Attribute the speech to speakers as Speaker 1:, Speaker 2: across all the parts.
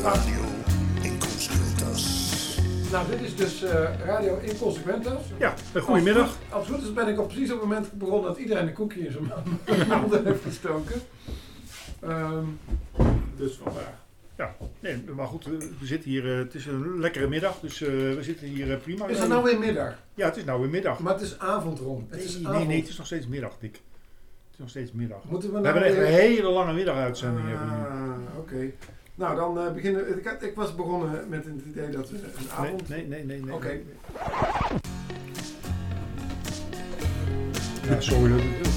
Speaker 1: Radio Inconsequentas.
Speaker 2: Nou, dit is dus Radio Inconsequentas.
Speaker 3: Ja, goedemiddag.
Speaker 2: Als het goed is ben ik op precies op het moment begonnen dat iedereen een koekje in zijn mond heeft gestoken. Dus vandaag.
Speaker 3: Ja, nee, maar goed, we zitten hier, het is een lekkere middag, dus we zitten hier prima.
Speaker 2: Is het nou weer middag?
Speaker 3: Ja, het is nou weer middag.
Speaker 2: Maar het is avond, Ron.
Speaker 3: Nee, het is nog steeds middag, Dick. Het is nog steeds middag.
Speaker 2: Moeten we
Speaker 3: hebben echt een hele lange middaguitzending.
Speaker 2: Oké. Nou, dan beginnen we. Ik was begonnen met het idee dat we een avond...
Speaker 3: Nee.
Speaker 2: Oké.
Speaker 3: Ja, sorry.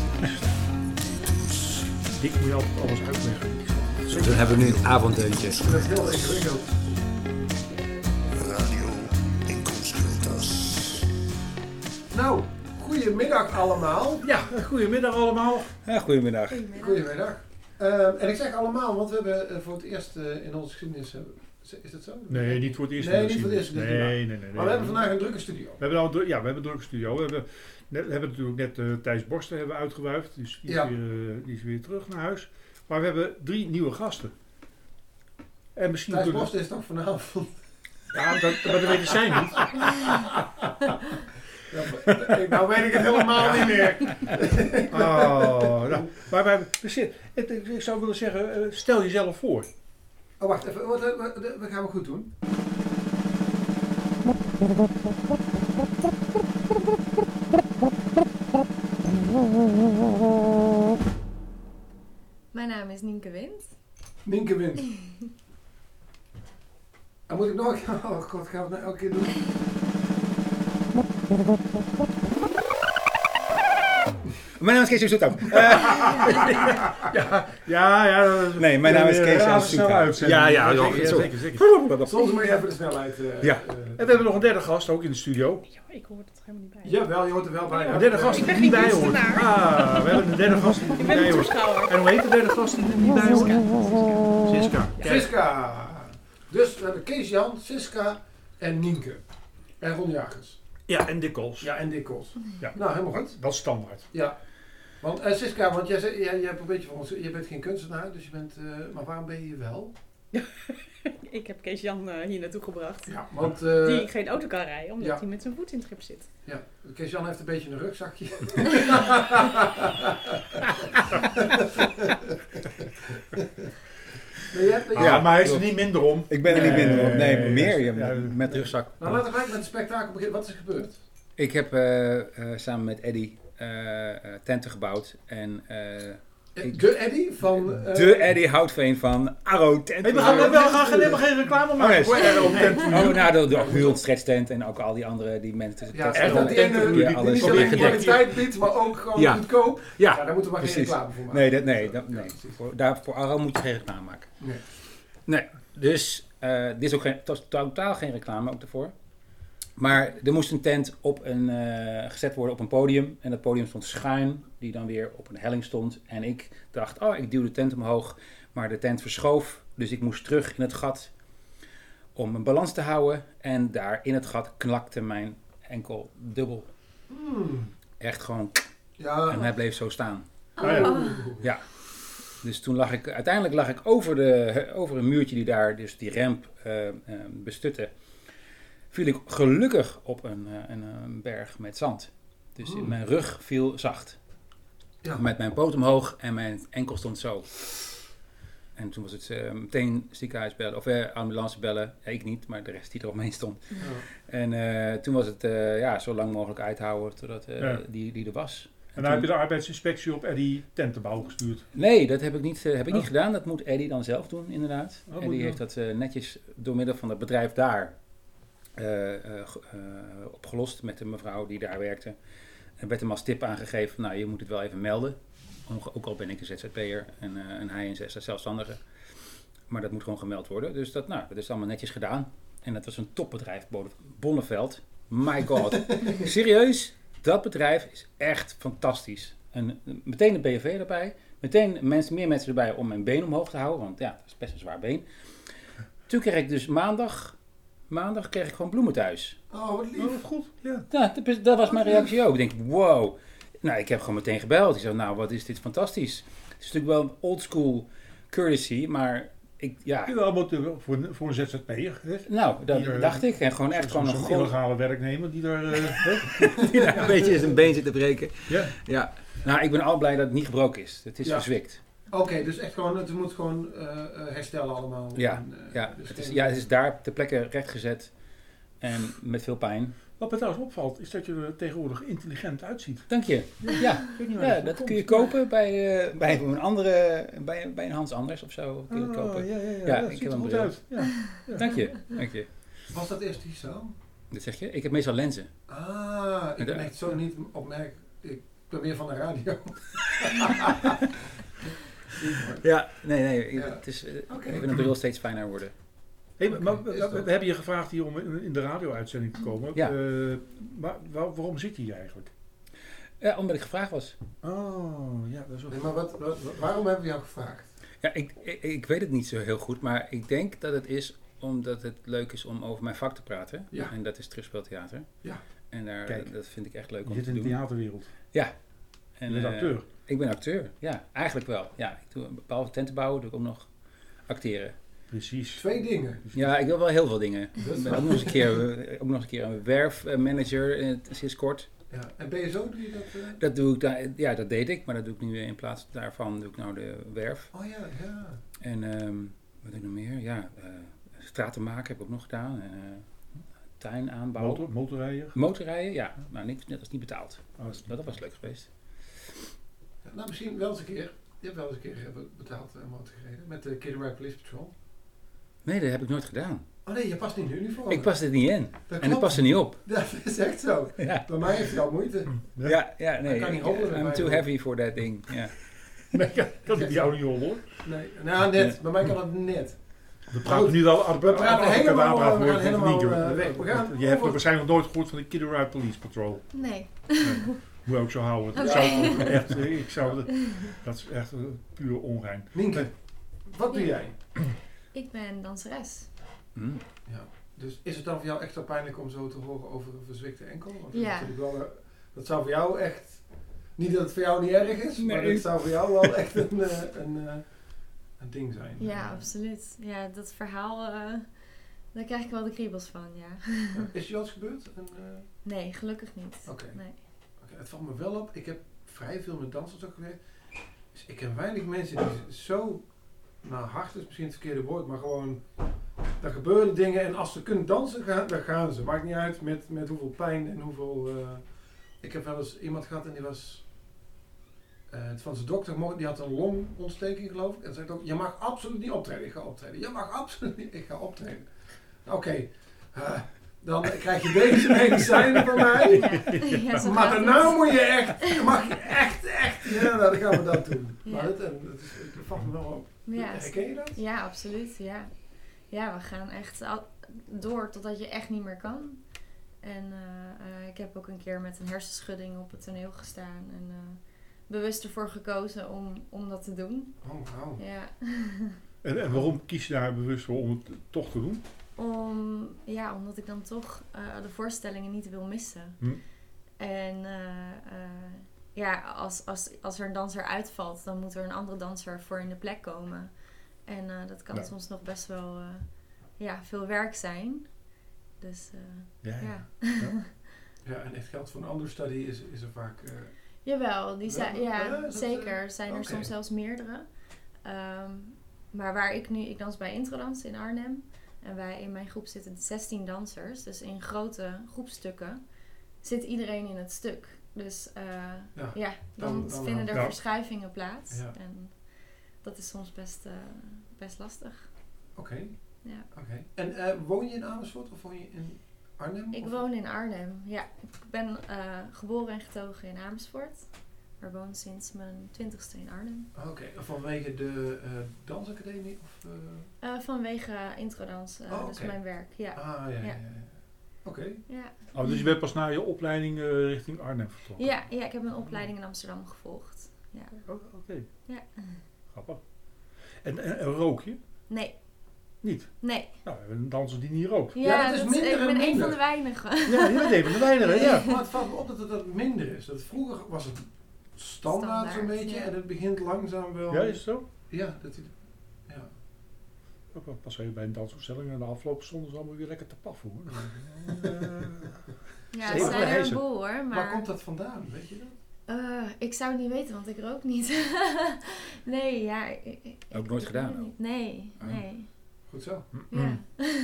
Speaker 3: Dick moet je altijd alles uitleggen.
Speaker 4: Dus dan hebben we nu een avonddeuntje.
Speaker 2: Dat is heel ingewikkeld.
Speaker 1: Radio Inconsequentas.
Speaker 2: Nou, goedemiddag allemaal.
Speaker 3: Ja, goedemiddag allemaal.
Speaker 4: Ja, goedemiddag.
Speaker 2: Goedemiddag. En ik zeg allemaal, want we hebben voor het eerst in onze geschiedenis... is dat zo?
Speaker 3: Nee, niet voor het eerst.
Speaker 2: Nee, niet voor het eerst.
Speaker 3: Nee.
Speaker 2: Maar we hebben vandaag een drukke studio.
Speaker 3: We hebben een drukke studio. We hebben natuurlijk net Thijs Borsten hebben uitgewuifd. Dus die is weer terug naar huis. Maar we hebben 3 nieuwe gasten. En misschien
Speaker 2: Thijs Borsten is toch vanavond?
Speaker 3: Ja, maar dat weten zij niet.
Speaker 2: Nou weet ik het helemaal niet meer.
Speaker 3: Maar ik zou willen zeggen, stel jezelf voor.
Speaker 2: Oh, wacht even. We gaan we goed doen.
Speaker 5: Mijn naam is Nienke Wind.
Speaker 2: Nienke Wind. Dan moet ik nog... Oh god, gaan we het nou elke keer doen?
Speaker 4: Mijn naam is Kees Zoethout.
Speaker 3: Ja.
Speaker 4: Nee, mijn naam is Kees Zoethout.
Speaker 3: Ja, zeker.
Speaker 2: Soms moet je even de snelheid...
Speaker 3: Ja. En we hebben nog een derde gast ook in de studio.
Speaker 6: Ja, ik hoor het helemaal niet bij.
Speaker 2: Jawel, je hoort er wel bij.
Speaker 3: Een derde gast die er niet bij hoort. We hebben een derde gast die er niet bij hoort. En hoe heet de derde gast die er niet bij hoort? Siska.
Speaker 2: Siska. Dus we hebben Kees-Jan, Siska en Nienke. En Ron Jagers.
Speaker 3: Ja, en Dick Kols.
Speaker 2: Ja, en Dick Kols.
Speaker 3: Ja.
Speaker 2: Nou, helemaal goed.
Speaker 3: Dat is standaard.
Speaker 2: Ja. Want Siska, want jij hebt een beetje van ons, je bent geen kunstenaar, dus je bent, maar waarom ben je hier wel?
Speaker 6: Ik heb Kees-Jan hier naartoe gebracht.
Speaker 2: Ja, want...
Speaker 6: die geen auto kan rijden, omdat hij met zijn voet in het grip zit.
Speaker 2: Ja, Kees-Jan heeft een beetje een rugzakje.
Speaker 3: Maar hij is er niet minder om.
Speaker 4: Ik ben er niet minder om. Nee, meer met rugzak.
Speaker 2: Nou, laten we gelijk met het spektakel beginnen. Wat is er gebeurd?
Speaker 4: Ik heb samen met Eddy tenten gebouwd. En,
Speaker 2: de Eddy van...
Speaker 4: de Eddy Houtveen van Arrow Tent.
Speaker 3: We gaan helemaal geen reclame maken.
Speaker 4: De Hult Stretch Tent en ook al die andere die mensen...
Speaker 2: Ja, die niet alleen kwaliteit biedt, maar ook gewoon goedkoop. Ja, daar moeten we maar geen reclame voor maken.
Speaker 4: Nee. Voor Arrow moet je geen reclame maken. Nee. Dus dit is ook totaal geen reclame ook daarvoor. Maar er moest een tent gezet worden op een podium. En dat podium stond schuin, die dan weer op een helling stond. En ik dacht, ik duw de tent omhoog. Maar de tent verschoof, dus ik moest terug in het gat om een balans te houden. En daar in het gat knakte mijn enkel dubbel. Echt gewoon. Ja. En hij bleef zo staan. Ja. Dus toen uiteindelijk lag ik over een muurtje die daar, dus die ramp bestutte. Viel ik gelukkig op een berg met zand. Dus mijn rug viel zacht. Ja. Met mijn poot omhoog en mijn enkel stond zo. En toen was het meteen ziekenhuis bellen, of ambulance bellen. Ja, ik niet, maar de rest die er omheen stond. Ja. En toen was het zo lang mogelijk uithouden totdat die er was.
Speaker 3: En dan heb je de arbeidsinspectie op Eddy tentenbouw gestuurd?
Speaker 4: Nee, dat heb ik niet gedaan. Dat moet Eddy dan zelf doen, inderdaad. Eddy heeft dat netjes door middel van het bedrijf daar opgelost met de mevrouw die daar werkte. Er werd hem als tip aangegeven, je moet het wel even melden. Ook al ben ik een ZZP'er en hij een zelfstandige. Maar dat moet gewoon gemeld worden. Dus dat is allemaal netjes gedaan. En dat was een topbedrijf, Bonneveld. My god. Serieus, dat bedrijf is echt fantastisch. En meteen een BV erbij. Meteen meer mensen erbij om mijn been omhoog te houden. Want dat is best een zwaar been. Toen kreeg ik dus maandag kreeg ik gewoon bloemen thuis.
Speaker 2: Oh, wat lief.
Speaker 3: Wat goed. Ja.
Speaker 4: Dat was mijn reactie ook. Ik denk, wow. Nou, ik heb gewoon meteen gebeld. Ik zei, wat is dit fantastisch. Het is natuurlijk wel old school courtesy, maar
Speaker 3: Allemaal voor een ZZP'er.
Speaker 4: Nou, dat dacht ik. En gewoon echt gewoon
Speaker 3: een illegale werknemer die daar
Speaker 4: die daar een beetje in zijn been zit te breken.
Speaker 3: Ja.
Speaker 4: Ja. Nou, ik ben al blij dat het niet gebroken is. Het is verzwikt.
Speaker 2: Oké, dus echt gewoon, het moet gewoon herstellen allemaal.
Speaker 4: Ja,
Speaker 2: Dus
Speaker 4: het is daar ter plekke rechtgezet en met veel pijn.
Speaker 3: Wat me trouwens opvalt, is dat je er tegenwoordig intelligent uitziet.
Speaker 4: Dank je. Ja, dat kun je kopen bij een Hans Anders of zo. Kun je kopen.
Speaker 3: Ja,
Speaker 4: ik heb een bril.
Speaker 3: uit. Ja.
Speaker 4: Dank je.
Speaker 2: Was dat eerst niet zo?
Speaker 4: Dat zeg je? Ik heb meestal lenzen.
Speaker 2: Ik ben echt zo niet opmerkelijk. Ik ben meer van de radio.
Speaker 4: Ja, nee. Het is, ik vind een bril steeds fijner worden.
Speaker 3: Hey, maar we hebben je gevraagd hier om in de radio-uitzending te komen.
Speaker 4: Ja.
Speaker 3: Maar waarom zit je hier eigenlijk?
Speaker 4: Ja, omdat ik gevraagd was.
Speaker 3: Oh, ja, dat is wel...
Speaker 2: Nee, maar waarom hebben we jou gevraagd?
Speaker 4: Ja, ik weet het niet zo heel goed, maar ik denk dat het is omdat het leuk is om over mijn vak te praten.
Speaker 2: Ja.
Speaker 4: En dat is terugspeeltheater.
Speaker 2: Ja.
Speaker 4: En dat vind ik echt leuk om
Speaker 3: Je
Speaker 4: te
Speaker 3: zit in
Speaker 4: doen.
Speaker 3: de theaterwereld.
Speaker 4: Ja. En,
Speaker 3: je bent acteur.
Speaker 4: Ik ben acteur, ja. Eigenlijk wel. Ja, ik doe behalve tenten bouwen, doe ik ook nog acteren.
Speaker 3: Precies.
Speaker 2: 2 dingen.
Speaker 4: Ja, ik wil wel heel veel dingen. Ik ben ook nog eens een keer een werfmanager sinds kort.
Speaker 2: Ja. En BSO doe je dat?
Speaker 4: Dat doe ik, dat deed ik, maar dat doe ik nu in plaats daarvan doe ik nou de werf.
Speaker 2: Oh ja.
Speaker 4: En wat doe ik nog meer? Ja, straten maken heb ik ook nog gedaan. Tuin aanbouwen.
Speaker 3: Motorrijden?
Speaker 4: Motorrijden, ja. Maar dat is niet betaald. Dat was leuk geweest.
Speaker 2: Ja, nou, misschien wel eens een keer. Je hebt wel eens een keer betaald motor gereden met de Kid Ride Police Patrol.
Speaker 4: Nee, dat heb ik nooit gedaan.
Speaker 2: Oh nee, je past niet in de uniform.
Speaker 4: Ik pas er niet in.
Speaker 2: Dat
Speaker 4: en ik pas er niet op.
Speaker 2: Dat is echt zo.
Speaker 4: Ja.
Speaker 2: Bij mij heeft het al moeite.
Speaker 4: Ja, nee.
Speaker 2: kan niet hobbelen
Speaker 4: I'm too heavy for that thing. Ja.
Speaker 3: Nee, kan ik jou niet hobbelen?
Speaker 2: Nee, nou net. Bij mij kan het net.
Speaker 3: We praten nu wel
Speaker 2: we praten helemaal weg.
Speaker 3: Je hebt waarschijnlijk nog nooit gehoord van de Kid Ride Police Patrol.
Speaker 6: Nee.
Speaker 3: Moet je ook zo houden. Dat is echt puur ongein.
Speaker 2: Nienke, wat doe jij?
Speaker 6: Ik ben danseres.
Speaker 2: Ja. Dus is het dan voor jou extra pijnlijk om zo te horen over een verzwikte enkel? Want
Speaker 6: Ja.
Speaker 2: Dat zou voor jou echt... Niet dat het voor jou niet erg is, maar het zou voor jou wel echt een ding zijn.
Speaker 6: Ja, absoluut. Ja, dat verhaal, daar krijg ik wel de kriebels van, ja.
Speaker 2: Is je wel eens gebeurd?
Speaker 6: Nee, gelukkig niet.
Speaker 2: Oké.
Speaker 6: Nee.
Speaker 2: Het valt me wel op. Ik heb vrij veel met dansers ook gewerkt. Dus ik ken weinig mensen die zo... Nou, hard is misschien het verkeerde woord, maar gewoon... Er gebeuren dingen en als ze kunnen dansen, dan gaan ze. Maakt niet uit met hoeveel pijn en hoeveel... Ik heb wel eens iemand gehad en die was... van zijn dokter, die had een longontsteking geloof ik. En zei ook, je mag absoluut niet optreden. Ik ga optreden. Je mag absoluut niet, ik ga optreden. Oké. Dan krijg je deze medicijnen van mij. Ja, maar daarna moet je echt, mag je echt, ja, nou, dan gaan we dat doen. Ja. Maar dat valt me wel op.
Speaker 6: Ja.
Speaker 2: Herken je dat?
Speaker 6: Ja, absoluut. Ja. Ja, we gaan echt door totdat je echt niet meer kan. En ik heb ook een keer met een hersenschudding op het toneel gestaan. En bewust ervoor gekozen om dat te doen.
Speaker 2: Oh, wauw.
Speaker 6: Ja.
Speaker 3: En waarom kies je daar bewust voor om het toch te doen?
Speaker 6: Omdat ik dan toch de voorstellingen niet wil missen. En als er een danser uitvalt, dan moet er een andere danser voor in de plek komen. En dat kan soms nog best wel veel werk zijn. Dus
Speaker 2: Ja, en echt geld voor een understudy is er vaak...
Speaker 6: Jawel, zeker. Zijn er soms zelfs meerdere. Maar waar ik dans bij Introdans in Arnhem. En in mijn groep zitten 16 dansers. Dus in grote groepstukken zit iedereen in het stuk. Dus dan vinden er verschuivingen plaats. Ja. En dat is soms best lastig.
Speaker 2: Oké.
Speaker 6: Ja.
Speaker 2: En woon je in Amersfoort of woon je in Arnhem?
Speaker 6: Ik woon in Arnhem, ja. Ik ben geboren en getogen in Amersfoort. Maar woon sinds mijn 20ste in Arnhem.
Speaker 2: Oké. Vanwege de dansacademie?
Speaker 6: Vanwege Introdans, dus mijn werk, ja.
Speaker 2: Ja. Oké.
Speaker 6: Ja.
Speaker 3: Oh, dus je bent pas na je opleiding richting Arnhem vertrokken?
Speaker 6: Ja, ik heb een opleiding in Amsterdam gevolgd. Ja.
Speaker 3: Oké.
Speaker 6: Ja.
Speaker 3: Grappig. En rook je?
Speaker 6: Nee.
Speaker 3: Niet?
Speaker 6: Nee.
Speaker 3: Nou, we hebben een danser die niet rookt.
Speaker 6: Ja, ik ben een van de weinigen.
Speaker 3: Ja, je bent een van de weinigen, ja.
Speaker 2: Maar het valt me op dat het minder is. Dat vroeger was het standaard zo'n beetje en het begint langzaam wel...
Speaker 3: Ja, is het zo?
Speaker 2: Ja,
Speaker 3: Pas even bij een dansopstelling en de afloop stonden ze allemaal weer lekker te paffen hoor.
Speaker 6: Ja, het zijn er een boel hoor. Maar
Speaker 2: waar komt dat vandaan, weet je dat?
Speaker 6: Ik zou het niet weten, want ik rook niet. Nee, ja.
Speaker 4: Ook nooit gedaan?
Speaker 6: Nee.
Speaker 2: Goed zo.
Speaker 6: Ja.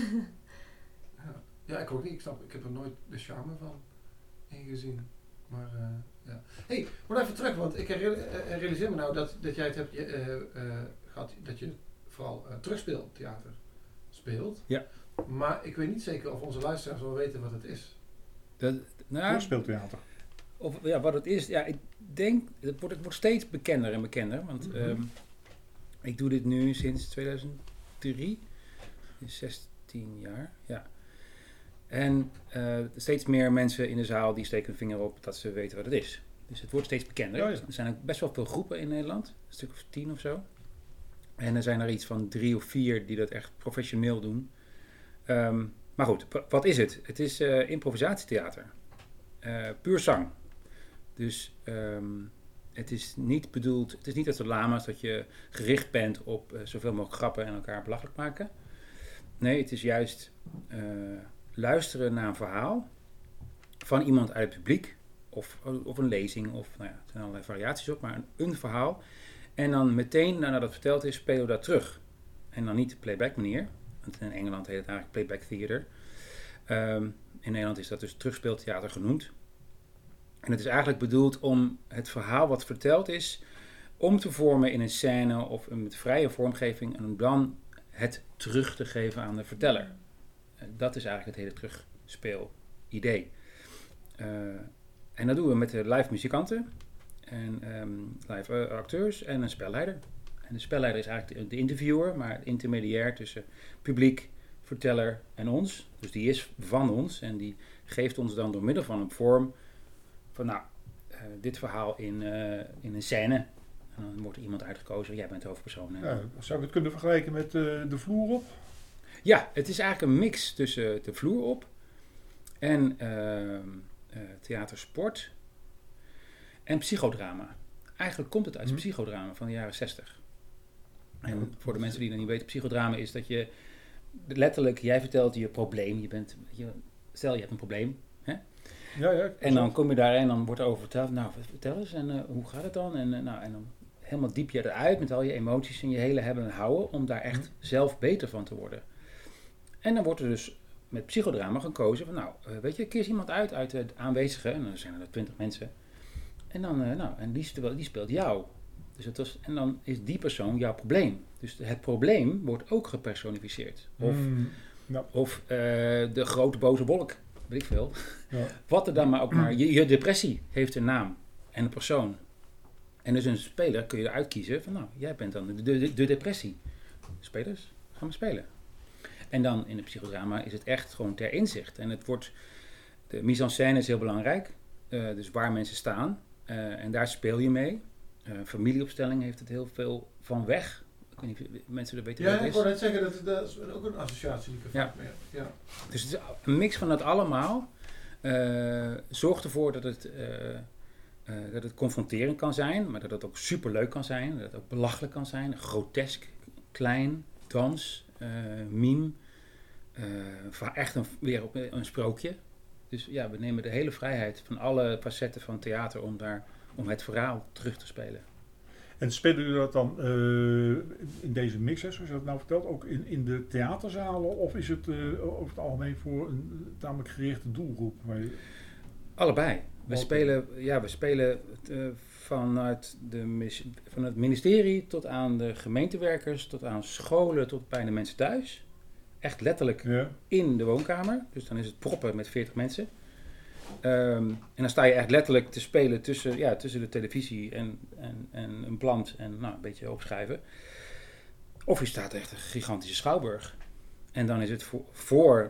Speaker 2: Ja, ik ook niet. Ik heb er nooit de charme van ingezien. Maar ja. Hey, maar even terug, want ik realiseer me nou dat jij het hebt gehad, dat je vooral terugspeeltheater speelt.
Speaker 4: Ja.
Speaker 2: Maar ik weet niet zeker of onze luisteraars wel weten wat het is.
Speaker 3: Terugspeeltheater.
Speaker 4: Of ja, wat het is, ja, ik denk, het wordt steeds bekender en bekender. Want ik doe dit nu sinds 2003. 16 jaar, ja. En steeds meer mensen in de zaal die steken hun vinger op dat ze weten wat het is. Dus het wordt steeds bekender. Ja. Er zijn ook best wel veel groepen in Nederland. Een stuk of 10 of zo. En er zijn er iets van 3 of 4 die dat echt professioneel doen. Maar goed, wat is het? Het is improvisatietheater. Puur zang. Dus het is niet bedoeld, het is niet als de lama's dat je gericht bent op zoveel mogelijk grappen en elkaar belachelijk maken. Nee, het is juist luisteren naar een verhaal van iemand uit het publiek of een lezing of nou ja, er zijn allerlei variaties op, maar een verhaal. En dan meteen nadat het verteld is, spelen we dat terug. En dan niet de playback manier, want in Engeland heet het eigenlijk playback theater. In Nederland is dat dus terugspeeltheater genoemd. En het is eigenlijk bedoeld om het verhaal wat verteld is om te vormen in een scène of met vrije vormgeving en om dan het terug te geven aan de verteller. Dat is eigenlijk het hele terugspeel-idee. En dat doen we met de live muzikanten en live acteurs en een spelleider. En de spelleider is eigenlijk de interviewer, maar het intermediair tussen publiek, verteller en ons. Dus die is van ons en die geeft ons dan door middel van een vorm van dit verhaal in een scène. En dan wordt er iemand uitgekozen, jij bent de hoofdpersoon.
Speaker 3: Ja, zou ik het kunnen vergelijken met de vloer op?
Speaker 4: Ja, het is eigenlijk een mix tussen de vloer op en theatersport en psychodrama. Eigenlijk komt het uit het psychodrama van de jaren 60. En voor de mensen die dat niet weten, psychodrama is dat je letterlijk, jij vertelt je probleem. Stel je hebt een probleem. Hè? Ja, en dan kom je daar en dan wordt er over verteld. Nou, vertel eens en hoe gaat het dan? En dan helemaal diep je eruit met al je emoties en je hele hebben en houden om daar echt zelf beter van te worden. En dan wordt er dus met psychodrama gekozen van weet je, kies iemand uit het aanwezigen. En dan zijn er 20 mensen. En dan, en die speelt jou. Dus en dan is die persoon jouw probleem. Dus het probleem wordt ook gepersonificeerd. Of de grote boze wolk, weet ik veel. Ja. Wat er dan maar ook maar. Je depressie heeft een naam en een persoon. En dus een speler kun je eruit kiezen van jij bent dan de depressie. Spelers, gaan we spelen. En dan in de psychodrama is het echt gewoon ter inzicht. En de mise en scène is heel belangrijk. Dus waar mensen staan. En daar speel je mee. Familieopstelling heeft het heel veel van weg. Ik weet niet of mensen er weten wat het is.
Speaker 2: Ja, ik wou net zeggen, dat is ook een associatie die ik vaak mee heb. Ja.
Speaker 4: Dus het is een mix van dat allemaal. Zorgt ervoor dat het confronterend kan zijn, maar dat het ook superleuk kan zijn. Dat het ook belachelijk kan zijn. Grotesk, klein, dans, meme. Echt weer op een sprookje. Dus ja, we nemen de hele vrijheid van alle facetten van theater om het verhaal terug te spelen.
Speaker 3: En spelen jullie dat dan in deze mix, zoals je dat nou vertelt, ook in de theaterzalen? Of is het over het algemeen voor een tamelijk gerichte doelgroep?
Speaker 4: Allebei. We spelen van het ministerie tot aan de gemeentewerkers, tot aan scholen, tot bij de mensen thuis. Echt letterlijk in de woonkamer. Dus dan is het proppen met 40 mensen. En dan sta je echt letterlijk te spelen tussen de televisie en een plant en een beetje opschrijven. Of je staat echt een gigantische schouwburg. En dan is het voor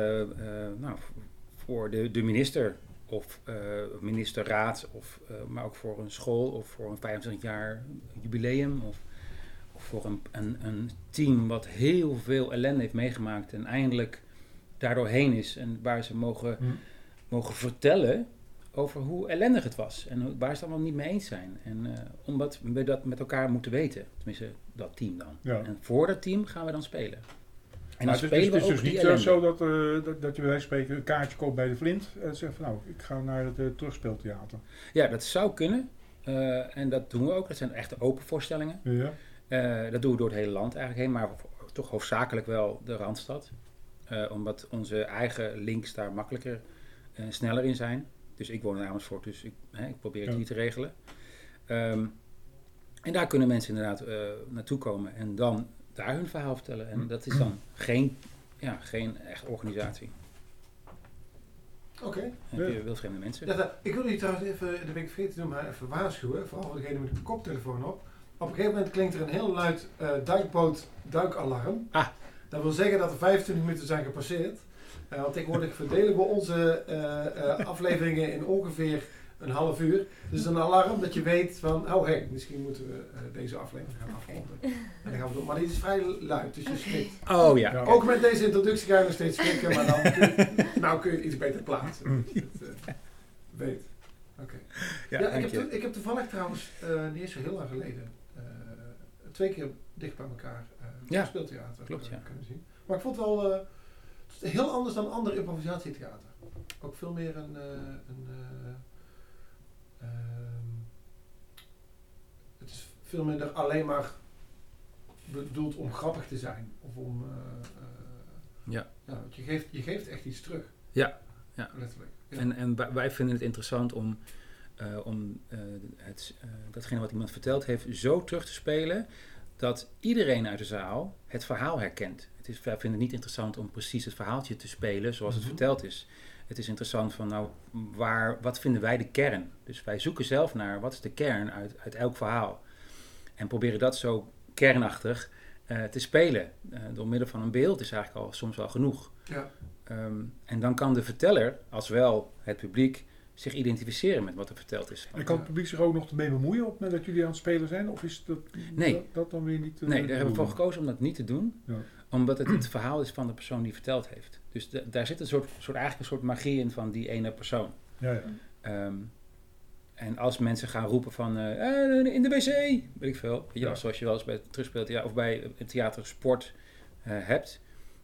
Speaker 4: de minister of ministerraad, maar ook voor een school of voor een 25 jaar jubileum of voor een team wat heel veel ellende heeft meegemaakt en eindelijk daardoorheen is en waar ze mogen vertellen over hoe ellendig het was. En waar ze het allemaal niet mee eens zijn. En omdat we dat met elkaar moeten weten. Tenminste, dat team dan.
Speaker 3: Ja.
Speaker 4: En voor dat team gaan we dan spelen. En
Speaker 3: Maar
Speaker 4: dan
Speaker 3: het
Speaker 4: spelen
Speaker 3: is
Speaker 4: we
Speaker 3: dus
Speaker 4: ook die
Speaker 3: niet
Speaker 4: ellende.
Speaker 3: zo dat je bij wijze van spreken een kaartje koopt bij de Flint. En zegt van nou, ik ga naar het terugspeeltheater.
Speaker 4: Ja, dat zou kunnen. En dat doen we ook. Dat zijn echte open voorstellingen.
Speaker 3: Ja.
Speaker 4: Dat doen we door het hele land eigenlijk heen. Maar toch hoofdzakelijk wel de Randstad. Omdat onze eigen links daar makkelijker en sneller in zijn. Dus ik woon in Amersfoort, dus ik probeer het hier te regelen. En daar kunnen mensen inderdaad naartoe komen en dan daar hun verhaal vertellen. En dat is dan geen echt organisatie.
Speaker 2: Oké.
Speaker 4: Dan heb je wildvreemde mensen.
Speaker 2: Ja, ik wil jullie trouwens even, dat ben ik vergeten te doen, maar even waarschuwen. Vooral voor degene met de koptelefoon op. Op een gegeven moment klinkt er een heel luid duikalarm. Dat wil zeggen dat er 25 minuten zijn gepasseerd. Want tegenwoordig verdelen we onze afleveringen in ongeveer een half uur. Dus een alarm dat je weet van, misschien moeten we deze aflevering gaan afronden. En dan gaan we door. Maar die is vrij luid, dus je schrikt.
Speaker 4: Oh ja.
Speaker 2: Ook met deze introductie ga je nog steeds schrikken, maar dan kun je het iets beter plaatsen. Dat je het weet. Oké. Ja, ik heb toevallig trouwens, niet eens zo heel lang geleden, 2 keer dicht bij elkaar het speeltheater kunnen zien. Maar ik vond het wel heel anders dan ander improvisatietheater. Ook veel meer het is veel minder alleen maar bedoeld om grappig te zijn. Of om want je geeft echt iets terug.
Speaker 4: Ja.
Speaker 2: Letterlijk. Ja.
Speaker 4: En wij vinden het interessant om datgene wat iemand verteld heeft zo terug te spelen dat iedereen uit de zaal het verhaal herkent. Wij vinden het niet interessant om precies het verhaaltje te spelen zoals het verteld is. Het is interessant van wat vinden wij de kern? Dus wij zoeken zelf naar wat is de kern uit elk verhaal. En proberen dat zo kernachtig te spelen. Door middel van een beeld is eigenlijk al soms wel genoeg.
Speaker 2: Ja.
Speaker 4: En dan kan de verteller, als wel het publiek, zich identificeren met wat er verteld is.
Speaker 3: En kan het publiek zich ook nog ermee bemoeien op het moment dat jullie aan het spelen zijn? Of is dat dan weer niet...
Speaker 4: Nee, daar hebben we voor gekozen om dat niet te doen.
Speaker 3: Ja.
Speaker 4: Omdat het verhaal is van de persoon die verteld heeft. Dus daar zit eigenlijk een soort magie in van die ene persoon.
Speaker 3: Ja.
Speaker 4: En als mensen gaan roepen van in de wc, weet ik veel. Weet je wel, zoals je wel eens bij het terugspeelt of bij het theater sport hebt.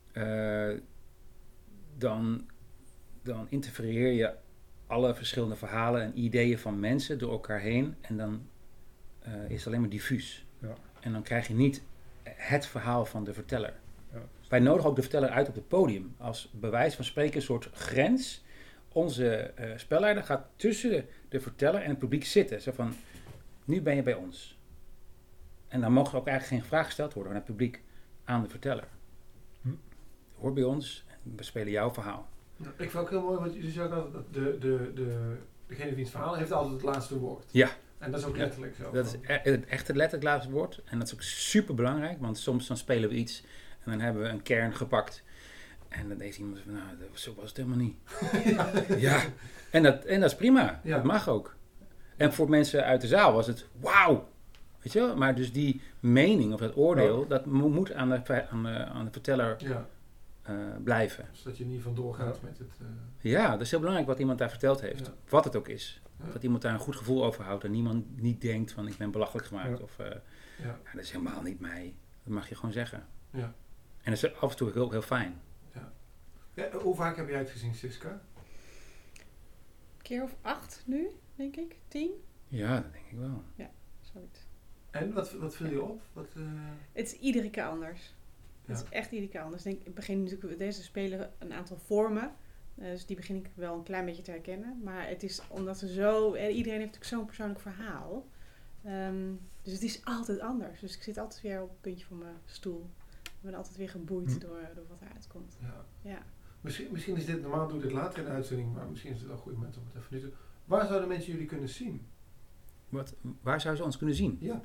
Speaker 4: Dan interfereer je alle verschillende verhalen en ideeën van mensen door elkaar heen. En dan is het alleen maar diffuus.
Speaker 3: Ja.
Speaker 4: En dan krijg je niet het verhaal van de verteller.
Speaker 3: Ja.
Speaker 4: Wij nodigen ook de verteller uit op het podium. Als bewijs van spreken een soort grens. Onze spelleider gaat tussen de verteller en het publiek zitten. Zo van, nu ben je bij ons. En dan mogen er ook eigenlijk geen vraag gesteld worden aan het publiek aan de verteller. Hoor bij ons en we spelen jouw verhaal.
Speaker 2: Ja, ik vond ook heel mooi, want jullie zeggen dat degene die het verhaal heeft altijd het laatste woord.
Speaker 4: Ja.
Speaker 2: En dat is ook letterlijk zo.
Speaker 4: Dat is echt het letterlijk laatste woord. En dat is ook super belangrijk, want soms dan spelen we iets en dan hebben we een kern gepakt. En dan heeft iemand van, zo was het helemaal niet. Ja. En dat is prima.
Speaker 2: Ja.
Speaker 4: Dat mag ook. En voor mensen uit de zaal was het wauw. Weet je wel? Maar dus die mening of dat oordeel, dat moet aan de verteller blijven.
Speaker 2: Zodat je niet vandoor gaat met het...
Speaker 4: Ja, dat is heel belangrijk wat iemand daar verteld heeft. Ja. Wat het ook is.
Speaker 2: Ja.
Speaker 4: Dat iemand daar een goed gevoel over houdt en niemand niet denkt van ik ben belachelijk gemaakt. Of dat is helemaal niet mij. Dat mag je gewoon zeggen.
Speaker 2: Ja.
Speaker 4: En dat is af en toe heel, heel fijn.
Speaker 2: Ja, hoe vaak heb jij het gezien, Siska?
Speaker 5: Een keer of 8 nu, denk ik. 10?
Speaker 4: Ja, dat denk ik wel.
Speaker 5: Ja, zoiets.
Speaker 2: En wat viel je op?
Speaker 5: Het is iedere keer anders.
Speaker 2: Ja.
Speaker 5: Het is echt iedere keer anders. Ik begin natuurlijk deze spelen een aantal vormen. Dus die begin ik wel een klein beetje te herkennen. Maar het is omdat ze zo... Iedereen heeft natuurlijk zo'n persoonlijk verhaal. Dus het is altijd anders. Dus ik zit altijd weer op het puntje van mijn stoel. Ik ben altijd weer geboeid door wat eruit komt. Ja.
Speaker 2: Misschien is dit... Normaal doe ik dit later in de uitzending. Maar misschien is het wel een goed moment om het even nu te doen. Waar zouden mensen jullie kunnen zien?
Speaker 4: Waar zouden ze ons kunnen zien?
Speaker 2: Ja.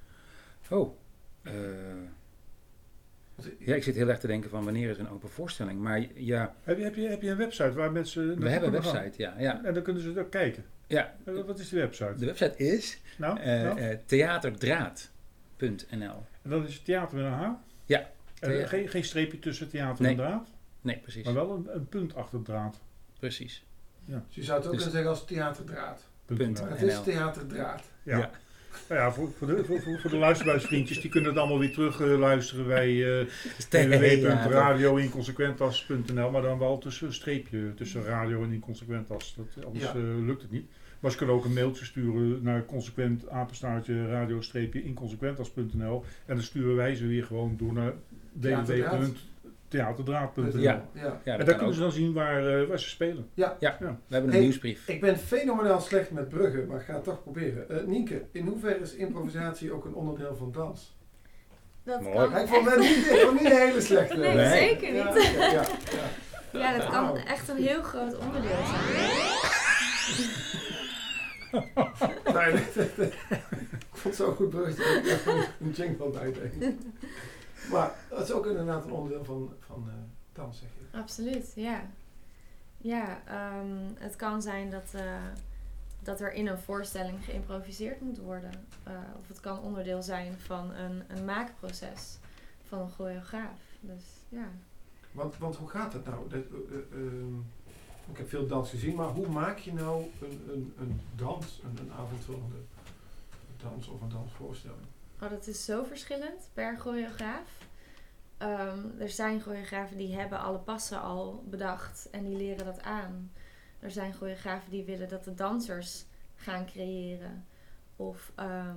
Speaker 4: Ja, ik zit heel erg te denken van wanneer is een open voorstelling. Maar ja...
Speaker 3: Heb je een website waar mensen...
Speaker 4: We hebben een website, ja.
Speaker 3: En dan kunnen ze ook kijken.
Speaker 4: Ja.
Speaker 3: Wat is de website?
Speaker 4: De website is theaterdraad.nl.
Speaker 3: En dat is theater met een H?
Speaker 4: Ja.
Speaker 3: Geen streepje tussen theater en draad?
Speaker 4: Nee, precies.
Speaker 3: Maar wel een punt achter draad.
Speaker 4: Precies.
Speaker 3: Ja.
Speaker 2: Dus je zou het ook
Speaker 4: Dus-
Speaker 2: kunnen zeggen als theaterdraad.
Speaker 4: Punt.
Speaker 2: Het
Speaker 4: NL.
Speaker 2: is theaterdraad.
Speaker 3: Ja.
Speaker 4: Ja.
Speaker 3: Nou ja, voor de luisterbuisvriendjes, die kunnen het allemaal weer terug luisteren bij www.radioinconsequentas.nl, maar dan wel tussen een streepje tussen radio en inconsequentas. Anders lukt het niet. Maar ze kunnen ook een mailtje sturen naar consequent_radio-inconsequentas.nl en dan sturen wij ze weer gewoon door naar www.theaterdraad.nl.
Speaker 4: Ja.
Speaker 3: En
Speaker 4: Ja,
Speaker 3: daar
Speaker 4: dat kan
Speaker 3: kunnen
Speaker 4: ook.
Speaker 3: ze dan zien waar ze spelen.
Speaker 4: We hebben een
Speaker 2: Hey,
Speaker 4: nieuwsbrief.
Speaker 2: Ik ben fenomenaal slecht met bruggen, maar ik ga het toch proberen. Nienke, in hoeverre is improvisatie ook een onderdeel van dans?
Speaker 6: Dat
Speaker 4: Mooi.
Speaker 6: kan
Speaker 2: Ja, ik vond het niet een hele slechte.
Speaker 6: Nee, zeker niet.
Speaker 2: Ja.
Speaker 6: Ja, dat kan
Speaker 2: Wauw.
Speaker 6: echt een heel groot onderdeel zijn.
Speaker 2: Nee, ik vond het zo'n goed bruggetje dat ik even een jingle bij deed. Maar dat is ook inderdaad een onderdeel van dans, zeg je.
Speaker 6: Absoluut, ja. Ja, het kan zijn dat er in een voorstelling geïmproviseerd moet worden. Of het kan onderdeel zijn van een maakproces van een choreograaf. Dus ja.
Speaker 2: Want hoe gaat het nou? Ik heb veel dans gezien, maar hoe maak je nou een dans, een avondvullende dans of een dansvoorstelling?
Speaker 6: Oh, dat is zo verschillend per choreograaf. Er zijn choreografen die hebben alle passen al bedacht en die leren dat aan. Er zijn choreografen die willen dat de dansers gaan creëren of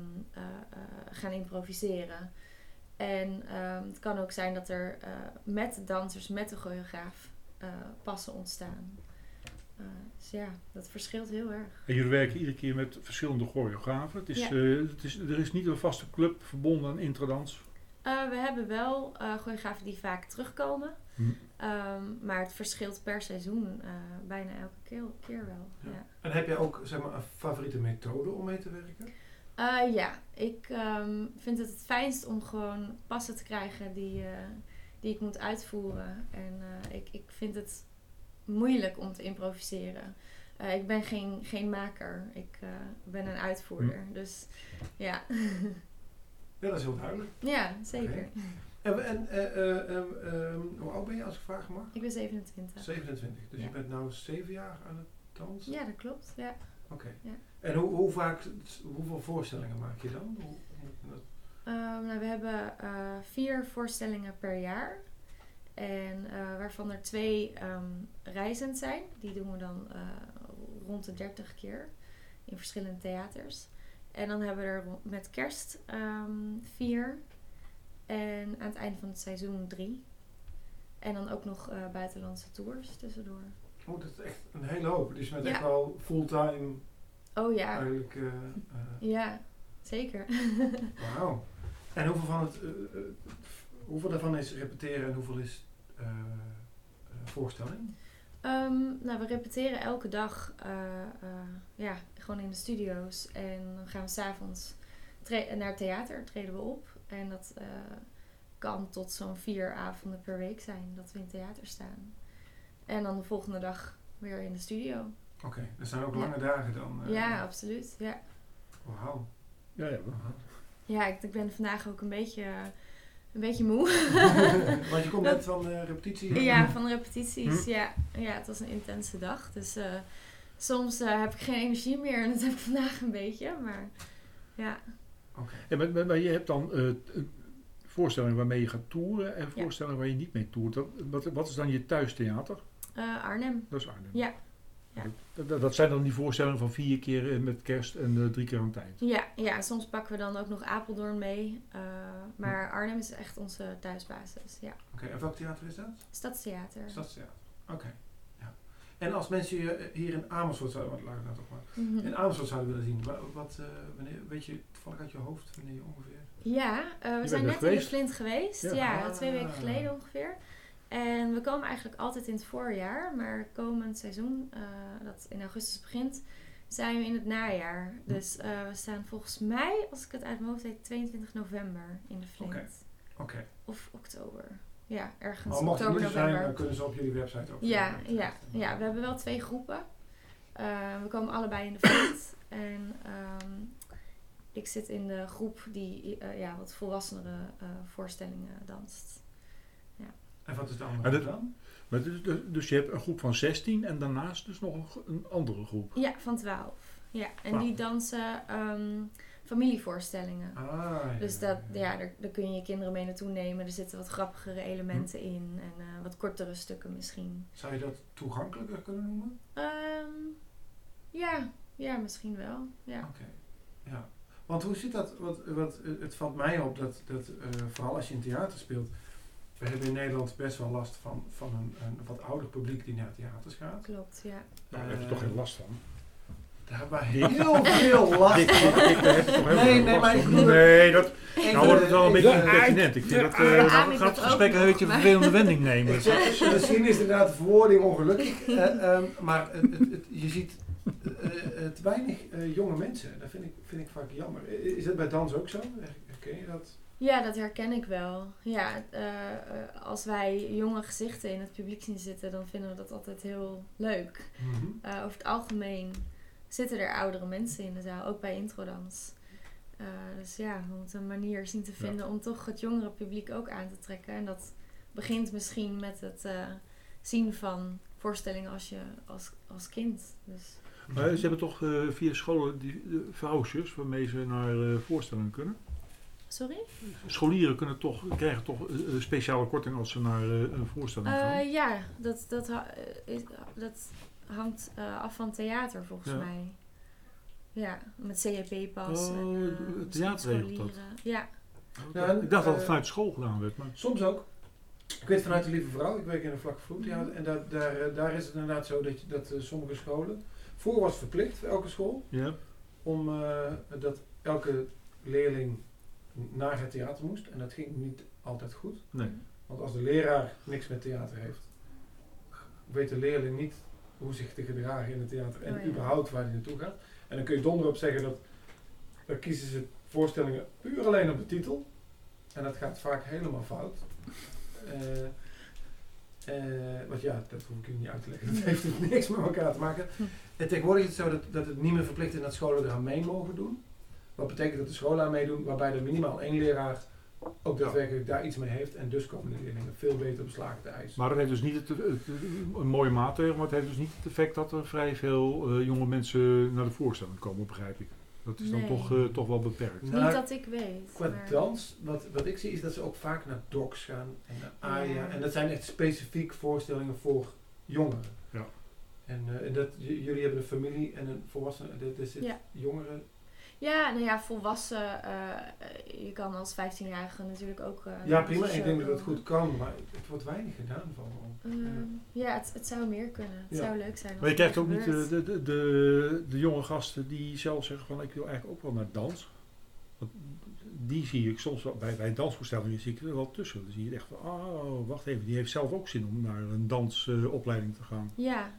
Speaker 6: gaan improviseren. En het kan ook zijn dat er met de dansers, met de choreograaf, passen ontstaan. Dus ja, dat verschilt heel erg.
Speaker 3: En jullie werken iedere keer met verschillende choreografen.
Speaker 6: Ja.
Speaker 3: Er is niet een vaste club verbonden aan intradans.
Speaker 6: We hebben wel choreografen die vaak terugkomen. Maar het verschilt per seizoen bijna elke keer wel.
Speaker 2: Ja.
Speaker 6: Ja.
Speaker 2: En heb jij ook zeg maar, een favoriete methode om mee te werken?
Speaker 6: Ja, ik vind het fijnst om gewoon passen te krijgen die ik moet uitvoeren. En ik vind het moeilijk om te improviseren. Ik ben geen maker. Ik ben een uitvoerder. Dus ja.
Speaker 2: Ja, dat is heel duidelijk.
Speaker 6: Ja, zeker.
Speaker 2: Okay. En hoe oud ben je als ik vragen mag?
Speaker 6: Ik ben 27.
Speaker 2: 27. Dus
Speaker 6: Ja.
Speaker 2: je bent nu 7 jaar aan het dansen?
Speaker 6: Ja, dat klopt. Ja.
Speaker 2: Oké.
Speaker 6: Ja.
Speaker 2: En hoeveel voorstellingen maak je dan?
Speaker 6: Nou, we hebben 4 voorstellingen per jaar. En waarvan er 2 reizend zijn. Die doen we dan rond de 30 keer in verschillende theaters. En dan hebben we er met kerst 4. En aan het einde van het seizoen 3. En dan ook nog buitenlandse tours tussendoor.
Speaker 2: Oh, dat is echt een hele hoop. Dus je bent
Speaker 6: Ja.
Speaker 2: echt wel fulltime
Speaker 6: Oh ja,
Speaker 2: eigenlijk.
Speaker 6: ja, zeker.
Speaker 2: Wauw. En hoeveel daarvan is repeteren en hoeveel is voorstelling?
Speaker 6: Nou, we repeteren elke dag gewoon in de studio's. En dan gaan we 's avonds naar het theater, treden we op. En dat kan tot zo'n 4 avonden per week zijn dat we in het theater staan. En dan de volgende dag weer in de studio.
Speaker 2: Oké, er zijn ook
Speaker 6: Ja.
Speaker 2: lange dagen dan.
Speaker 6: Ja, absoluut. Ja,
Speaker 2: Wauw.
Speaker 3: Ja.
Speaker 6: ja ik ben vandaag ook een beetje moe.
Speaker 2: Want je komt net van repetitie.
Speaker 6: Ja, van de repetities. Ja, het was een intense dag. Dus soms heb ik geen energie meer en dat heb ik vandaag een beetje. Maar ja.
Speaker 2: Oké.
Speaker 3: Ja, maar je hebt dan voorstellingen waarmee je gaat toeren en voorstellingen waar je niet mee toert. Wat is dan je thuistheater?
Speaker 6: Arnhem.
Speaker 3: Dat is Arnhem.
Speaker 6: Ja. Ja.
Speaker 3: Dat zijn dan die voorstellingen van 4 keer met kerst en 3 keer aan het eind.
Speaker 6: Ja, soms pakken we dan ook nog Apeldoorn mee. Maar Arnhem is echt onze thuisbasis. Ja.
Speaker 2: Oké, en welk theater is dat?
Speaker 6: Stadstheater.
Speaker 2: Stadstheater. Oké. Ja. En als mensen je hier in Amersfoort zouden, laat ik dat toch maar.
Speaker 6: Mhm.
Speaker 2: In Amersfoort zouden willen zien, wanneer, weet je toevallig uit je hoofd wanneer je ongeveer?
Speaker 6: Ja, we zijn
Speaker 3: er
Speaker 6: net in de Flint geweest.
Speaker 3: Ja.
Speaker 6: Ja, 2 weken geleden ongeveer. En we komen eigenlijk altijd in het voorjaar. Maar komend seizoen, dat in augustus begint, zijn we in het najaar. Dus we staan volgens mij, als ik het uit mijn hoofd weet, 22 november in de Flint.
Speaker 2: Oké.
Speaker 6: Of oktober. Ja, ergens
Speaker 2: Al mocht het
Speaker 6: oktober,
Speaker 2: niet zijn,
Speaker 6: november.
Speaker 2: dan kunnen ze op jullie website ook.
Speaker 6: Ja, we hebben wel 2 groepen. We komen allebei in de Flint. En ik zit in de groep die wat volwassenere voorstellingen danst.
Speaker 2: En wat is de andere dan?
Speaker 3: Maar dus je hebt een groep van 16 en daarnaast dus nog een andere groep.
Speaker 6: Ja, van 12. Ja, en die dansen familievoorstellingen. Dus daar kun je je kinderen mee naartoe nemen. Er zitten wat grappigere elementen in en wat kortere stukken misschien.
Speaker 2: Zou je dat toegankelijker kunnen noemen?
Speaker 6: Ja, misschien wel. Ja.
Speaker 2: Oké. Ja. Want hoe zit dat? Het valt mij op dat vooral als je in theater speelt, we hebben in Nederland best wel last van een wat ouder publiek die naar theaters gaat.
Speaker 6: Klopt, ja.
Speaker 3: Daar heb je toch geen last van?
Speaker 2: Daar hebben we heel veel last van.
Speaker 3: Daar heb je toch heel
Speaker 2: Nee,
Speaker 3: veel
Speaker 2: maar
Speaker 3: last
Speaker 2: ik
Speaker 3: van.
Speaker 2: bedoel...
Speaker 3: Nee, nou wordt het wel een beetje
Speaker 2: Ja,
Speaker 3: pertinent. Ik vind dat
Speaker 6: ik
Speaker 3: gaat het
Speaker 6: dat
Speaker 3: gesprek een
Speaker 6: ook
Speaker 3: beetje
Speaker 6: nog,
Speaker 3: een vervelende wending nemen.
Speaker 2: Misschien is inderdaad de verwoording ongelukkig, maar je ziet te weinig jonge mensen. Dat vind ik vaak jammer. Is dat bij dans ook zo? Herken je dat?
Speaker 6: Ja, dat herken ik wel. Ja, als wij jonge gezichten in het publiek zien zitten, dan vinden we dat altijd heel leuk. Over het algemeen zitten er oudere mensen in de zaal, ook bij introdans. Dus ja, we moeten een manier zien te vinden om toch het jongere publiek ook aan te trekken. En dat begint misschien met het zien van voorstellingen als kind. Dus.
Speaker 3: Maar ze hebben toch via scholen die vouchers waarmee ze naar voorstellingen kunnen?
Speaker 6: Sorry?
Speaker 3: Scholieren krijgen toch speciale korting als ze naar een voorstelling gaan?
Speaker 6: Ja, dat hangt af van theater volgens mij. Ja, met CAP-pas.
Speaker 3: Het theater regelt dat?
Speaker 6: Ja.
Speaker 3: Ik dacht dat het vanuit school gedaan werd. Maar...
Speaker 2: Soms ook. Ik weet vanuit de Lieve Vrouw, ik werk in een vlakke vloedtheater. En daar is het inderdaad zo dat sommige scholen... Vroeger was het verplicht voor elke school.
Speaker 3: Ja.
Speaker 2: Om dat elke leerling naar het theater moest. En dat ging niet altijd goed.
Speaker 3: Nee.
Speaker 2: Want als de leraar niks met theater heeft, weet de leerling niet hoe zich te gedragen in het theater. En überhaupt waar hij naartoe gaat. En dan kun je donder op zeggen dat... Dan kiezen ze voorstellingen puur alleen op de titel. En dat gaat vaak helemaal fout. Want ja, dat hoef ik u niet uit te leggen. Dat heeft niks met elkaar te maken. En tegenwoordig is het zo dat het niet meer verplicht is dat scholen eraan mee mogen doen. Wat betekent dat de scholen aan meedoen, waarbij er minimaal 1 leraar ook daadwerkelijk daar iets mee heeft. En dus komen de leerlingen veel beter beslagen te eisen.
Speaker 3: Maar dat heeft dus niet een mooie maatregel, maar het heeft dus niet het effect dat er vrij veel jonge mensen naar de voorstelling komen, begrijp ik. Dat is dan toch wel beperkt.
Speaker 6: Niet dat ik weet.
Speaker 2: Qua dans, wat ik zie is dat ze ook vaak naar DOCS gaan en naar AIA. Ja. En dat zijn echt specifiek voorstellingen voor jongeren.
Speaker 3: Ja.
Speaker 2: En jullie hebben een familie en een volwassene, dus jongeren.
Speaker 6: Ja, nou ja, volwassen. Je kan als 15-jarige natuurlijk ook...
Speaker 2: ja, prima. Ik denk dat het goed kan, maar het wordt weinig gedaan van.
Speaker 6: Ja, het zou meer kunnen. Het zou leuk zijn.
Speaker 3: Maar je krijgt ook niet de jonge gasten die zelf zeggen van ik wil eigenlijk ook wel naar dans. Want die zie ik soms wel, bij dansvoorstellingen zie ik er wel tussen. Dan zie je echt van, oh, wacht even, die heeft zelf ook zin om naar een dansopleiding te gaan.
Speaker 6: Ja,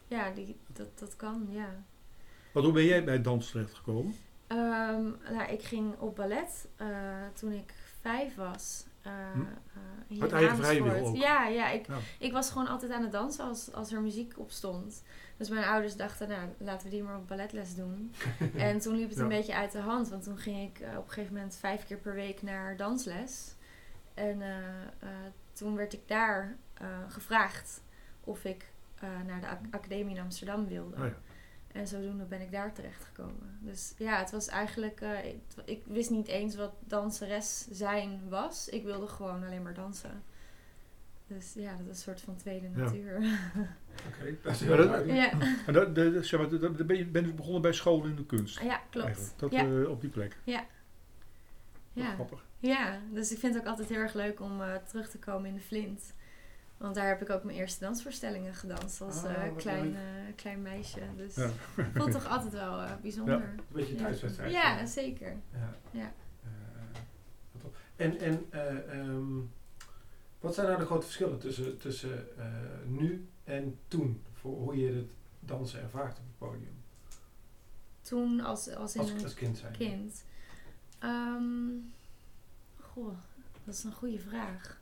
Speaker 6: dat kan, ja.
Speaker 3: Hoe ben jij bij dans terechtgekomen?
Speaker 6: Ik ging op ballet toen ik 5 was.
Speaker 3: Uit eigen vrije wil ook?
Speaker 6: Ja, ik was gewoon altijd aan het dansen als er muziek op stond. Dus mijn ouders dachten, nou, laten we die maar op balletles doen. En toen liep het een beetje uit de hand. Want toen ging ik op een gegeven moment 5 keer per week naar dansles. En toen werd ik daar gevraagd of ik naar de academie in Amsterdam wilde. Oh ja. En zodoende ben ik daar terechtgekomen. Dus ja, het was eigenlijk... ik wist niet eens wat danseres zijn was. Ik wilde gewoon alleen maar dansen. Dus ja, dat is een soort van tweede natuur.
Speaker 2: Oké, dat is heel duidelijk.
Speaker 6: Ja.
Speaker 3: Dan ben je dus begonnen bij school in de kunst.
Speaker 6: Ja, klopt.
Speaker 3: Op die plek.
Speaker 6: Ja.
Speaker 3: Ja. Grappig.
Speaker 6: Ja, dus ik vind het ook altijd heel erg leuk om terug te komen in de Flint. Want daar heb ik ook mijn eerste dansvoorstellingen gedanst als klein meisje. Dus ik vond het toch altijd wel bijzonder.
Speaker 2: Ja. Een beetje thuiswedstrijd.
Speaker 6: Ja, zeker. Ja.
Speaker 2: Wat zijn nou de grote verschillen tussen nu en toen? Voor hoe je het dansen ervaart op het podium?
Speaker 6: Toen als
Speaker 2: kind zijn.
Speaker 6: Kind. Dat is een goede vraag.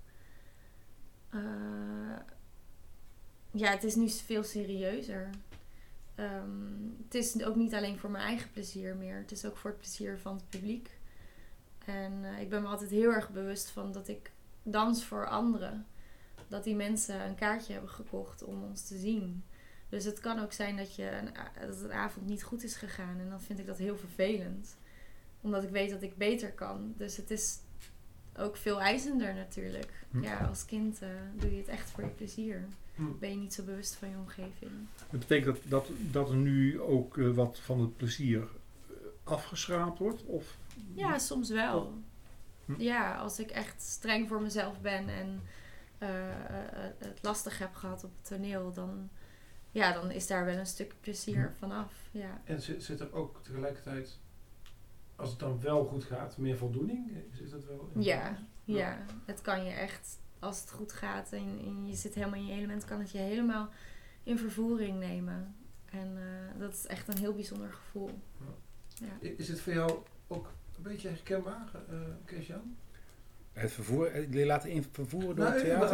Speaker 6: Het is nu veel serieuzer. Het is ook niet alleen voor mijn eigen plezier meer. Het is ook voor het plezier van het publiek. En ik ben me altijd heel erg bewust van dat ik dans voor anderen. dat die mensen een kaartje hebben gekocht om ons te zien. Dus het kan ook zijn dat dat een avond niet goed is gegaan. En dan vind ik dat heel vervelend. Omdat ik weet dat ik beter kan. Dus het is ook veel eisender natuurlijk. Ja, als kind doe je het echt voor je plezier. Ben je niet zo bewust van je omgeving.
Speaker 3: Dat betekent dat er nu ook wat van het plezier afgeschraapt wordt? Of?
Speaker 6: Ja, soms wel. Ja, als ik echt streng voor mezelf ben en het lastig heb gehad op het toneel, dan is daar wel een stuk plezier vanaf. Ja.
Speaker 2: En zit er ook tegelijkertijd, als het dan wel goed gaat, meer voldoening? Is dat wel?
Speaker 6: Ja, het kan je echt, als het goed gaat en je zit helemaal in je element, kan het je helemaal in vervoering nemen. En dat is echt een heel bijzonder gevoel. Ja.
Speaker 2: Is het voor jou ook een beetje herkenbaar, Kees-Jan?
Speaker 4: Het laten vervoeren door het theater?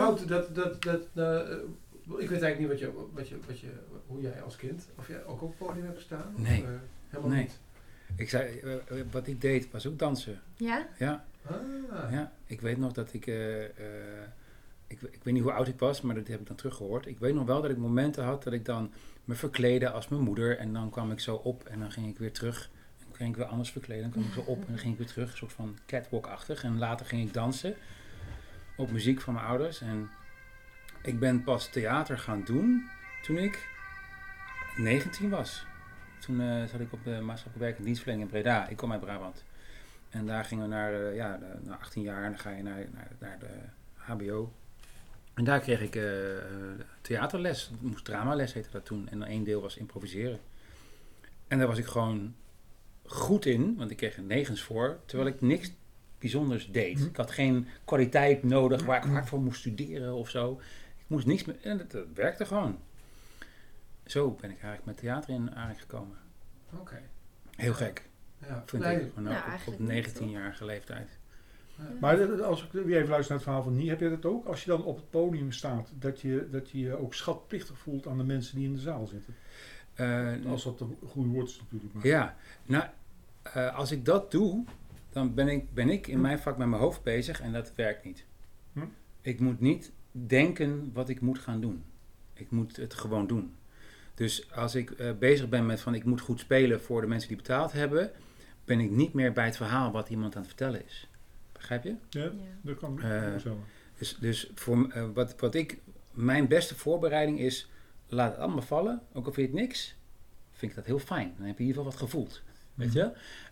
Speaker 2: Ik weet eigenlijk niet hoe jij als kind, of jij ook op het podium hebt gestaan?
Speaker 4: Nee.
Speaker 2: Of, helemaal niet?
Speaker 4: Ik zei, wat ik deed was ook dansen.
Speaker 6: Ja?
Speaker 4: Ja. Ja. Ik weet nog dat ik weet niet hoe oud ik was, maar dat heb ik dan teruggehoord. Ik weet nog wel dat ik momenten had dat ik dan me verkleedde als mijn moeder. En dan kwam ik zo op en dan ging ik weer terug. Dan ging ik weer anders verkleden. Dan kwam ik zo op en dan ging ik weer terug. Een soort van catwalk-achtig. En later ging ik dansen op muziek van mijn ouders. En ik ben pas theater gaan doen toen ik 19 was. Toen zat ik op de maatschappelijke werk en dienstverlening in Breda. Ik kom uit Brabant. En daar gingen we naar 18 jaar en dan ga je naar de HBO. En daar kreeg ik theaterles. Het moest dramales heette dat toen. En één deel was improviseren. En daar was ik gewoon goed in, want ik kreeg er 9's voor, terwijl ik niks bijzonders deed. Ik had geen kwaliteit nodig waar ik hard voor moest studeren of zo. Ik moest niks meer, en dat werkte gewoon. Zo ben ik eigenlijk met theater in aanraking gekomen.
Speaker 2: Oké.
Speaker 4: Heel gek.
Speaker 2: Ja.
Speaker 4: Vind ik gewoon op 19-jarige leeftijd.
Speaker 2: Ja.
Speaker 3: Maar als ik weer even luister naar het verhaal van Nie, heb je dat ook? Als je dan op het podium staat, dat je je ook schatplichtig voelt aan de mensen die in de zaal zitten? Als dat een goede woord is natuurlijk. Maar.
Speaker 4: Ja, als ik dat doe, dan ben ik in mijn vak met mijn hoofd bezig en dat werkt niet. Ik moet niet denken wat ik moet gaan doen. Ik moet het gewoon doen. Dus als ik bezig ben met van ik moet goed spelen voor de mensen die betaald hebben, ben ik niet meer bij het verhaal wat iemand aan het vertellen is. Begrijp je?
Speaker 3: Ja, dat kan zo.
Speaker 4: Dus voor mijn beste voorbereiding is, laat het allemaal vallen. Ook al vind je het niks, vind ik dat heel fijn. Dan heb je in ieder geval wat gevoeld. Weet je?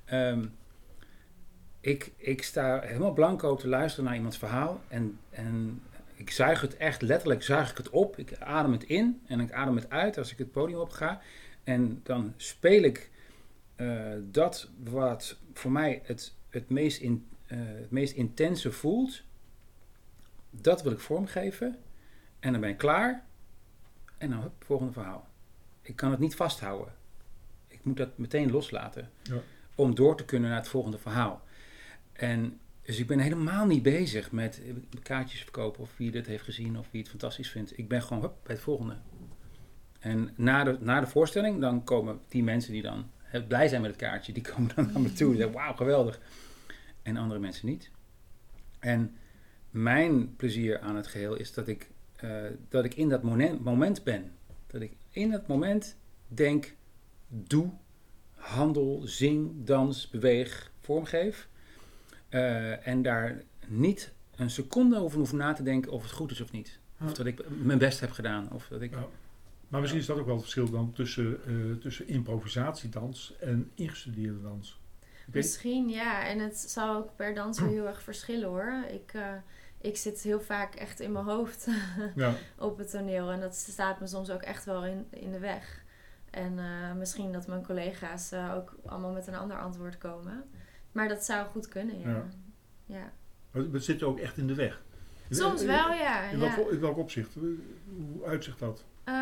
Speaker 4: Ik sta helemaal blanco te luisteren naar iemands verhaal. En ik zuig het echt letterlijk, zuig ik het op. Ik adem het in en ik adem het uit als ik het podium op ga. En dan speel ik dat wat voor mij het meest intense voelt. Dat wil ik vormgeven. En dan ben ik klaar. En dan volgende verhaal. Ik kan het niet vasthouden. Ik moet dat meteen loslaten. Ja. Om door te kunnen naar het volgende verhaal. En dus ik ben helemaal niet bezig met kaartjes verkopen of wie dit heeft gezien of wie het fantastisch vindt. Ik ben gewoon bij het volgende. En na de voorstelling, dan komen die mensen die dan blij zijn met het kaartje, die komen dan naar me toe. Die zeggen, wauw, geweldig. En andere mensen niet. En mijn plezier aan het geheel is dat ik in dat moment ben. Dat ik in dat moment denk, doe, handel, zing, dans, beweeg, vormgeef. En daar niet een seconde over hoef na te denken of het goed is of niet. Of dat ik mijn best heb gedaan. Of dat ik...
Speaker 3: Ja. Maar misschien is dat ook wel het verschil dan tussen improvisatiedans en ingestudeerde dans.
Speaker 6: Misschien, ja. En het zal ook per danser heel erg verschillen hoor. Ik zit heel vaak echt in mijn hoofd op het toneel. En dat staat me soms ook echt wel in de weg. En misschien dat mijn collega's ook allemaal met een ander antwoord komen. Maar dat zou goed kunnen, ja.
Speaker 3: Maar het zit ook echt in de weg?
Speaker 6: Soms wel, ja.
Speaker 3: In welk opzicht? Hoe uitzicht dat?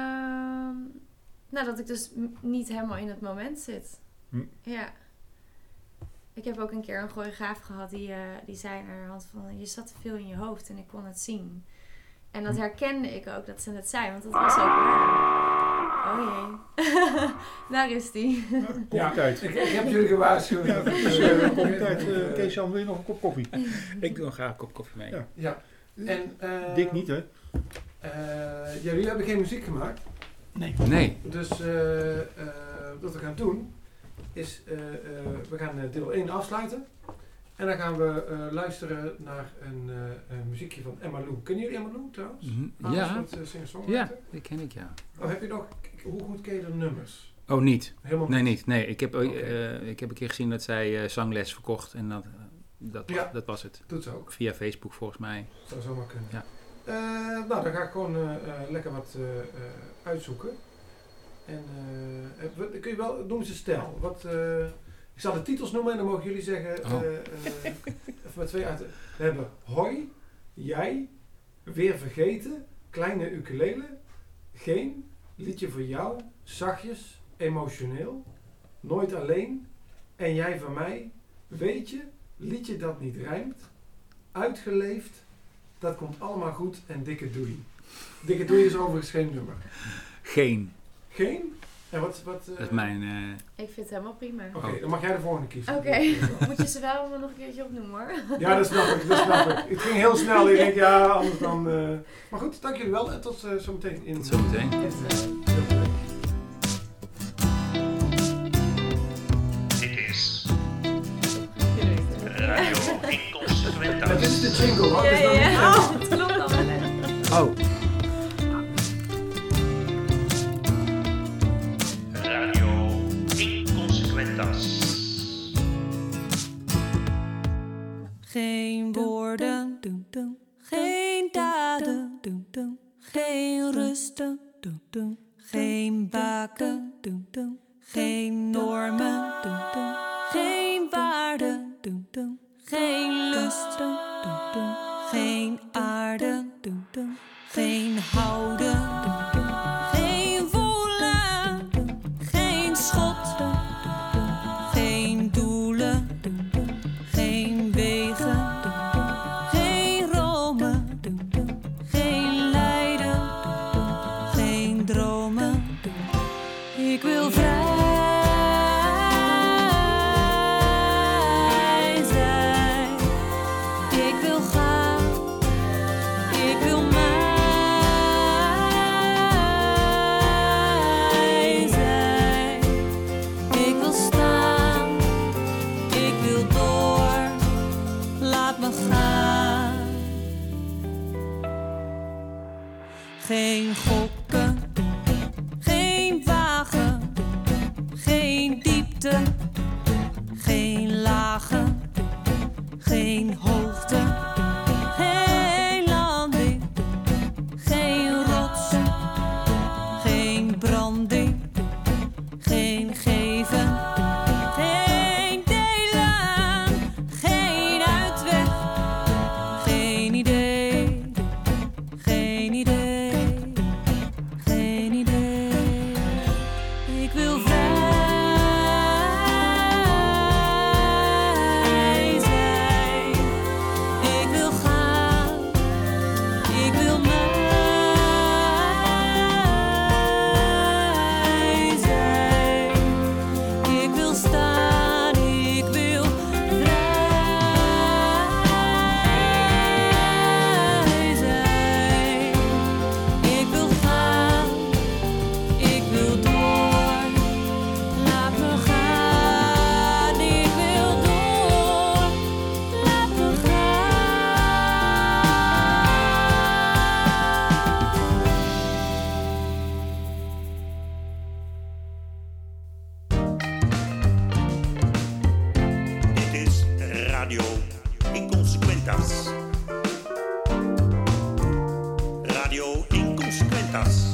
Speaker 6: Dat ik dus niet helemaal in het moment zit. Ja. Ik heb ook een keer een choreograaf gehad die zei naar de hand van, je zat te veel in je hoofd en ik kon het zien. En dat herkende ik ook, dat ze het zei, want dat was ook waar. Oh jee. Daar is die.
Speaker 3: Koffietijd.
Speaker 2: Ik heb jullie gewaarschuwd.
Speaker 3: Koffietijd. Kees-Jan, wil je nog een kop koffie?
Speaker 4: Ik doe graag een kop koffie mee.
Speaker 2: Ja. En,
Speaker 3: Dick niet, hè?
Speaker 2: jullie hebben geen muziek gemaakt.
Speaker 4: Nee.
Speaker 2: Dus wat we gaan doen is, we gaan deel 1 afsluiten. En dan gaan we luisteren naar een muziekje van Emma Lou. Kennen jullie Emma Lou trouwens?
Speaker 4: Ja.
Speaker 2: Singer-songwriter?
Speaker 4: Ja, die ken ik, ja.
Speaker 2: Oh, heb je nog, hoe goed ken je de nummers?
Speaker 4: Oh, niet?
Speaker 2: Helemaal
Speaker 4: Nee,
Speaker 2: niet.
Speaker 4: niet. Nee, ik heb een keer gezien dat zij zangles verkocht en dat was het.
Speaker 2: Doet ze ook.
Speaker 4: Via Facebook volgens mij.
Speaker 2: Zou zomaar kunnen.
Speaker 4: Ja.
Speaker 2: Nou, dan ga ik gewoon lekker wat uitzoeken. En kun je wel, noem eens een stijl. Ik zal de titels noemen en dan mogen jullie zeggen, even met 2 uit. We hebben Hoi, Jij, Weer Vergeten, Kleine Ukulele, Geen, Liedje voor Jou, Zachtjes, Emotioneel, Nooit Alleen, En Jij van Mij, Weet Je, Liedje dat niet rijmt, Uitgeleefd, Dat komt allemaal goed en Dikke Doei. Dikke Doei is overigens geen nummer.
Speaker 4: Geen.
Speaker 2: Geen? En wat
Speaker 4: Dat is mijn...
Speaker 6: Ik vind het helemaal prima.
Speaker 2: Oké, dan mag jij de volgende kiezen.
Speaker 6: Oké. Moet je ze wel nog een keertje opnoemen hoor.
Speaker 2: Ja, dat snap ik. Het ging heel snel. Ik denk, ja, anders dan... Maar goed, dank jullie wel en tot zometeen.
Speaker 4: Tot zometeen.
Speaker 1: Dit is Radio Inconsequentas.
Speaker 2: Dit is de jingle, hoor.
Speaker 6: Ja,
Speaker 2: Het is nog niet-
Speaker 6: ja. Het klopt al wel net.
Speaker 4: Oh.
Speaker 1: Radio Inconsequentas.
Speaker 7: Geen woorden, geen daden, geen rusten, geen baken, geen normen, geen waarden, geen lusten, geen aarde, geen houden, geen voelen, geen schot, geen doelen, geen wegen, geen Rome, geen lijden, geen dromen. Ik wil vrij zijn. Ik wil gaan. Ik wil mij zijn. Ik wil staan. Ik wil door. Laat me gaan. Geen gokken. Geen wagen. Geen diepte. Geen lagen. Geen hoogte. Geen landing. Geen rots. Geen branding. Geen geven. Geen delen. Geen uitweg. Geen idee. Geen idee. Geen idee. Ik wil vrij zijn. Ik wil gaan. Ik wil mij zijn. Ik wil staan. Ik wil vrij zijn. Ik wil gaan. Ik wil door. Laat me gaan. Ik wil door. Laat me
Speaker 1: Dit is Radio Inconsequentas. Radio Inconsequentas.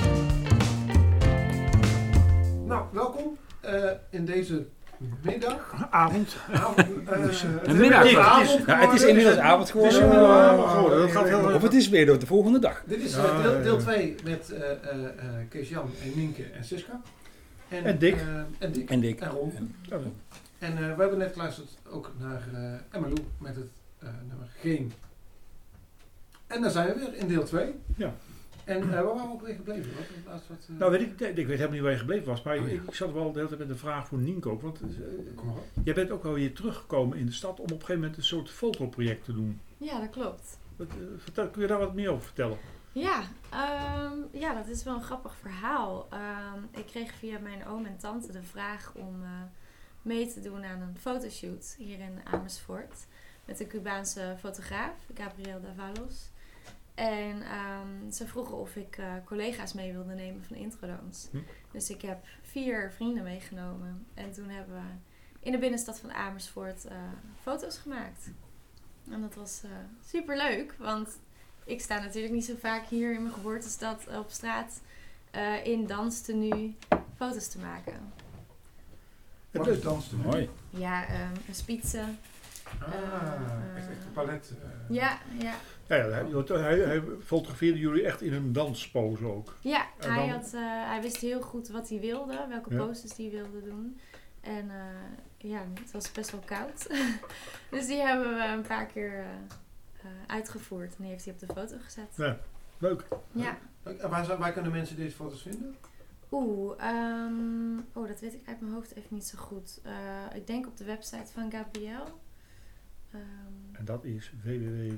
Speaker 2: Nou, welkom in deze middag.
Speaker 3: Avond.
Speaker 4: Een middag.
Speaker 2: Avond
Speaker 4: Ja, het is inmiddels avond geworden.
Speaker 3: Dat gaat heel
Speaker 4: Of het is weer de volgende dag.
Speaker 2: Dit is deel 2 met Kees-Jan en Nienke en Siska.
Speaker 3: En Dick.
Speaker 2: En Dick.
Speaker 4: En Dick.
Speaker 2: En Ron. En we hebben net geluisterd ook naar Emma Lou met het nummer Geen. En dan zijn we weer in deel 2.
Speaker 3: Ja.
Speaker 2: En waar waren we ook weer gebleven?
Speaker 3: Nou, weet ik weet helemaal niet waar je gebleven was, maar
Speaker 2: Oh, ja.
Speaker 3: ik zat wel de hele tijd met een vraag voor Nienke ook. Want
Speaker 2: Kom maar op.
Speaker 3: jij bent ook wel weer teruggekomen in de stad om op een gegeven moment een soort fotoproject te doen.
Speaker 6: Ja, dat klopt.
Speaker 3: Kun je daar wat meer over vertellen?
Speaker 6: Ja, dat is wel een grappig verhaal. Ik kreeg via mijn oom en tante de vraag om mee te doen aan een fotoshoot hier in Amersfoort. Met een Cubaanse fotograaf, Gabriel Davalos. En ze vroegen of ik collega's mee wilde nemen van Introdance. Dus ik heb 4 vrienden meegenomen. En toen hebben we in de binnenstad van Amersfoort foto's gemaakt. En dat was super leuk, want ik sta natuurlijk niet zo vaak hier in mijn geboortestad op straat in danstenue foto's te maken.
Speaker 2: Wat is danstenue?
Speaker 3: Mooi.
Speaker 6: Ja, een spitze.
Speaker 2: Echt een palet.
Speaker 6: Ja.
Speaker 3: Hij fotografeerde jullie echt in een danspose ook.
Speaker 6: Ja,
Speaker 3: En
Speaker 6: hij wist heel goed wat hij wilde, welke poses hij wilde doen. En het was best wel koud. Dus die hebben we een paar keer uitgevoerd. En die heeft hij op de foto gezet.
Speaker 3: Ja, leuk.
Speaker 6: Ja.
Speaker 2: Waar kunnen mensen deze foto's vinden?
Speaker 6: Dat weet ik uit mijn hoofd even niet zo goed. Ik denk op de website van Gabriel.
Speaker 3: En dat is www.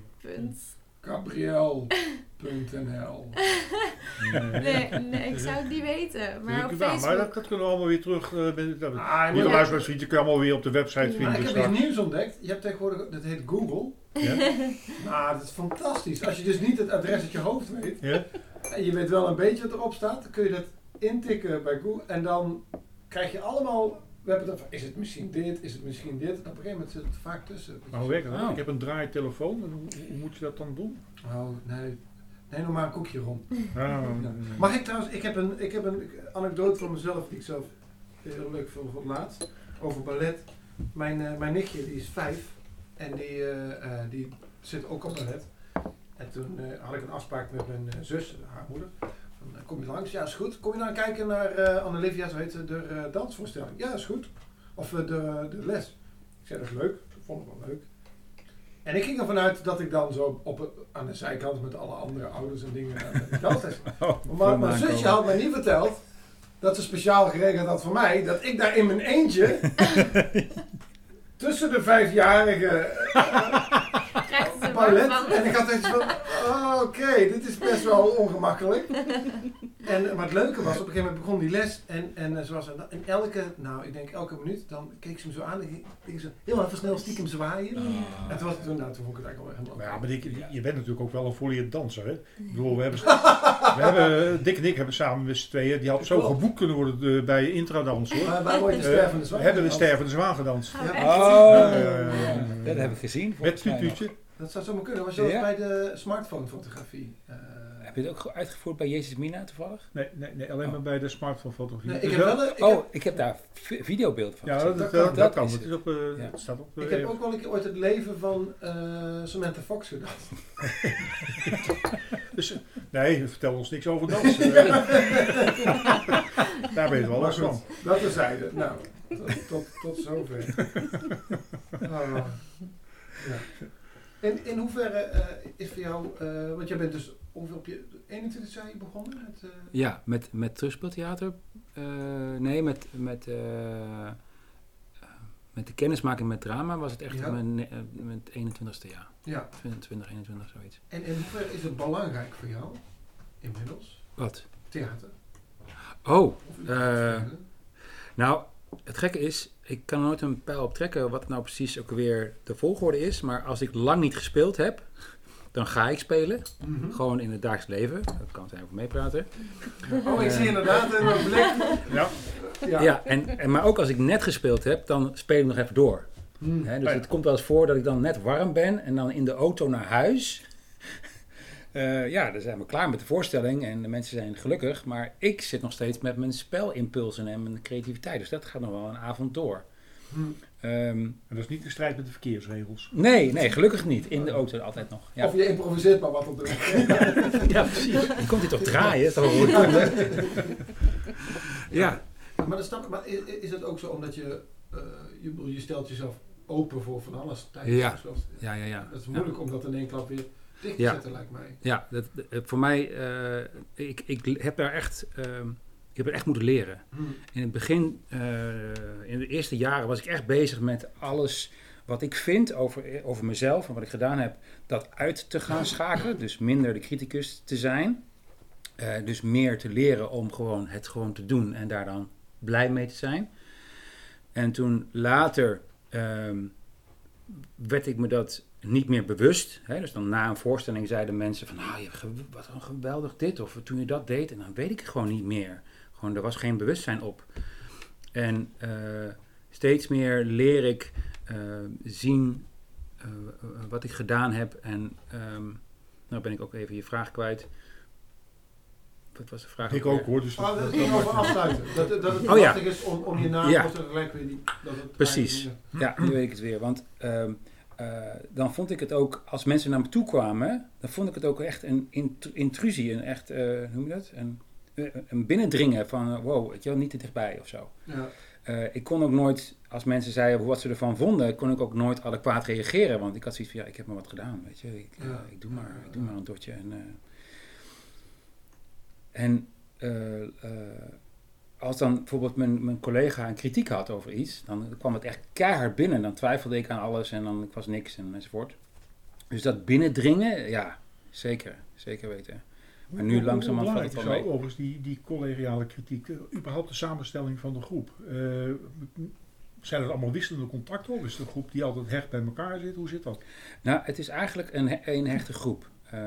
Speaker 2: Gabriel.nl
Speaker 6: Nee, ik zou het niet weten. Maar op Facebook...
Speaker 3: Maar dat kunnen we allemaal weer terug. Nieuwe luisteraarsvriendje kun je allemaal weer op de website vinden.
Speaker 2: Maar ik heb iets nieuws ontdekt. Je hebt tegenwoordig, dat heet Google.
Speaker 3: Ja?
Speaker 2: Nou, dat is fantastisch. Als je dus niet het adres uit je hoofd weet.
Speaker 3: Ja?
Speaker 2: En je weet wel een beetje wat erop staat. Dan kun je dat intikken bij Google. En dan krijg je allemaal... We hebben het, is het misschien dit, is het misschien dit. En op een gegeven moment zit het vaak tussen.
Speaker 3: Maar hoe werkt dat? Ik heb een draaitelefoon. En hoe moet je dat dan doen?
Speaker 2: Oh, nee, nog maar een koekje rond.
Speaker 3: Ja.
Speaker 2: Mag ik trouwens, ik heb een anekdote van mezelf die ik zelf heel leuk vond voor het laatst. Over ballet. Mijn nichtje, die is 5. En die zit ook op ballet. En toen had ik een afspraak met mijn zus, haar moeder. Kom je langs? Ja, is goed. Kom je nou kijken naar Anne-Livia, zo heet ze, de dansvoorstelling? Ja, is goed. Of de les. Ik zei, dat is leuk. Dat vond ik wel leuk. En ik ging ervan uit dat ik dan zo aan de zijkant met alle andere ouders en dingen dansles. Maar mijn zusje had mij niet verteld dat ze speciaal geregeld had voor mij, dat ik daar in mijn eentje tussen de 5-jarige ballet. En ik had iets van, oké, dit is best wel ongemakkelijk. Maar het leuke was, op een gegeven moment begon die les en zoals in elke minuut, dan keek ze me zo aan en ging ze heel even snel stiekem zwaaien. En toen vond ik het eigenlijk wel helemaal
Speaker 3: ja, maar je bent natuurlijk ook wel een volleerd danser, hè? Ik bedoel, Dick en ik hebben samen met z'n tweeën, die had zo geboekt kunnen worden bij Introdance, hoor.
Speaker 2: Waar wordt de stervende zwaan?
Speaker 3: We hebben de stervende zwaan gedanst.
Speaker 4: Dat heb ik gezien.
Speaker 3: Met tutuutje.
Speaker 2: Dat zou zomaar kunnen. Was je bij de smartphone-fotografie?
Speaker 4: Heb je het ook uitgevoerd bij Jezus Mina toevallig?
Speaker 3: Nee, alleen maar bij de smartphone-fotografie.
Speaker 2: Nee,
Speaker 4: ik heb daar videobeeld van.
Speaker 3: Ja, dat kan. Het staat op.
Speaker 2: Ik heb ook wel een keer ooit het leven van Samantha Fox gedaan.
Speaker 3: Dus, nee, vertel ons niks over dansen. Daar ben je wel last van.
Speaker 2: Dat terzijde. Nou, tot zover. Ja. In hoeverre is voor jou, want jij bent dus ongeveer op je 21 zei je begonnen?
Speaker 4: Ja, met Terugspeltheater. Met de kennismaking met drama was het echt mijn 21ste jaar. Ja. 20, 21, zoiets.
Speaker 2: En in hoeverre is het belangrijk voor jou, inmiddels?
Speaker 4: Wat?
Speaker 2: Theater.
Speaker 4: Nou, het gekke is, ik kan er nooit een pijl op trekken wat nou precies ook weer de volgorde is. Maar als ik lang niet gespeeld heb, dan ga ik spelen. Mm-hmm. Gewoon in het dagelijks leven. Daar kan ik over meepraten.
Speaker 2: Ik zie inderdaad een blik.
Speaker 4: Ja, maar ook als ik net gespeeld heb, dan speel ik nog even door. Dus het komt wel eens voor dat ik dan net warm ben en dan in de auto naar huis. Dan zijn we klaar met de voorstelling en de mensen zijn gelukkig. Maar ik zit nog steeds met mijn spelimpulsen en mijn creativiteit. Dus dat gaat nog wel een avond door.
Speaker 3: En dat is niet de strijd met de verkeersregels.
Speaker 4: Nee, gelukkig niet. In de auto altijd nog. Ja.
Speaker 2: Of je improviseert maar wat op de weg.
Speaker 4: Ja, precies. Je komt hier toch draaien? Ja.
Speaker 2: Maar is het ook zo omdat je stelt jezelf open voor van alles tijdens
Speaker 4: Ja.
Speaker 2: Dat is moeilijk om dat in één klap weer dicht te zetten, lijkt mij.
Speaker 4: Ja, voor mij, ik heb daar echt... Ik heb het echt moeten leren. In het begin, in de eerste jaren, was ik echt bezig met alles wat ik vind over mezelf en wat ik gedaan heb, dat uit te gaan schakelen. Dus minder de criticus te zijn. Dus meer te leren om het gewoon te doen en daar dan blij mee te zijn. En toen later werd ik me dat niet meer bewust. Hè? Dus dan na een voorstelling zeiden mensen van, wat een geweldig dit, of toen je dat deed. En dan weet ik het gewoon niet meer. Gewoon, er was geen bewustzijn op. En steeds meer leer ik zien wat ik gedaan heb. En nou ben ik ook even je vraag kwijt. Wat was de vraag?
Speaker 3: Ik ook hoor. Dus
Speaker 2: het ging over afsluiten. Dat het lastig is om je naam gelijk weer
Speaker 4: precies. Ja, nu weet ik het weer. Want dan vond ik het ook, als mensen naar me toe kwamen, dan vond ik het ook echt een intrusie. Een echt, hoe noem je dat? Een binnendringen van, wow, weet je wel, niet te dichtbij of zo.
Speaker 2: Ja.
Speaker 4: Ik kon ook nooit, als mensen zeiden wat ze ervan vonden, kon ik ook nooit adequaat reageren. Want ik had zoiets van, ik heb maar wat gedaan, weet je. Ik doe maar een dotje. En als dan bijvoorbeeld mijn collega een kritiek had over iets, dan kwam het echt keihard binnen. Dan twijfelde ik aan alles en dan ik was niks enzovoort. Dus dat binnendringen, ja, zeker weten. Maar nu langzamerhand valt het wel mee.
Speaker 3: Overigens die collegiale kritiek, überhaupt de samenstelling van de groep. Zijn het allemaal wisselende contacten of is het een groep die altijd hecht bij elkaar zit? Hoe zit dat?
Speaker 4: Nou, het is eigenlijk een hechte groep.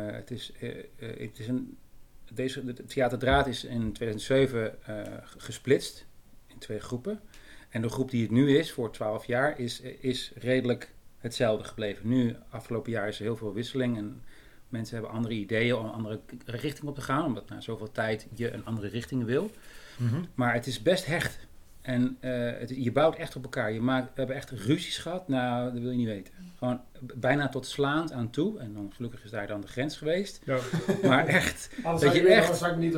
Speaker 4: De Theaterdraad is in 2007 gesplitst in 2 groepen. En de groep die het nu is, voor 12 jaar, is redelijk hetzelfde gebleven. Nu, afgelopen jaar, is er heel veel wisseling en mensen hebben andere ideeën om een andere richting op te gaan, omdat na zoveel tijd je een andere richting wil. Mm-hmm. Maar het is best hecht. En je bouwt echt op elkaar. We hebben echt ruzies gehad, nou, dat wil je niet weten. Gewoon bijna tot slaand aan toe. En dan gelukkig is daar dan de grens geweest. Ja. Maar echt, dat je echt...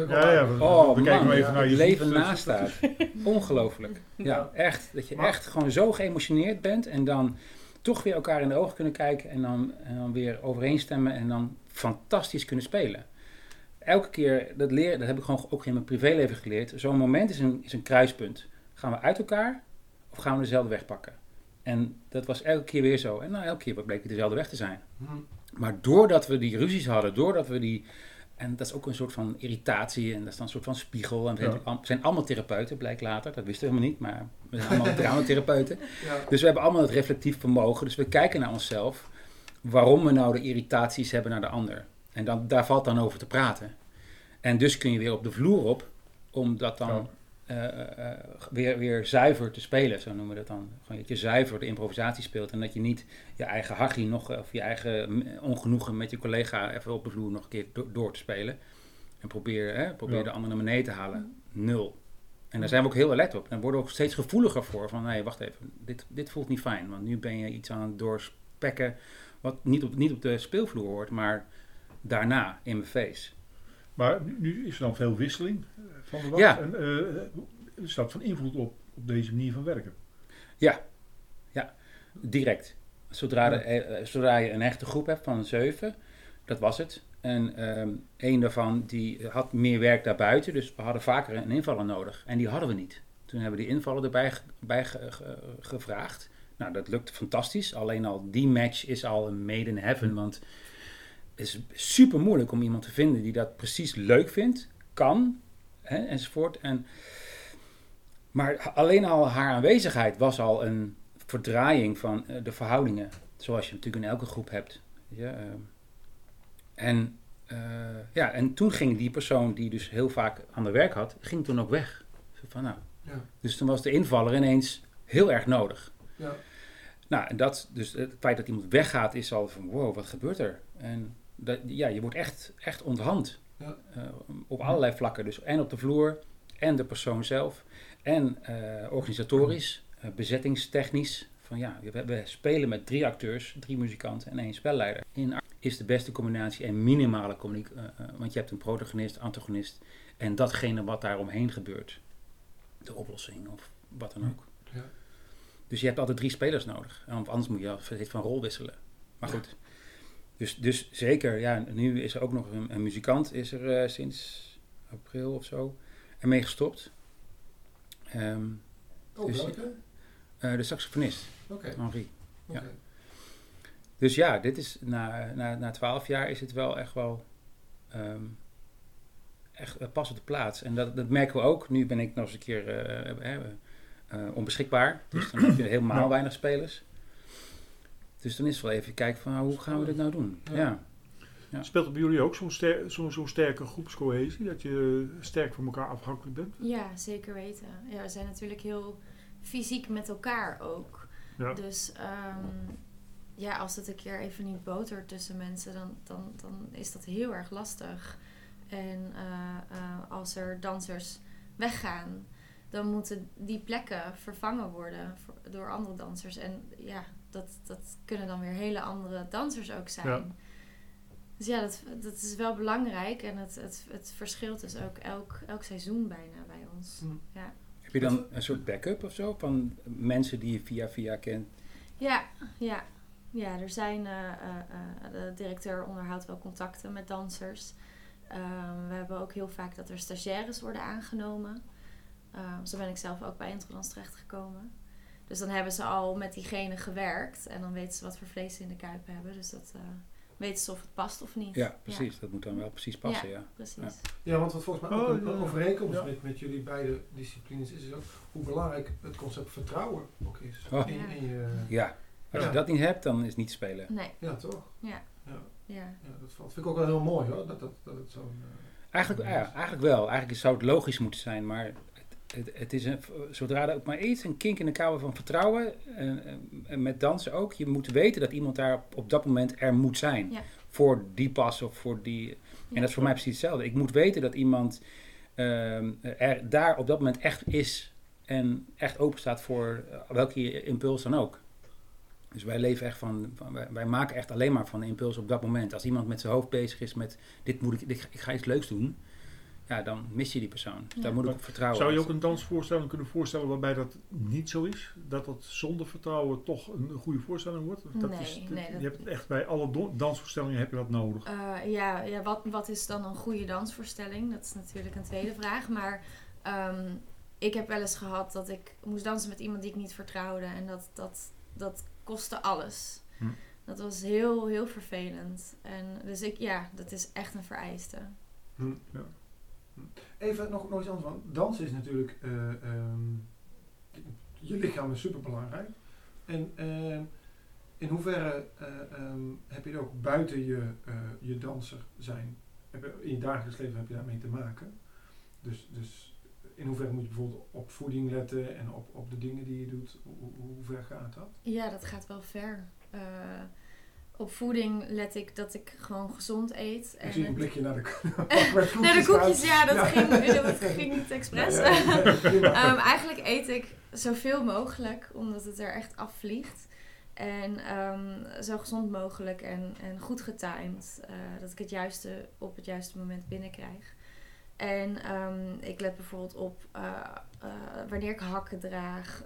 Speaker 4: Het leven naast staat. Ongelooflijk. Ja, echt. Dat je echt gewoon zo geëmotioneerd bent en dan toch weer elkaar in de ogen kunnen kijken en dan weer overeenstemmen en dan fantastisch kunnen spelen. Elke keer, dat heb ik gewoon ook in mijn privéleven geleerd. Zo'n moment is een kruispunt. Gaan we uit elkaar of gaan we dezelfde weg pakken? En dat was elke keer weer zo. En elke keer bleek het dezelfde weg te zijn. Maar doordat we die ruzies hadden, en dat is ook een soort van irritatie en dat is dan een soort van spiegel. En we zijn allemaal therapeuten, blijkt later. Dat wisten we helemaal niet, maar we zijn allemaal dramatherapeuten. Ja. Dus we hebben allemaal het reflectief vermogen. Dus we kijken naar onszelf waarom we nou de irritaties hebben naar de ander. En daar valt dan over te praten. En dus kun je weer op de vloer op, om dat dan weer zuiver te spelen, zo noemen we dat dan. Gewoon dat je zuiver de improvisatie speelt en dat je niet je eigen hachie of je eigen ongenoegen met je collega even op de vloer nog een keer door te spelen. En probeer de ander naar beneden te halen. 0. En daar zijn we ook heel alert op. En worden we ook steeds gevoeliger voor. Van, nee, wacht even, dit voelt niet fijn. Want nu ben je iets aan het doorspekken wat niet op de speelvloer hoort, maar daarna in mijn face.
Speaker 3: Maar nu is er dan veel wisseling van de wacht.
Speaker 4: Ja.
Speaker 3: En is dat van invloed op deze manier van werken?
Speaker 4: Ja, direct. Zodra je een echte groep hebt van 7, dat was het. En één daarvan die had meer werk daarbuiten, dus we hadden vaker een invaller nodig. En die hadden we niet. Toen hebben we die invaller erbij gevraagd. Nou, dat lukte fantastisch. Alleen al die match is al een made in heaven, want het is super moeilijk om iemand te vinden die dat precies leuk vindt, kan, enzovoort. Maar alleen al haar aanwezigheid was al een verdraaiing van de verhoudingen, zoals je natuurlijk in elke groep hebt. En toen ging die persoon die dus heel vaak aan de werk had, ging toen ook weg. Dus toen was de invaller ineens heel erg nodig. Ja. Nou, en dus het feit dat iemand weggaat is al van wow, wat gebeurt er? En je wordt echt onderhand. Ja. Op allerlei vlakken. Dus en op de vloer, en de persoon zelf, en organisatorisch, bezettingstechnisch. We spelen met 3 acteurs, 3 muzikanten en 1 spelleider. Is de beste combinatie en minimale communicatie, want je hebt een protagonist, antagonist en datgene wat daar omheen gebeurt. De oplossing of wat dan ook. Ja. Dus je hebt altijd 3 spelers nodig. Anders moet je van rol wisselen. Maar goed. Dus zeker, nu is er ook nog een muzikant, is er sinds april of zo ermee gestopt.
Speaker 2: Welke?
Speaker 4: De saxofonist,
Speaker 2: Okay.
Speaker 4: Henri.
Speaker 3: Ja.
Speaker 2: Oké.
Speaker 4: Dus ja, dit is na 12 jaar is het wel echt wel echt pas op de plaats. En dat merken we ook. Nu ben ik nog eens een keer onbeschikbaar. Dus dan heb je helemaal weinig spelers. Dus dan is het wel even kijken van hoe gaan we dit nou doen. Ja.
Speaker 3: Speelt het bij jullie ook zo'n sterke groepscohesie? Dat je sterk van elkaar afhankelijk bent?
Speaker 6: Ja, zeker weten. Ja, we zijn natuurlijk heel fysiek met elkaar ook.
Speaker 3: Ja.
Speaker 6: Dus als het een keer even niet botert tussen mensen, dan is dat heel erg lastig. En als er dansers weggaan, dan moeten die plekken vervangen worden door andere dansers. En ja, dat kunnen dan weer hele andere dansers ook zijn.
Speaker 3: Ja.
Speaker 6: Dus ja, dat is wel belangrijk. En het verschilt dus ook elk seizoen bijna bij ons. Ja.
Speaker 4: Heb je dan een soort backup of zo van mensen die je via kent?
Speaker 6: Ja, er zijn... de directeur onderhoudt wel contacten met dansers. We hebben ook heel vaak dat er stagiaires worden aangenomen. Zo ben ik zelf ook bij Introdans terechtgekomen. Dus dan hebben ze al met diegene gewerkt. En dan weten ze wat voor vlees ze in de kuip hebben. Dus dat weten ze of het past of niet.
Speaker 4: Ja, precies. Ja. Dat moet dan wel precies passen, ja.
Speaker 6: Precies.
Speaker 2: Ja, want wat volgens mij ook een overeenkomst met jullie beide disciplines is ook hoe belangrijk het concept vertrouwen ook is.
Speaker 4: Oh. Ja, als je dat niet hebt, dan is het niet spelen.
Speaker 6: Nee.
Speaker 2: Ja, toch?
Speaker 6: Ja.
Speaker 2: Dat vind ik ook wel heel mooi hoor, dat het zo...
Speaker 4: Eigenlijk wel. Eigenlijk zou het logisch moeten zijn, maar het is zodra er ook maar iets, een kink in de kabel van vertrouwen, en met dansen ook, je moet weten dat iemand daar op dat moment er moet zijn.
Speaker 6: Ja.
Speaker 4: Voor die pas of voor die... En dat is voor mij precies hetzelfde. Ik moet weten dat iemand er daar op dat moment echt is en echt open staat voor welke impuls dan ook. Dus wij leven echt wij maken echt alleen maar van de impuls op dat moment. Als iemand met zijn hoofd bezig is met ik ga iets leuks doen, ja, dan mis je die persoon.
Speaker 6: Ja.
Speaker 4: Daar moet ik op vertrouwen.
Speaker 3: Zou je ook een dansvoorstelling kunnen voorstellen waarbij dat niet zo is? Dat zonder vertrouwen toch een goede voorstelling wordt? Je hebt het echt bij alle dansvoorstellingen heb je dat nodig.
Speaker 6: Wat is dan een goede dansvoorstelling? Dat is natuurlijk een tweede vraag. Maar ik heb wel eens gehad dat ik moest dansen met iemand die ik niet vertrouwde. En dat kostte alles. Dat was heel, heel vervelend. En dus dat is echt een vereiste.
Speaker 2: Ja. Even nog iets anders, want dansen is natuurlijk, je lichaam is superbelangrijk. En in hoeverre heb je er ook buiten je danser zijn, in je dagelijks leven heb je daarmee te maken? Dus in hoeverre moet je bijvoorbeeld op voeding letten en op de dingen die je doet? Hoe ver gaat dat?
Speaker 6: Ja, dat gaat wel ver. Op voeding let ik dat ik gewoon gezond eet.
Speaker 2: Ik zie een blikje naar de
Speaker 6: koekjes. Dat ging niet expres. Eigenlijk eet ik zoveel mogelijk, omdat het er echt afvliegt. En zo gezond mogelijk en goed getimed. Dat ik het juiste op het juiste moment binnenkrijg. En ik let bijvoorbeeld op wanneer ik hakken draag.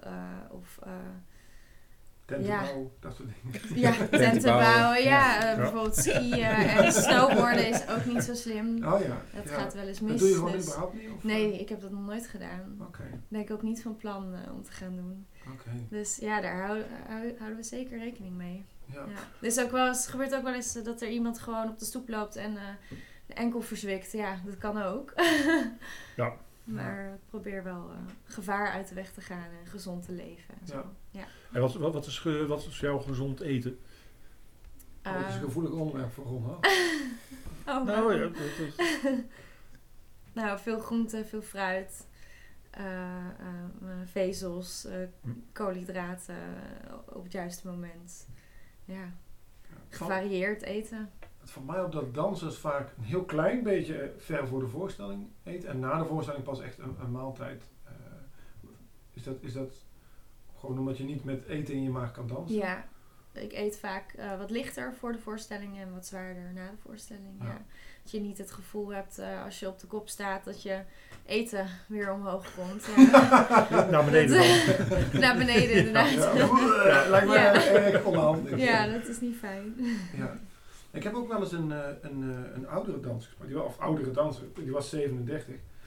Speaker 2: Tentenbouw, dat soort dingen.
Speaker 6: Ja, tentenbouwen. Bijvoorbeeld skiën en snowboarden is ook niet zo slim.
Speaker 2: Oh ja.
Speaker 6: Dat gaat wel eens mis.
Speaker 2: Dat doe je gewoon überhaupt niet? Of?
Speaker 6: Nee, ik heb dat nog nooit gedaan.
Speaker 2: Oké.
Speaker 6: Ben ik ook niet van plan om te gaan doen.
Speaker 2: Oké.
Speaker 6: Dus ja, daar houden we zeker rekening mee.
Speaker 2: Ja.
Speaker 6: Dus gebeurt ook wel eens dat er iemand gewoon op de stoep loopt en de enkel verzwikt. Ja, dat kan ook.
Speaker 3: Ja.
Speaker 6: Maar ik probeer wel gevaar uit de weg te gaan en gezond te leven. En zo. Ja.
Speaker 3: En wat is jouw gezond eten?
Speaker 2: Het is een gevoelig onderwerp voor Ron.
Speaker 6: Nou, veel groenten, veel fruit, vezels, koolhydraten op het juiste moment. Ja, gevarieerd eten. Het
Speaker 2: valt mij op dat dansers vaak een heel klein beetje ver voor de voorstelling eten en na de voorstelling pas echt een maaltijd. Is dat gewoon omdat je niet met eten in je maag kan dansen?
Speaker 6: Ja, ik eet vaak wat lichter voor de voorstelling en wat zwaarder na de voorstelling. Ja. Dat je niet het gevoel hebt als je op de kop staat dat je eten weer omhoog komt. Ja.
Speaker 3: Naar beneden dan.
Speaker 6: Naar beneden inderdaad.
Speaker 2: Lijkt me erg onhandig.
Speaker 6: Ja, dat is niet fijn.
Speaker 2: Ja. Ik heb ook wel eens een oudere danser gesproken, of oudere danser, die was 37.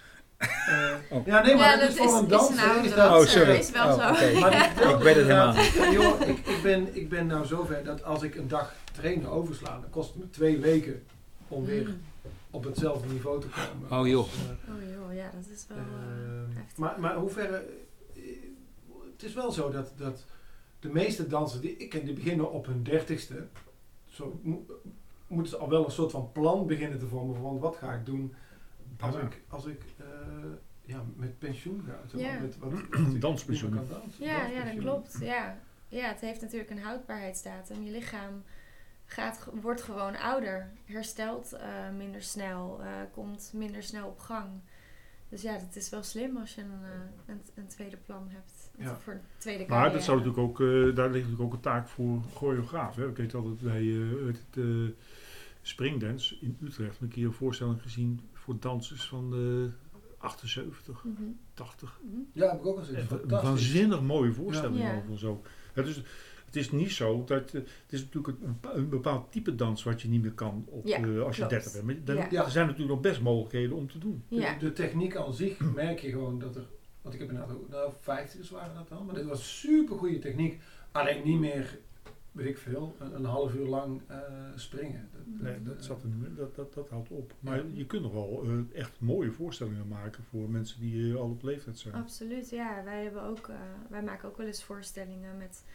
Speaker 2: Ja, nee, maar
Speaker 6: Ja,
Speaker 2: dat is
Speaker 6: dat
Speaker 2: voor een
Speaker 6: is
Speaker 2: dans.
Speaker 6: een oude
Speaker 2: Is
Speaker 6: dans.
Speaker 2: dat,
Speaker 4: sorry.
Speaker 6: Is wel zo.
Speaker 4: oké.
Speaker 2: Maar die vertelde
Speaker 4: Ik weet het helemaal
Speaker 2: inderdaad, joh, ik ben nou zover dat als ik een dag trainen oversla, dan kost het me 2 weken om weer op hetzelfde niveau te komen.
Speaker 4: Oh, joh.
Speaker 2: als,
Speaker 6: Oh joh, ja, dat is wel heftig.
Speaker 2: maar hoeverre... Het is wel zo dat de meeste dansers die ik ken, die beginnen op hun 30ste. Zo moeten ze al wel een soort van plan beginnen te vormen van wat ga ik doen als ik met pensioen ga. Zeg maar,
Speaker 6: Ja.
Speaker 2: met wat ik
Speaker 3: Danspensioen.
Speaker 2: niet meer kan dansen.
Speaker 6: Ja, dat
Speaker 2: Danspensioen.
Speaker 6: klopt. Ja, het heeft natuurlijk een houdbaarheidsdatum. Je lichaam wordt gewoon ouder, herstelt minder snel, komt minder snel op gang. Dus ja, dat is wel slim als je een tweede plan hebt.
Speaker 2: Ja.
Speaker 6: Voor een tweede
Speaker 3: Maar
Speaker 6: carrière.
Speaker 3: dat zou natuurlijk ook, daar ligt natuurlijk ook een taak voor choreograaf. Hè. Ik weet altijd bij Springdance in Utrecht een keer een voorstelling gezien voor dansers van de 78,
Speaker 6: Mhm.
Speaker 3: 80.
Speaker 2: Ja, heb ik ook al gezien.
Speaker 3: Een
Speaker 2: Fantastisch.
Speaker 3: waanzinnig mooie voorstelling
Speaker 6: Ja.
Speaker 3: over zo. Het is niet zo dat het is natuurlijk een bepaald type dans wat je niet meer kan op,
Speaker 6: Ja,
Speaker 3: als je
Speaker 6: klopt.
Speaker 3: 30 bent. Maar
Speaker 6: Ja.
Speaker 3: er zijn natuurlijk nog best mogelijkheden om te doen.
Speaker 6: Ja.
Speaker 2: De techniek aan zich merk je gewoon dat er, want ik heb inderdaad ook, 50's waren dat dan, maar dit was super goede techniek. Alleen niet meer, weet ik veel, een half uur lang springen.
Speaker 3: Nee, dat zat er niet meer. Dat houdt op. Maar je kunt nog wel echt mooie voorstellingen maken voor mensen die al op leeftijd zijn.
Speaker 6: Absoluut, ja. Wij maken ook wel eens voorstellingen met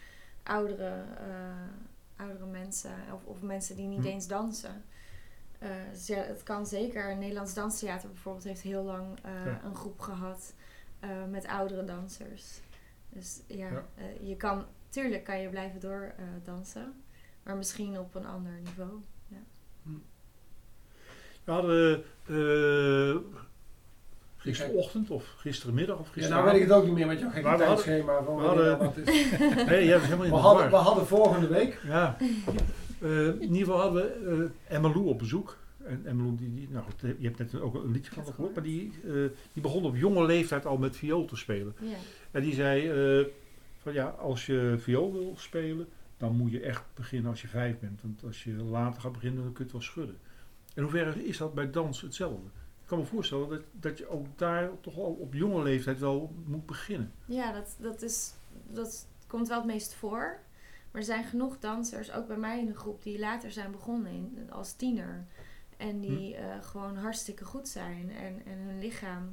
Speaker 6: oudere mensen of mensen die niet eens dansen. Dus ja, het kan zeker. Een Nederlands Danstheater bijvoorbeeld heeft heel lang een groep gehad met oudere dansers. Dus tuurlijk kan je blijven door dansen, maar misschien op een ander niveau. Ja.
Speaker 3: We hadden gisterochtend of gistermiddag of
Speaker 2: Ja,
Speaker 3: gisteravond.
Speaker 2: nou weet ik het ook niet meer met jouw gekke
Speaker 3: Maar we hadden-
Speaker 2: tijdschema van
Speaker 3: we
Speaker 2: wanneer
Speaker 3: hadden-
Speaker 2: wat is.
Speaker 3: Nee, jij bent helemaal in
Speaker 2: We
Speaker 3: de
Speaker 2: hadden,
Speaker 3: war.
Speaker 2: we hadden volgende week.
Speaker 3: Ja. In ieder geval hadden we Emmalou op bezoek. En Emmalou, nou goed, je hebt net ook een liedje van haar gehoord, maar die begon op jonge leeftijd al met viool te spelen.
Speaker 6: Ja.
Speaker 3: En die zei van ja, als je viool wil spelen, dan moet je echt beginnen als je 5 bent. Want als je later gaat beginnen, dan kun je het wel schudden. En hoe ver is dat bij dans hetzelfde? Ik kan me voorstellen dat je ook daar toch al op jonge leeftijd wel moet beginnen.
Speaker 6: Ja, dat komt wel het meest voor. Maar er zijn genoeg dansers, ook bij mij in de groep, die later zijn begonnen als tiener. En die gewoon hartstikke goed zijn. En hun lichaam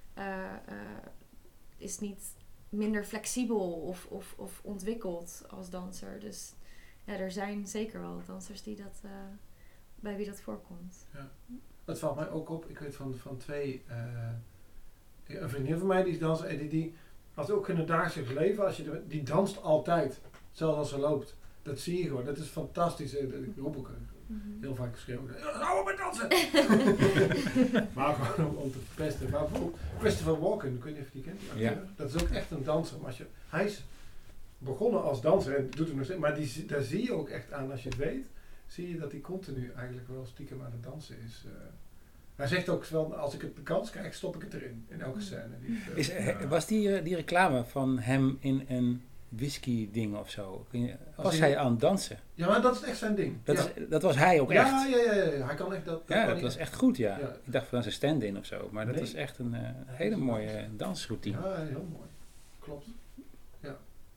Speaker 6: is niet minder flexibel of ontwikkeld als danser. Dus ja, er zijn zeker wel dansers die bij wie dat voorkomt.
Speaker 2: Ja. Dat valt mij ook op. Ik weet van 2... een vriendin van mij die is danser en die had ook in het dagelijks leven, die danst altijd. Zelfs als ze loopt. Dat zie je gewoon. Dat is fantastisch. Ik roep ook heel vaak geschreven. Hou met dansen! Maar gewoon om te verpesten. Maar bijvoorbeeld Christopher Walken, ik weet niet of je die kent. Die acteur.
Speaker 4: Ja.
Speaker 2: Dat is ook echt een danser. Maar hij is begonnen als danser en doet het nog steeds. Maar daar zie je ook echt aan, als je het weet, zie je dat hij continu eigenlijk wel stiekem aan het dansen is. Hij zegt ook wel, als ik het de kans krijg, stop ik het erin. In elke scène.
Speaker 4: Was die reclame van hem in een whisky ding of zo? Was hij aan het dansen?
Speaker 2: Ja, maar dat is echt zijn ding.
Speaker 4: Dat was hij ook echt?
Speaker 2: Ja. Hij kan echt dat.
Speaker 4: Dat was echt goed, ja.
Speaker 2: Ja.
Speaker 4: Ik dacht van zijn stand-in of zo. Maar dat was echt een hele mooie dansroutine.
Speaker 2: Ja, heel mooi. Klopt. Ja.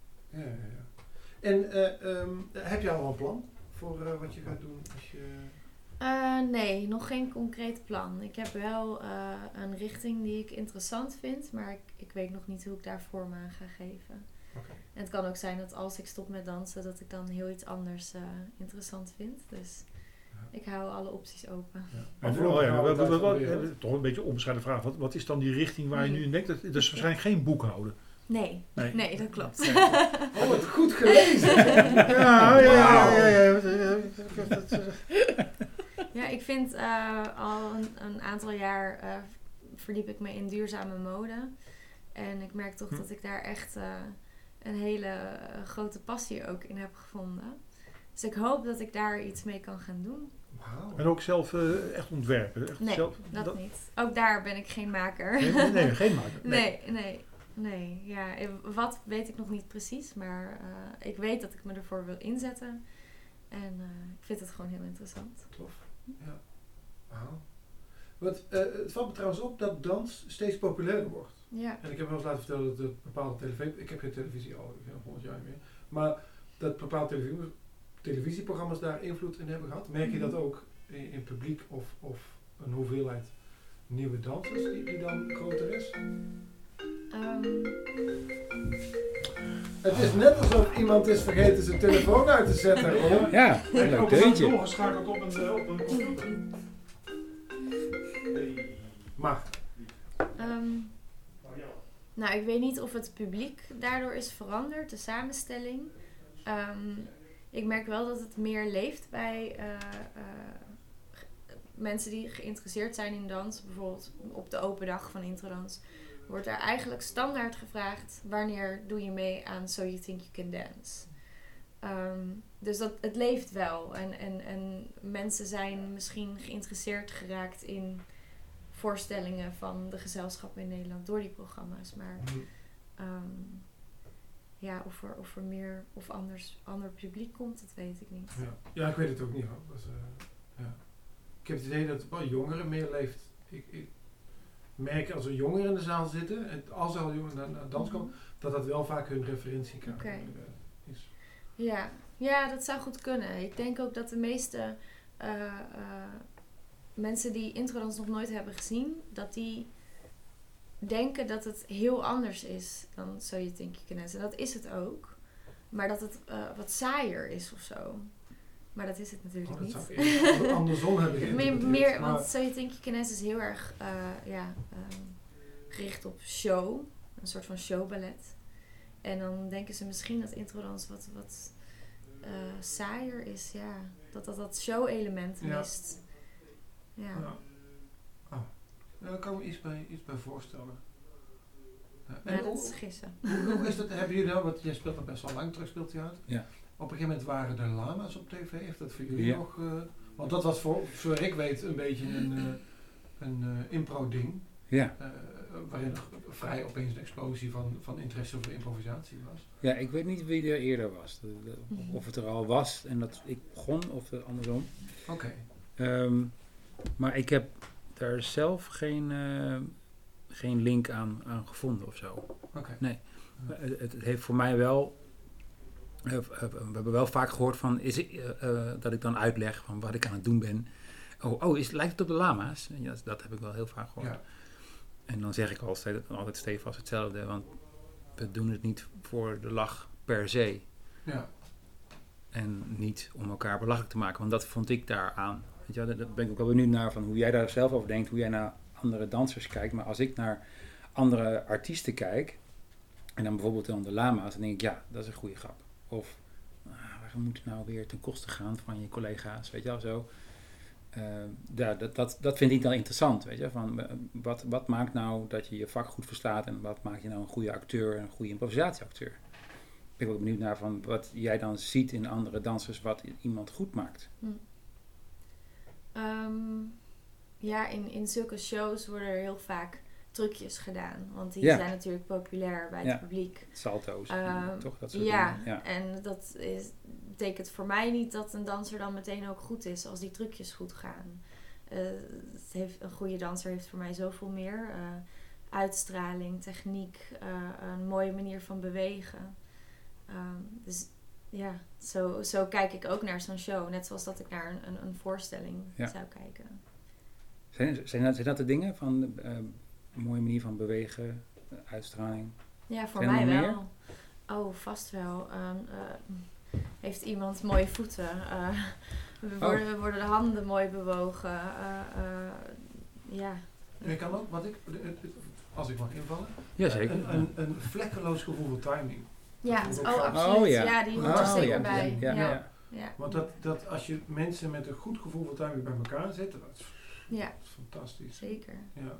Speaker 2: En heb je al een plan voor wat je gaat doen als je...
Speaker 6: Nee, nog geen concreet plan. Ik heb wel een richting die ik interessant vind, maar ik weet nog niet hoe ik daar vorm aan ga geven.
Speaker 2: Okay.
Speaker 6: En het kan ook zijn dat als ik stop met dansen, dat ik dan heel iets anders interessant vind. Dus ik hou alle opties open.
Speaker 2: Ja.
Speaker 3: Toch een beetje een onbescheiden vraag. Wat is dan die richting waar je nu in denkt? Dat is waarschijnlijk geen boekhouden.
Speaker 6: Nee, dat klopt.
Speaker 2: Oh, wat goed gelezen!
Speaker 3: Ja.
Speaker 6: Ja, ik vind al een aantal jaar verdiep ik me in duurzame mode. En ik merk toch dat ik daar echt een hele grote passie ook in heb gevonden. Dus ik hoop dat ik daar iets mee kan gaan doen.
Speaker 2: Wow.
Speaker 3: En ook zelf echt ontwerpen? Echt
Speaker 6: Nee,
Speaker 3: zelf,
Speaker 6: dat niet. Ook daar ben ik geen maker.
Speaker 3: Nee, geen maker.
Speaker 6: Nee. Ja, wat weet ik nog niet precies. Maar ik weet dat ik me ervoor wil inzetten. En ik vind het gewoon heel interessant.
Speaker 2: Tof. Ja. Wauw. Het valt me trouwens op dat dans steeds populairder wordt.
Speaker 6: Ja.
Speaker 2: En ik heb wel eens laten vertellen dat bepaalde televisie... Ik heb geen televisie al 100 jaar meer. Maar dat bepaalde televisieprogramma's daar invloed in hebben gehad. Merk je dat ook in publiek of een hoeveelheid nieuwe dansers die dan groter is? Het is net alsof iemand is vergeten zijn telefoon uit te zetten. Hoor.
Speaker 4: Ja, een leuk deuntje.
Speaker 3: Doorgeschakeld op een computer.
Speaker 2: Maar...
Speaker 6: Nou, ik weet niet of het publiek daardoor is veranderd, de samenstelling. Ik merk wel dat het meer leeft bij mensen die geïnteresseerd zijn in dans. Bijvoorbeeld op de open dag van Introdans wordt er eigenlijk standaard gevraagd: wanneer doe je mee aan So You Think You Can Dance? Dus het leeft wel. En mensen zijn misschien geïnteresseerd geraakt in voorstellingen van de gezelschappen in Nederland door die programma's. Maar of er meer of ander publiek komt, dat weet ik niet.
Speaker 2: Ja, ik weet het ook niet. Ik heb het idee dat het bij jongeren meer leeft. Ik merk als er jongeren in de zaal zitten, en als er al jongeren naar dans komen, dat wel vaak hun referentiekamer is.
Speaker 6: Ja, dat zou goed kunnen. Ik denk ook dat de meeste mensen die Introdans nog nooit hebben gezien, dat die denken dat het heel anders is dan So You Think You Can Dance. En dat is het ook. Maar dat het wat saaier is of zo. Maar dat is het natuurlijk niet.
Speaker 2: Dat zou ik andersom hebben geïnterpreteerd.
Speaker 6: Want So You Think You Can Dance is heel erg gericht op show. Een soort van showballet. En dan denken ze misschien dat Introdans wat saaier is. Ja. Dat show-element mist. Ja.
Speaker 2: Daar kan ik me iets bij voorstellen.
Speaker 6: Ja, dat is gissen.
Speaker 2: Hoe is dat? Hebben jullie want jij speelt al best wel lang terugspeeltheater.
Speaker 4: Ja.
Speaker 2: Op een gegeven moment waren er lama's op tv. Heeft dat voor jullie nog... want dat was voor zover ik weet een beetje een impro-ding.
Speaker 4: Ja.
Speaker 2: Waarin er vrij opeens een explosie van interesse voor improvisatie was.
Speaker 4: Ja, ik weet niet wie er eerder was. Of het er al was en dat ik begon of andersom.
Speaker 2: Oké.
Speaker 4: Maar ik heb daar zelf geen link aan gevonden of zo.
Speaker 2: Okay.
Speaker 4: Nee. Het heeft voor mij wel... we hebben wel vaak gehoord van... dat ik dan uitleg van wat ik aan het doen ben. Lijkt het op de lama's? Ja, dat heb ik wel heel vaak gehoord. Ja. En dan zeg ik altijd stevast hetzelfde. Want we doen het niet voor de lach per se.
Speaker 2: Ja.
Speaker 4: En niet om elkaar belachelijk te maken. Want dat vond ik daaraan. Weet je, daar ben ik ook wel benieuwd naar van hoe jij daar zelf over denkt. Hoe jij naar andere dansers kijkt. Maar als ik naar andere artiesten kijk. En dan bijvoorbeeld dan de lama's. Dan denk ik, ja, dat is een goede grap. Of, waar moet het nou weer ten koste gaan van je collega's? Weet je wel, zo. Dat vind ik dan interessant. Weet je, van wat maakt nou dat je je vak goed verstaat. En wat maakt je nou een goede acteur en een goede improvisatieacteur. Ik ben ook benieuwd naar van wat jij dan ziet in andere dansers. Wat iemand goed maakt.
Speaker 6: In zulke shows worden er heel vaak trucjes gedaan. Want die zijn natuurlijk populair bij het publiek.
Speaker 4: Salto's, toch? Dat soort dingen. Ja,
Speaker 6: en dat betekent voor mij niet dat een danser dan meteen ook goed is als die trucjes goed gaan. Een goede danser heeft voor mij zoveel meer. Uitstraling, techniek, een mooie manier van bewegen. Dus ja, zo kijk ik ook naar zo'n show. Net zoals dat ik naar een voorstelling zou kijken.
Speaker 4: Zijn dat de dingen van een mooie manier van bewegen, uitstraling?
Speaker 6: Ja, voor mij wel. Meer? Oh, vast wel. Heeft iemand mooie voeten? Worden de handen mooi bewogen?
Speaker 2: Je kan ook, als ik mag invallen,
Speaker 4: zeker.
Speaker 2: Een vlekkeloos gevoel van timing.
Speaker 6: Ja, absoluut. Ja, die moet er zeker bij.
Speaker 2: Ja. Want dat als je mensen met een goed gevoel van timing bij elkaar zetten, dat is fantastisch.
Speaker 6: Zeker.
Speaker 2: Ja.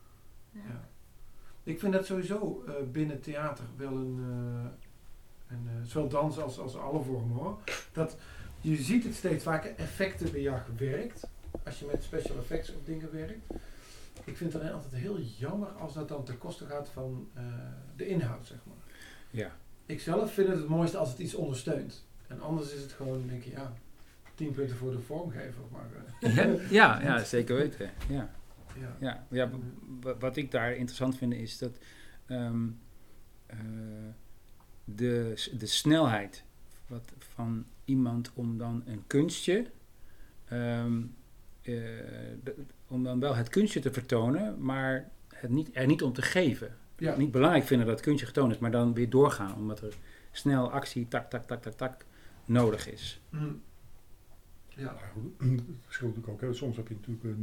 Speaker 2: Ik vind dat sowieso binnen theater wel zowel dans als alle vormen hoor. Dat je ziet het steeds vaker, effectenbejag werkt. Als je met special effects op dingen werkt. Ik vind het altijd heel jammer als dat dan ten koste gaat van de inhoud, zeg maar.
Speaker 4: Ja.
Speaker 2: Ik zelf vind het mooiste als het iets ondersteunt. En anders is het gewoon, denk je, 10 punten voor de vormgever. Maar,
Speaker 4: ja, zeker weten. Ja. Ja, wat ik daar interessant vind is dat de snelheid van iemand om dan een kunstje, om dan wel het kunstje te vertonen, maar er niet om te geven.
Speaker 2: Ja.
Speaker 4: Niet belangrijk vinden dat het kunstje getoond is, maar dan weer doorgaan, omdat er snel actie, tak, tak, tak, tak, tak, nodig is.
Speaker 2: Ja.
Speaker 3: Het verschilt natuurlijk ook. Hè. Soms heb je natuurlijk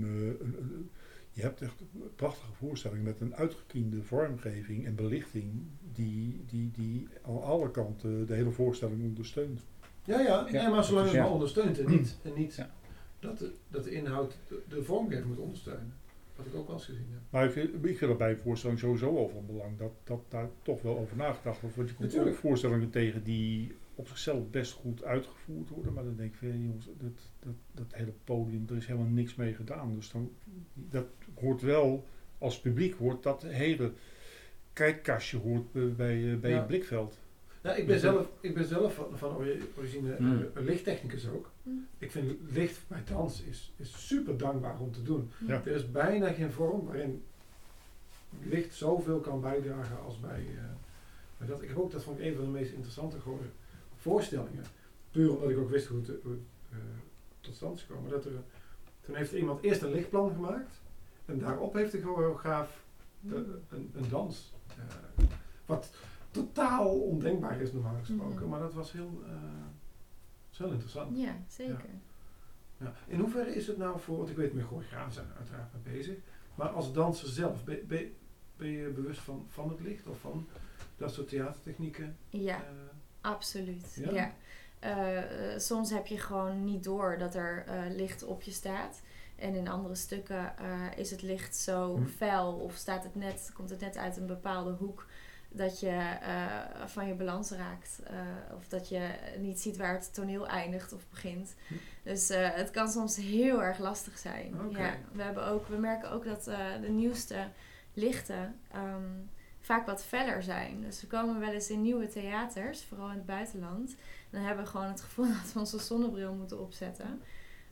Speaker 3: je hebt echt een prachtige voorstelling met een uitgekiende vormgeving en belichting die aan alle kanten de hele voorstelling ondersteunt.
Speaker 2: Nee, maar zolang het
Speaker 4: Ja.
Speaker 2: maar ondersteunt en niet
Speaker 4: Ja.
Speaker 2: dat de inhoud de vormgeving moet ondersteunen. Wat ik ook wel eens gezien heb.
Speaker 3: Maar ik vind dat bij een voorstelling sowieso wel van belang dat daar toch wel over nagedacht wordt. Want je komt
Speaker 2: Natuurlijk.
Speaker 3: ook voorstellingen tegen die op zichzelf best goed uitgevoerd worden, maar dan denk ik van jongens, dat hele podium, er is helemaal niks mee gedaan. Dus dan, dat hoort wel, als publiek hoort dat hele kijkkastje hoort bij je blikveld.
Speaker 2: Nou, ik ben zelf van origine een lichttechnicus ook. Ik vind licht bij dans is super dankbaar om te doen.
Speaker 3: Ja.
Speaker 2: Er is bijna geen vorm waarin licht zoveel kan bijdragen als bij dat. Ik heb ook, dat vond ik een van de meest interessante voorstellingen. Puur omdat ik ook wist hoe het tot stand is gekomen. Toen heeft er iemand eerst een lichtplan gemaakt. En daarop heeft de choreograaf een dans. Wat totaal ondenkbaar is normaal gesproken. Maar dat was heel interessant.
Speaker 6: Ja, zeker.
Speaker 2: Ja. In hoeverre is het nou voor, want ik weet, mijn choreografen zijn er uiteraard mee bezig. Maar als danser zelf, ben je bewust van het licht of van dat soort theatertechnieken?
Speaker 6: Ja, absoluut.
Speaker 2: Ja?
Speaker 6: Ja. Soms heb je gewoon niet door dat er licht op je staat. En in andere stukken is het licht zo fel of komt het net uit een bepaalde hoek dat je van je balans raakt. Of dat je niet ziet waar het toneel eindigt of begint. Dus het kan soms heel erg lastig zijn.
Speaker 2: Okay.
Speaker 6: Ja, we merken ook dat de nieuwste lichten vaak wat feller zijn. Dus we komen wel eens in nieuwe theaters, vooral in het buitenland. Dan hebben we gewoon het gevoel dat we onze zonnebril moeten opzetten.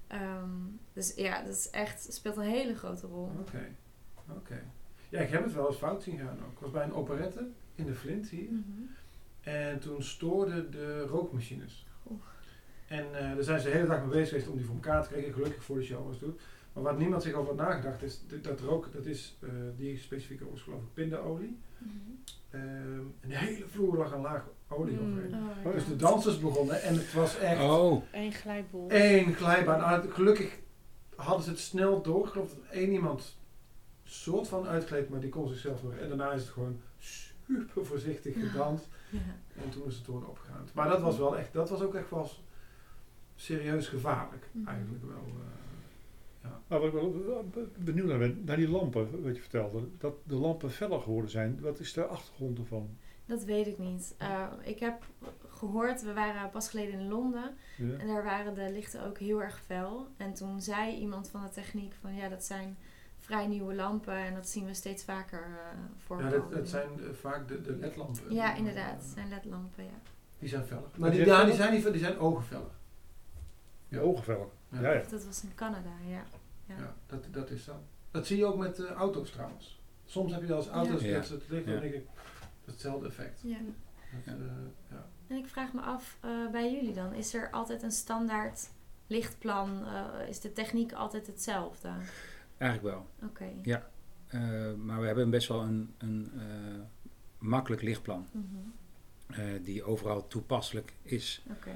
Speaker 6: Dus ja, dat is echt, speelt een hele grote rol.
Speaker 2: Oké. Ja, ik heb het wel eens fout zien gaan ook. Ik was bij een operette in de Flint hier. En toen stoorden de rookmachines. En daar zijn ze de hele dag mee bezig geweest om die voor elkaar te krijgen. Gelukkig voor de show was doet. Maar wat niemand zich over had nagedacht is, dat rook, dat is die specifieke was geloof ik pindaolie. Een hele vloer lag een laag olie overheen. Dus de dansers begonnen en het was echt
Speaker 5: Eén glijbol.
Speaker 2: één glijbaan. Gelukkig hadden ze het snel door. Ik geloof dat één iemand soort van uitgleed, maar die kon zichzelf nog. En daarna is het gewoon super voorzichtig gedanst.
Speaker 6: Ja.
Speaker 2: En toen is het toren opgeruimd. Maar dat was wel echt, dat was ook echt wel serieus gevaarlijk. Eigenlijk wel.
Speaker 3: Maar wat ik wel benieuwd naar ben, naar die lampen, wat je vertelde, dat de lampen feller geworden zijn. Wat is de achtergrond ervan?
Speaker 6: Dat weet ik niet. Ik heb gehoord, we waren pas geleden in Londen.
Speaker 3: Ja.
Speaker 6: En daar waren de lichten ook heel erg fel. En toen zei iemand van de techniek van ja, dat zijn vrij nieuwe lampen. En dat zien we steeds vaker voorkomen.
Speaker 2: Ja, dat zijn vaak de ledlampen.
Speaker 6: Ja, inderdaad. Het zijn ledlampen, ja.
Speaker 2: Die zijn feller. Maar die zijn niet fel, die zijn ogenfeller.
Speaker 3: Ja, ogenfeller. Ja.
Speaker 6: Dat was in Canada, ja.
Speaker 2: Ja, dat is dan. Dat zie je ook met auto's trouwens. Soms heb je als auto's dat het licht, dan denk ik, hetzelfde effect.
Speaker 6: Ja. En ik vraag me af, bij jullie dan, is er altijd een standaard lichtplan? Is de techniek altijd hetzelfde?
Speaker 4: Eigenlijk wel.
Speaker 6: Oké.
Speaker 4: Ja. Maar we hebben best wel een makkelijk lichtplan. Die overal toepasselijk is.
Speaker 6: Oké.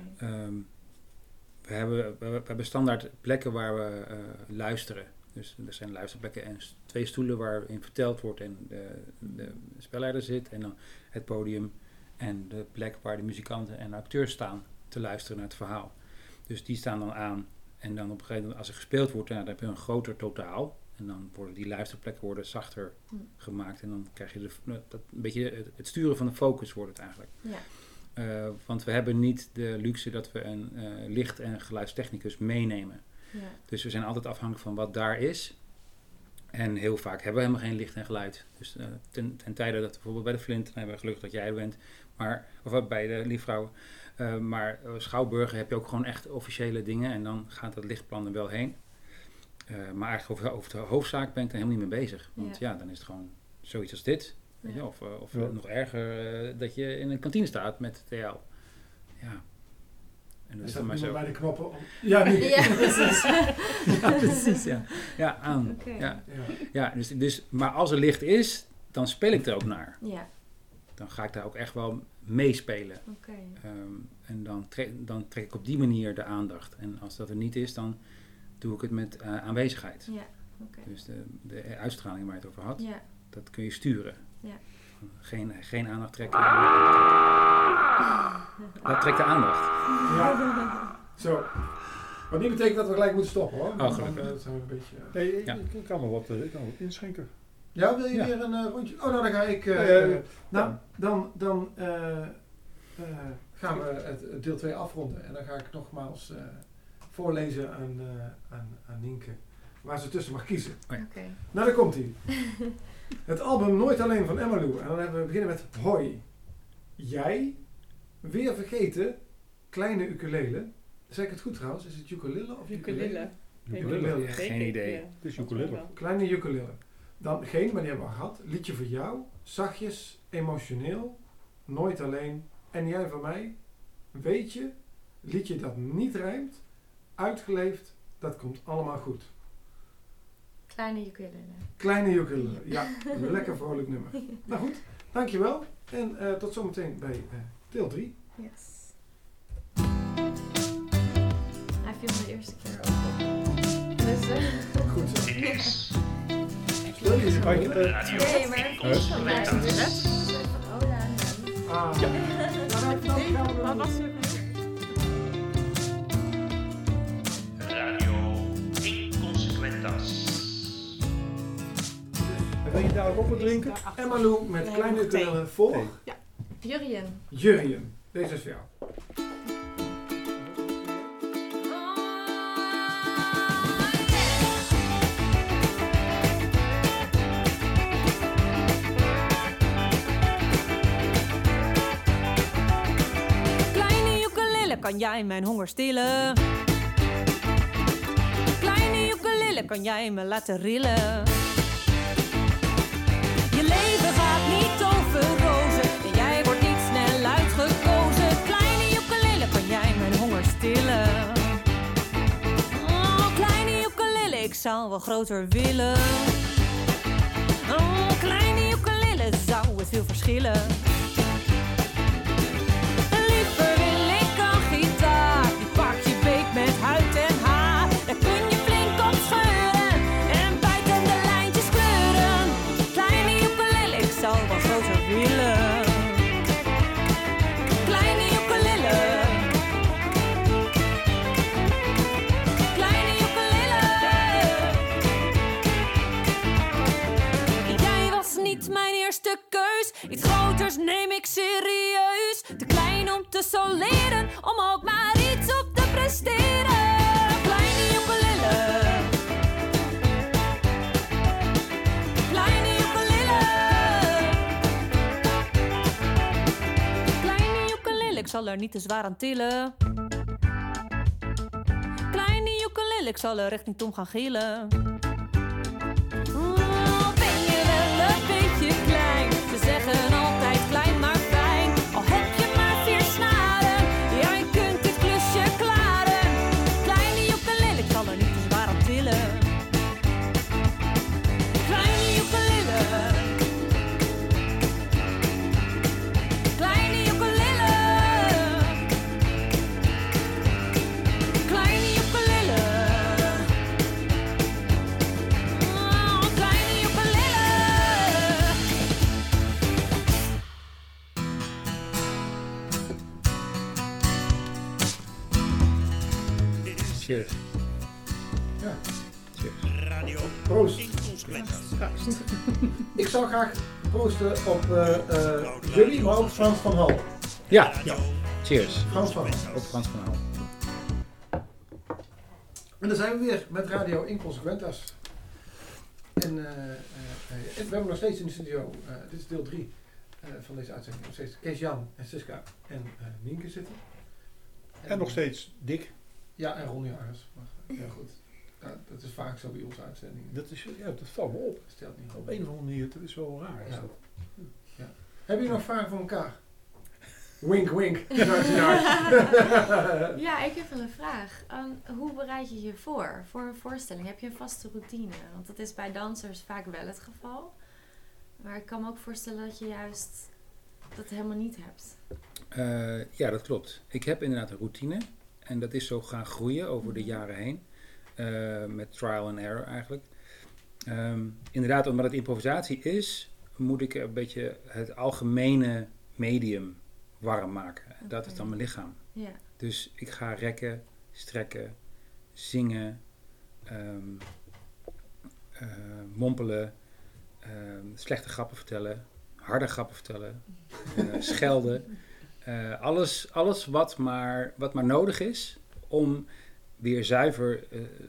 Speaker 4: We hebben standaard plekken waar we luisteren. Dus er zijn luisterplekken en 2 stoelen waarin verteld wordt en de spelleider zit. En dan het podium en de plek waar de muzikanten en de acteurs staan te luisteren naar het verhaal. Dus die staan dan aan. En dan op een gegeven moment, als er gespeeld wordt, dan heb je een groter totaal. En dan worden die luisterplekken zachter gemaakt. En dan krijg je een beetje het sturen van de focus wordt het eigenlijk.
Speaker 6: Ja.
Speaker 4: Want we hebben niet de luxe dat we een licht- en geluidstechnicus meenemen.
Speaker 6: Ja.
Speaker 4: Dus we zijn altijd afhankelijk van wat daar is. En heel vaak hebben we helemaal geen licht en geluid. Dus ten tijde dat bijvoorbeeld bij de Flint, dan hebben we gelukkig dat jij er bent. Of bij de Liefvrouw. Maar Schouwburgen heb je ook gewoon echt officiële dingen. En dan gaat dat lichtplan er wel heen. Maar eigenlijk over de hoofdzaak ben ik er helemaal niet mee bezig. Want
Speaker 6: Ja.
Speaker 4: dan is het gewoon zoiets als dit. Weet je,
Speaker 6: Ja.
Speaker 4: of
Speaker 3: Ja.
Speaker 4: nog erger, dat je in een kantine staat met TL. Ja. En dat
Speaker 2: Er
Speaker 4: is
Speaker 2: staat
Speaker 4: dan maar
Speaker 2: niemand
Speaker 4: zo.
Speaker 2: bij de knoppen om... Ja, nu.
Speaker 6: Ja, precies.
Speaker 4: Ja, precies. Ja, ja aan.
Speaker 6: Oké.
Speaker 4: Ja.
Speaker 2: Ja.
Speaker 4: Ja, dus, maar als er licht is, dan speel ik er ook naar.
Speaker 6: Ja,
Speaker 4: Dan ga ik daar ook echt wel meespelen.
Speaker 6: oké.
Speaker 4: En dan trek ik op die manier de aandacht. En als dat er niet is, dan doe ik het met aanwezigheid.
Speaker 6: Ja, oké.
Speaker 4: Dus de uitstraling waar je het over had,
Speaker 6: Ja,
Speaker 4: dat kun je sturen.
Speaker 6: Ja.
Speaker 4: Geen aandacht trekken. Dat trekt de aandacht.
Speaker 2: Ja. Zo. Wat niet betekent dat we gelijk moeten stoppen hoor.
Speaker 4: Oh, gelukkig.
Speaker 2: Dan zijn we een beetje...
Speaker 3: Nee,
Speaker 4: Ja.
Speaker 3: ik kan wel wat inschenken.
Speaker 2: Ja, wil je
Speaker 3: Ja.
Speaker 2: weer een rondje? Oh, nou dan ga ik... nou, dan gaan we het deel 2 afronden. En dan ga ik nogmaals voorlezen aan Nienke. Waar ze tussen mag kiezen.
Speaker 6: oké.
Speaker 2: Nou, daar komt hij. Het album Nooit Alleen van Emmalou. En dan beginnen we met Hoi. Jij, weer vergeten, kleine ukulele. Zeg ik het goed trouwens? Is het ukulele of ukulele? Ukulele.
Speaker 4: Geen idee.
Speaker 3: Het is ukulele.
Speaker 2: Kleine ukulele. Dan geen, maar die hebben we al gehad. Liedje voor jou. Zachtjes, emotioneel. Nooit alleen. En jij van mij. Weet je. Liedje dat niet rijmt. Uitgeleefd. Dat komt allemaal goed.
Speaker 6: Kleine ukulele.
Speaker 2: Kleine ukulele. Ja, een lekker vrolijk nummer. Nou goed, dankjewel. En tot zometeen bij deel 3.
Speaker 6: Yes. Hij viel me de eerste keer ook op. Dus,
Speaker 2: Goed zo.
Speaker 1: Dit is
Speaker 2: Speel je eens
Speaker 3: Dank je.
Speaker 2: even?
Speaker 1: Radio
Speaker 6: nee, maar het komt van mij.
Speaker 1: Inconsequentas.
Speaker 6: Dus van Ola en hem.
Speaker 2: Ah, ja.
Speaker 5: Wat was het?
Speaker 1: Radio Inconsequentas.
Speaker 3: En wil je dadelijk op wat drinken?
Speaker 2: Emmalou met
Speaker 5: Nee,
Speaker 2: kleine
Speaker 5: nog thee.
Speaker 2: ukulele voor
Speaker 3: Nee.
Speaker 6: Jurjen.
Speaker 2: Jurjen. Deze is voor jou.
Speaker 7: Kleine ukulele, kan jij mijn honger stillen? Kleine ukulele, kan jij me laten rillen? Je leven gaat niet over rozen en jij wordt niet snel uitgekozen. Kleine ukulele, kan jij mijn honger stillen? Oh, kleine ukulele, ik zou wel groter willen. Oh, kleine ukulele, zou het veel verschillen? Liever wil ik een gitaar, die pakt je beet met huid en haar. Daar kun je flink op scheuren en bijtende lijntjes kleuren. Kleine ukulele, ik zou wel groter willen. Kleine ukulele. Kleine ukulele. Jij was niet mijn eerste keus. Iets groters neem ik serieus. Te klein om te soleren, om ook maar iets op te presteren. Kleine ukulele. Kleine ukulele. Kleine ukulele, ik zal er niet te zwaar aan tillen. Kleine ukulele, ik zal er echt niet om gaan gillen. Oh, ben je wel een beetje klein? Ze zeggen altijd klein maar fijn. Al heb je maar 4 snaren, ja je kunt dit klusje klaren. Kleine ukulele, ik zal er niet te zwaar aan tillen. Kleine ukulele. Kleine ukulele. Kleine ukulele. Oh, kleine ukulele.
Speaker 1: Dit is
Speaker 4: Cheers.
Speaker 2: Ja.
Speaker 4: Cheers.
Speaker 1: Radio
Speaker 2: Proost.
Speaker 1: Inconsequentas.
Speaker 2: Ik zou graag proosten op jullie, maar ook Frans van Hal.
Speaker 4: Ja,
Speaker 1: Radio
Speaker 4: cheers.
Speaker 2: Frans van Hal.
Speaker 4: Op Frans van Hal.
Speaker 2: En dan zijn we weer met Radio Inconsequentas. En we hebben nog steeds in de studio, dit is deel 3 van deze uitzending, nog steeds Kees-Jan en Siska en Nienke zitten.
Speaker 3: En nog steeds dik.
Speaker 2: Ja, en Ronnie Arres. Maar, ja, goed. Dat is vaak zo bij onze uitzendingen.
Speaker 3: Dat valt me op.
Speaker 2: Dat stelt niet
Speaker 3: Op een of andere manier, dat is wel raar. Is
Speaker 2: Ja.
Speaker 3: dat.
Speaker 2: Heb je nog vragen voor elkaar? Wink, wink.
Speaker 6: Ja, ik heb wel een vraag. Hoe bereid je je voor een voorstelling? Heb je een vaste routine? Want dat is bij dansers vaak wel het geval. Maar ik kan me ook voorstellen dat je juist dat helemaal niet hebt.
Speaker 4: Ja, dat klopt. Ik heb inderdaad een routine. En dat is zo gaan groeien over de jaren heen. Met trial and error eigenlijk. Inderdaad, omdat het improvisatie is, moet ik een beetje het algemene medium warm maken. Dat is dan mijn lichaam.
Speaker 6: Ja.
Speaker 4: Dus ik ga rekken, strekken, zingen, mompelen, slechte grappen vertellen, harde grappen vertellen, schelden. Alles wat maar nodig is om weer zuiver,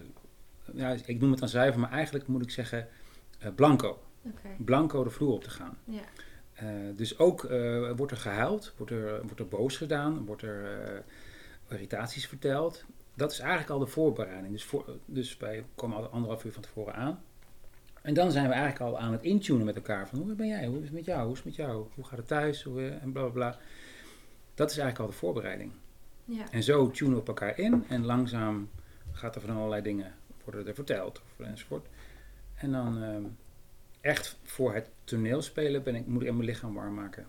Speaker 4: ik noem het dan zuiver, maar eigenlijk moet ik zeggen blanco.
Speaker 6: Okay.
Speaker 4: Blanco de vloer op te gaan.
Speaker 6: Ja.
Speaker 4: Dus ook wordt er gehuild, wordt er boos gedaan, wordt er irritaties verteld. Dat is eigenlijk al de voorbereiding. Dus wij komen al 1,5 uur van tevoren aan. En dan zijn we eigenlijk al aan het intunen met elkaar. Van hoe ben jij? Hoe is het met jou? Hoe is het met jou? Hoe gaat het thuis? En bla bla bla. Dat is eigenlijk al de voorbereiding.
Speaker 6: Ja.
Speaker 4: En zo tunen we op elkaar in. En langzaam gaat er van allerlei dingen worden er verteld. Enzovoort. En dan echt voor het toneelspelen moet ik mijn lichaam warm maken.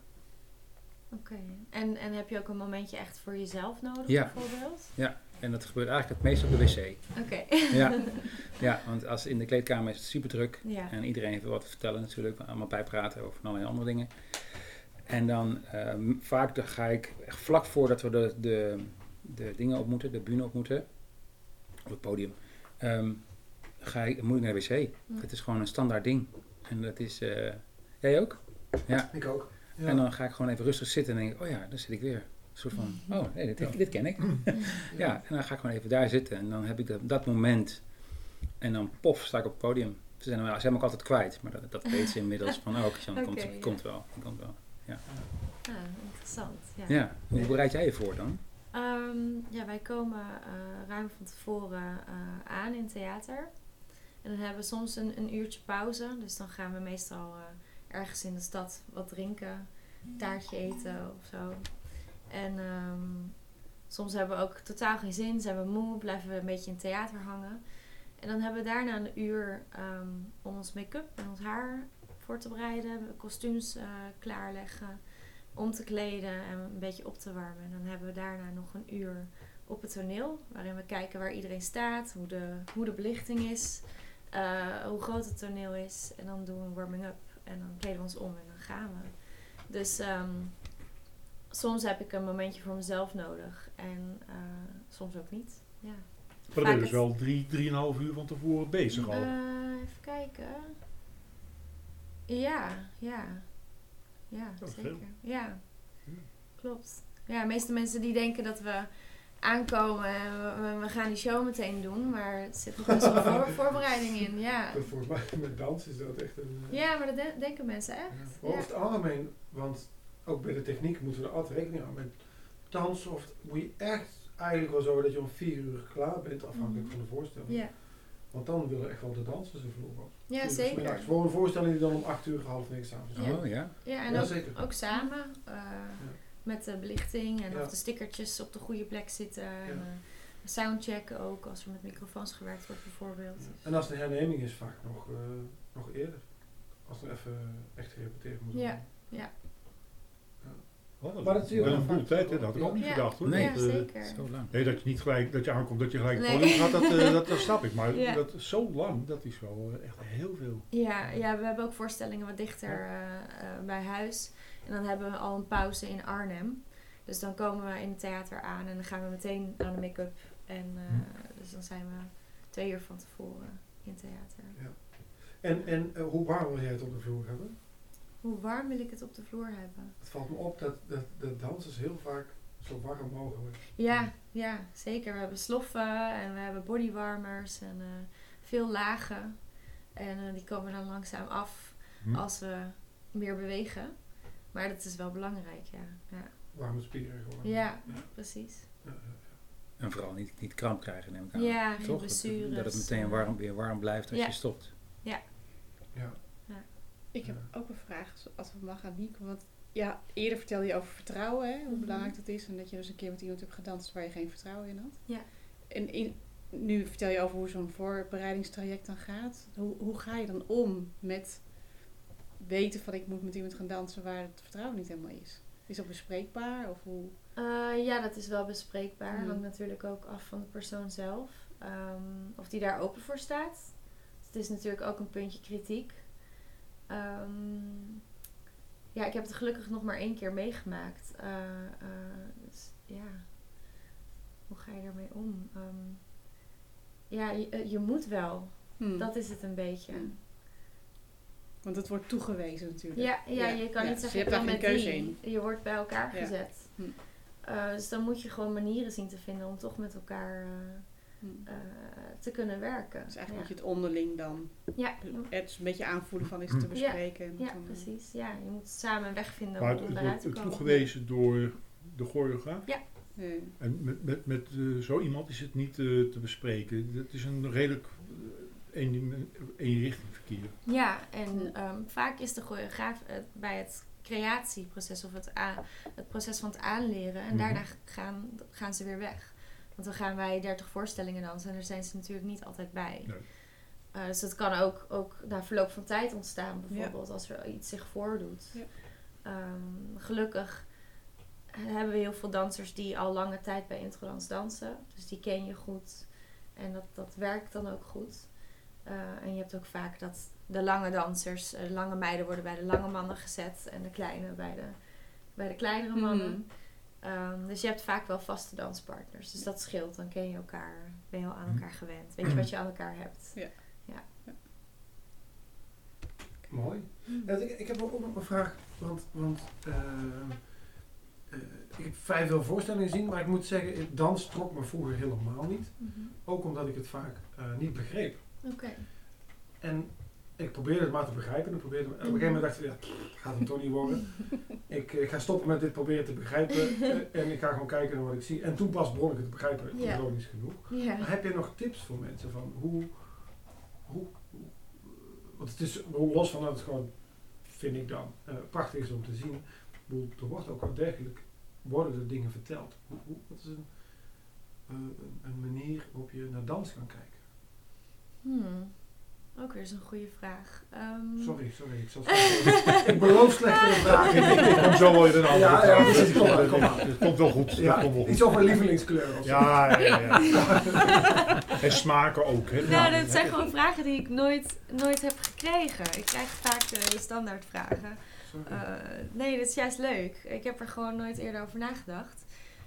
Speaker 6: Oké. En heb je ook een momentje echt voor jezelf nodig,
Speaker 4: Ja.
Speaker 6: bijvoorbeeld?
Speaker 4: Ja, en dat gebeurt eigenlijk het meest op de wc.
Speaker 6: Oké.
Speaker 4: Ja, want als in de kleedkamer is het super druk.
Speaker 6: Ja.
Speaker 4: En iedereen heeft wat te vertellen natuurlijk. Allemaal bijpraten over allerlei andere dingen. En dan vaak dan ga ik echt vlak voordat we de dingen op moeten, de bühne op moeten. Op het podium. Moet ik naar de wc. Het is gewoon een standaard ding. En dat is... jij ook? Ja.
Speaker 2: Ik ook. Ja.
Speaker 4: En dan ga ik gewoon even rustig zitten en denk ik, oh ja, daar zit ik weer. Een soort van, oh nee, dit ken ik. Ja, en dan ga ik gewoon even daar zitten en dan heb ik dat moment. En dan pof, sta ik op het podium. Ze zijn me ook altijd kwijt, maar dat weet ze inmiddels van, oh, Christian, komt wel. Ja.
Speaker 6: Ah, interessant. Ja.
Speaker 4: Ja, hoe bereid jij je voor dan?
Speaker 6: Wij komen ruim van tevoren aan in theater. En dan hebben we soms een uurtje pauze. Dus dan gaan we meestal ergens in de stad wat drinken, taartje eten of zo. En soms hebben we ook totaal geen zin, zijn we moe, blijven we een beetje in het theater hangen. En dan hebben we daarna een uur om ons make-up en ons haar voor te bereiden, kostuums klaarleggen, om te kleden en een beetje op te warmen. En dan hebben we daarna nog een uur op het toneel, waarin we kijken waar iedereen staat, hoe de belichting is, hoe groot het toneel is. En dan doen we een warming-up en dan kleden we ons om en dan gaan we. Dus soms heb ik een momentje voor mezelf nodig en soms ook niet. Ja.
Speaker 3: Maar dan ben je dus wel 3,5 uur van tevoren bezig al.
Speaker 6: Even kijken. Ja,
Speaker 3: Dat is
Speaker 6: zeker.
Speaker 3: veel.
Speaker 6: Ja, klopt. Ja, de meeste mensen die denken dat we aankomen en we gaan die show meteen doen, maar er zit nog best wel voorbereiding in. Ja.
Speaker 2: Volgens mij met dans is dat echt een...
Speaker 6: Ja, maar dat denken mensen echt.
Speaker 2: Ja. Over het algemeen, want ook bij de techniek moeten we er altijd rekening houden met dans. Of moet je echt eigenlijk wel zorgen dat je om 4 uur klaar bent, afhankelijk van de voorstelling.
Speaker 6: Ja,
Speaker 2: Want dan willen echt wel de dansers er vloer op.
Speaker 6: ja
Speaker 2: Dus
Speaker 6: zeker.
Speaker 2: middags. Voor een voorstelling die dan om 8 uur, 8:30 s'avonds.
Speaker 6: Ja.
Speaker 4: Oh ja.
Speaker 6: Ja, en
Speaker 2: Ja, zeker.
Speaker 6: ook samen met de belichting en
Speaker 2: Ja.
Speaker 6: of de stickertjes op de goede plek zitten. En, soundchecken ook, als er met microfoons gewerkt wordt bijvoorbeeld.
Speaker 2: En als de herneming is, vaak nog eerder. Als er even echt gerepeteerd moet worden.
Speaker 6: Ja.
Speaker 2: Maar dat zie je
Speaker 3: wel
Speaker 2: wel
Speaker 3: een boel
Speaker 2: vaak.
Speaker 3: tijd, hè? Dat had ik ook niet
Speaker 6: Ja.
Speaker 3: gedacht hoor.
Speaker 4: Nee.
Speaker 6: Ja,
Speaker 3: Dat,
Speaker 6: zeker.
Speaker 4: Zo lang.
Speaker 3: nee, dat je niet gelijk, dat je aankomt, dat je gelijk het
Speaker 6: Nee.
Speaker 3: podium gaat, dat snap ik. Maar
Speaker 6: Ja.
Speaker 3: dat zo lang, dat is wel echt heel veel.
Speaker 6: Ja, we hebben ook voorstellingen wat dichter bij huis. En dan hebben we al een pauze in Arnhem. Dus dan komen we in het theater aan en dan gaan we meteen aan de make-up. En dus dan zijn we 2 uur van tevoren in het theater.
Speaker 2: En hoe warm wil jij het op de vloer hebben?
Speaker 6: Hoe warm wil ik het op de vloer hebben?
Speaker 2: Het valt me op dat de dansers heel vaak zo warm mogelijk.
Speaker 6: Ja, zeker. We hebben sloffen en we hebben bodywarmers en veel lagen. En die komen dan langzaam af als we meer bewegen. Maar dat is wel belangrijk, ja.
Speaker 2: Warme spieren gewoon.
Speaker 6: Ja, precies.
Speaker 4: En vooral niet kramp krijgen, neem ik aan.
Speaker 6: Ja, geen
Speaker 4: toch?
Speaker 6: blessures.
Speaker 4: Dat het meteen weer warm blijft als
Speaker 6: Ja.
Speaker 4: je stopt.
Speaker 2: Ja.
Speaker 5: Ik heb ook een vraag, als het mag aan Nico. Want ja, eerder vertelde je over vertrouwen, hè, hoe
Speaker 6: Mhm.
Speaker 5: belangrijk dat is. En dat je dus een keer met iemand hebt gedanst waar je geen vertrouwen in had.
Speaker 6: Ja.
Speaker 5: En nu vertel je over hoe zo'n voorbereidingstraject dan gaat. Hoe ga je dan om met weten van ik moet met iemand gaan dansen waar het vertrouwen niet helemaal is? Is dat bespreekbaar? Of hoe?
Speaker 6: Ja, dat is wel bespreekbaar.
Speaker 5: Mhm.
Speaker 6: Hangt natuurlijk ook af van de persoon zelf. Of die daar open voor staat. Het is natuurlijk ook een puntje kritiek. Ja, ik heb het gelukkig nog maar 1 keer meegemaakt. Dus ja, hoe ga je daarmee om? Ja, je moet wel. Dat is het een beetje.
Speaker 5: Want het wordt toegewezen natuurlijk.
Speaker 6: Ja, je kan niet
Speaker 5: dus
Speaker 6: zeggen,
Speaker 5: je hebt daar
Speaker 6: ik
Speaker 5: geen
Speaker 6: kan met
Speaker 5: keuze
Speaker 6: die.
Speaker 5: in.
Speaker 6: Je wordt bij elkaar
Speaker 5: Ja.
Speaker 6: gezet.
Speaker 5: Hm.
Speaker 6: Dus dan moet je gewoon manieren zien te vinden om toch met elkaar te kunnen werken.
Speaker 5: Dus eigenlijk moet je het onderling dan
Speaker 6: Ja,
Speaker 5: het is een beetje aanvoelen van is het te bespreken. En
Speaker 6: ja,
Speaker 5: dan,
Speaker 6: precies. Ja, je moet samen een weg vinden
Speaker 3: Maar
Speaker 6: om
Speaker 3: het
Speaker 6: daaruit te
Speaker 3: wordt
Speaker 6: komen.
Speaker 3: toegewezen door de choreograaf.
Speaker 5: nee.
Speaker 3: En met zo iemand is het niet te bespreken. Het is een redelijk eenrichting verkeer.
Speaker 6: Ja, en vaak is de choreograaf bij het creatieproces of het proces van het aanleren. En daarna gaan ze weer weg. Want dan gaan wij 30 voorstellingen dansen en daar zijn ze natuurlijk niet altijd bij.
Speaker 3: Nee.
Speaker 6: Dus dat kan ook na verloop van tijd ontstaan, bijvoorbeeld als er iets zich voordoet.
Speaker 5: Ja.
Speaker 6: Gelukkig hebben we heel veel dansers die al lange tijd bij Introdans dansen. Dus die ken je goed. En dat werkt dan ook goed. En je hebt ook vaak dat de lange dansers, de lange meiden worden bij de lange mannen gezet. En de kleine bij de kleinere mannen. Dus je hebt vaak wel vaste danspartners. Dus dat scheelt. Dan ken je elkaar, ben je al aan elkaar gewend. Weet je wat je aan elkaar hebt.
Speaker 5: Ja.
Speaker 2: Mooi. Ja, ik heb ook nog een vraag, want ik heb vrij veel voorstellingen gezien, maar ik moet zeggen, dans trok me vroeger helemaal niet. Ook omdat ik het vaak niet begreep.
Speaker 6: Oké.
Speaker 2: En ik probeerde het maar te begrijpen. En op een gegeven moment dacht ik, ja, gaat het toch niet worden. Ik ga stoppen met dit proberen te begrijpen en ik ga gewoon kijken naar wat ik zie. En toen pas begon ik het te begrijpen,
Speaker 6: Ja.
Speaker 2: logisch genoeg.
Speaker 6: Ja.
Speaker 2: Maar heb je nog tips voor mensen van hoe want het is los van dat het gewoon, vind ik dan, prachtig is om te zien. Ik bedoel, er wordt ook wel degelijk, worden er dingen verteld. Wat is een manier waarop je naar dans kan kijken?
Speaker 6: Ook weer eens een goede vraag.
Speaker 2: Sorry, ik zal ik beloof slechtere vragen.
Speaker 3: Ik kom zo wel in een andere
Speaker 2: Ja,
Speaker 3: vraag.
Speaker 2: precies, kom maar.
Speaker 3: Het komt wel goed.
Speaker 2: Ja,
Speaker 3: Dat komt wel goed.
Speaker 2: iets over lievelingskleur of zo.
Speaker 3: Ja. En smaken ook. Hè.
Speaker 6: Nou, dat zijn gewoon vragen die ik nooit heb gekregen. Ik krijg vaak de standaardvragen. Nee, dat is juist leuk. Ik heb er gewoon nooit eerder over nagedacht.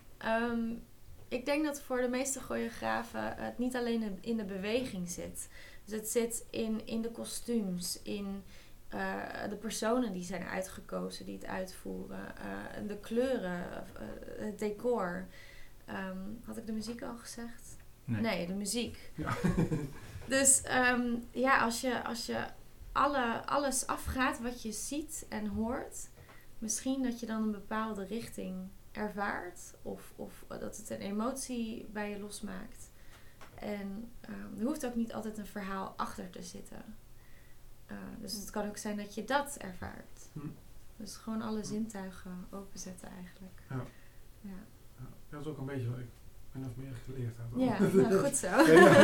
Speaker 6: Ik denk dat voor de meeste choreografen het niet alleen in de beweging zit. Dus het zit in de kostuums, in de personen die zijn uitgekozen, die het uitvoeren, de kleuren, het decor. Had ik de muziek al gezegd? Nee, de muziek.
Speaker 2: Ja.
Speaker 6: Dus als je alles afgaat wat je ziet en hoort, misschien dat je dan een bepaalde richting ervaart of dat het een emotie bij je losmaakt. En er hoeft ook niet altijd een verhaal achter te zitten. Dus het kan ook zijn dat je dat ervaart. Dus gewoon alle zintuigen openzetten eigenlijk.
Speaker 2: Ja, dat is ook een beetje wat ik min of meer geleerd heb.
Speaker 6: Ja, nou, goed zo.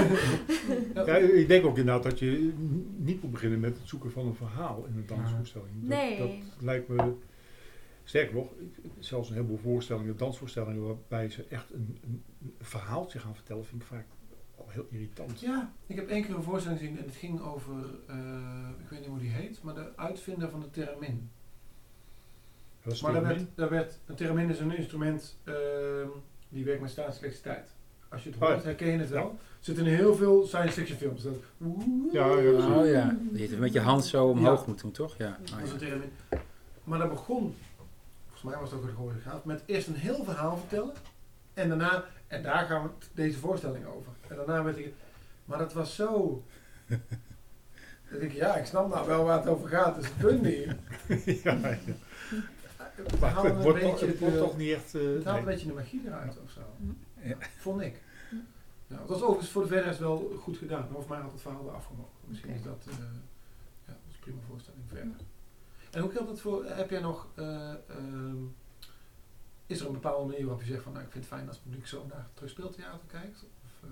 Speaker 3: Ja, ik denk ook inderdaad dat je niet moet beginnen met het zoeken van een verhaal in een dansvoorstelling.
Speaker 6: Nee.
Speaker 3: Dat lijkt me, sterker nog, zelfs een heleboel voorstellingen, dansvoorstellingen waarbij ze echt een verhaaltje gaan vertellen, vind ik vaak al heel irritant.
Speaker 2: Ja, ik heb 1 keer een voorstelling gezien en het ging over, ik weet niet hoe die heet, maar de uitvinder van de theremin.
Speaker 3: Dat is
Speaker 2: Maar
Speaker 3: theremin.
Speaker 2: een theremin is een instrument die werkt met statische elektriciteit. Als je het hoort, herken je het wel. Er zitten in heel veel science fiction films. Dat,
Speaker 3: Ja.
Speaker 4: Oh ja, die je met je hand zo omhoog moet doen, toch? Ja.
Speaker 2: dat is een theremin. Maar dat begon, volgens mij was het ook een choreograaf, met eerst een heel verhaal vertellen. En daarna, en daar gaan we deze voorstelling over. En daarna werd ik, maar dat was zo. Dan denk ik, ja, ik snap nou wel waar het over gaat, dus het punt niet.
Speaker 3: Ja.
Speaker 2: het
Speaker 3: Maar
Speaker 2: haalde
Speaker 3: het
Speaker 2: een
Speaker 3: wordt
Speaker 2: beetje
Speaker 3: toch niet echt...
Speaker 2: het haalt een
Speaker 3: nee.
Speaker 2: beetje de magie eruit of zo.
Speaker 3: Ja.
Speaker 2: Vond ik. Ja, het was overigens voor de verder wel goed gedaan. Maar voor mij had het verhaal wel afgemogen. Misschien
Speaker 5: Oké.
Speaker 2: is dat... dat is een prima voorstelling verder. En hoe geldt het voor... Heb jij nog... is er een bepaalde manier waarop je zegt van... Nou, ik vind het fijn als het publiek zo naar terugspeeltheater kijkt? Of,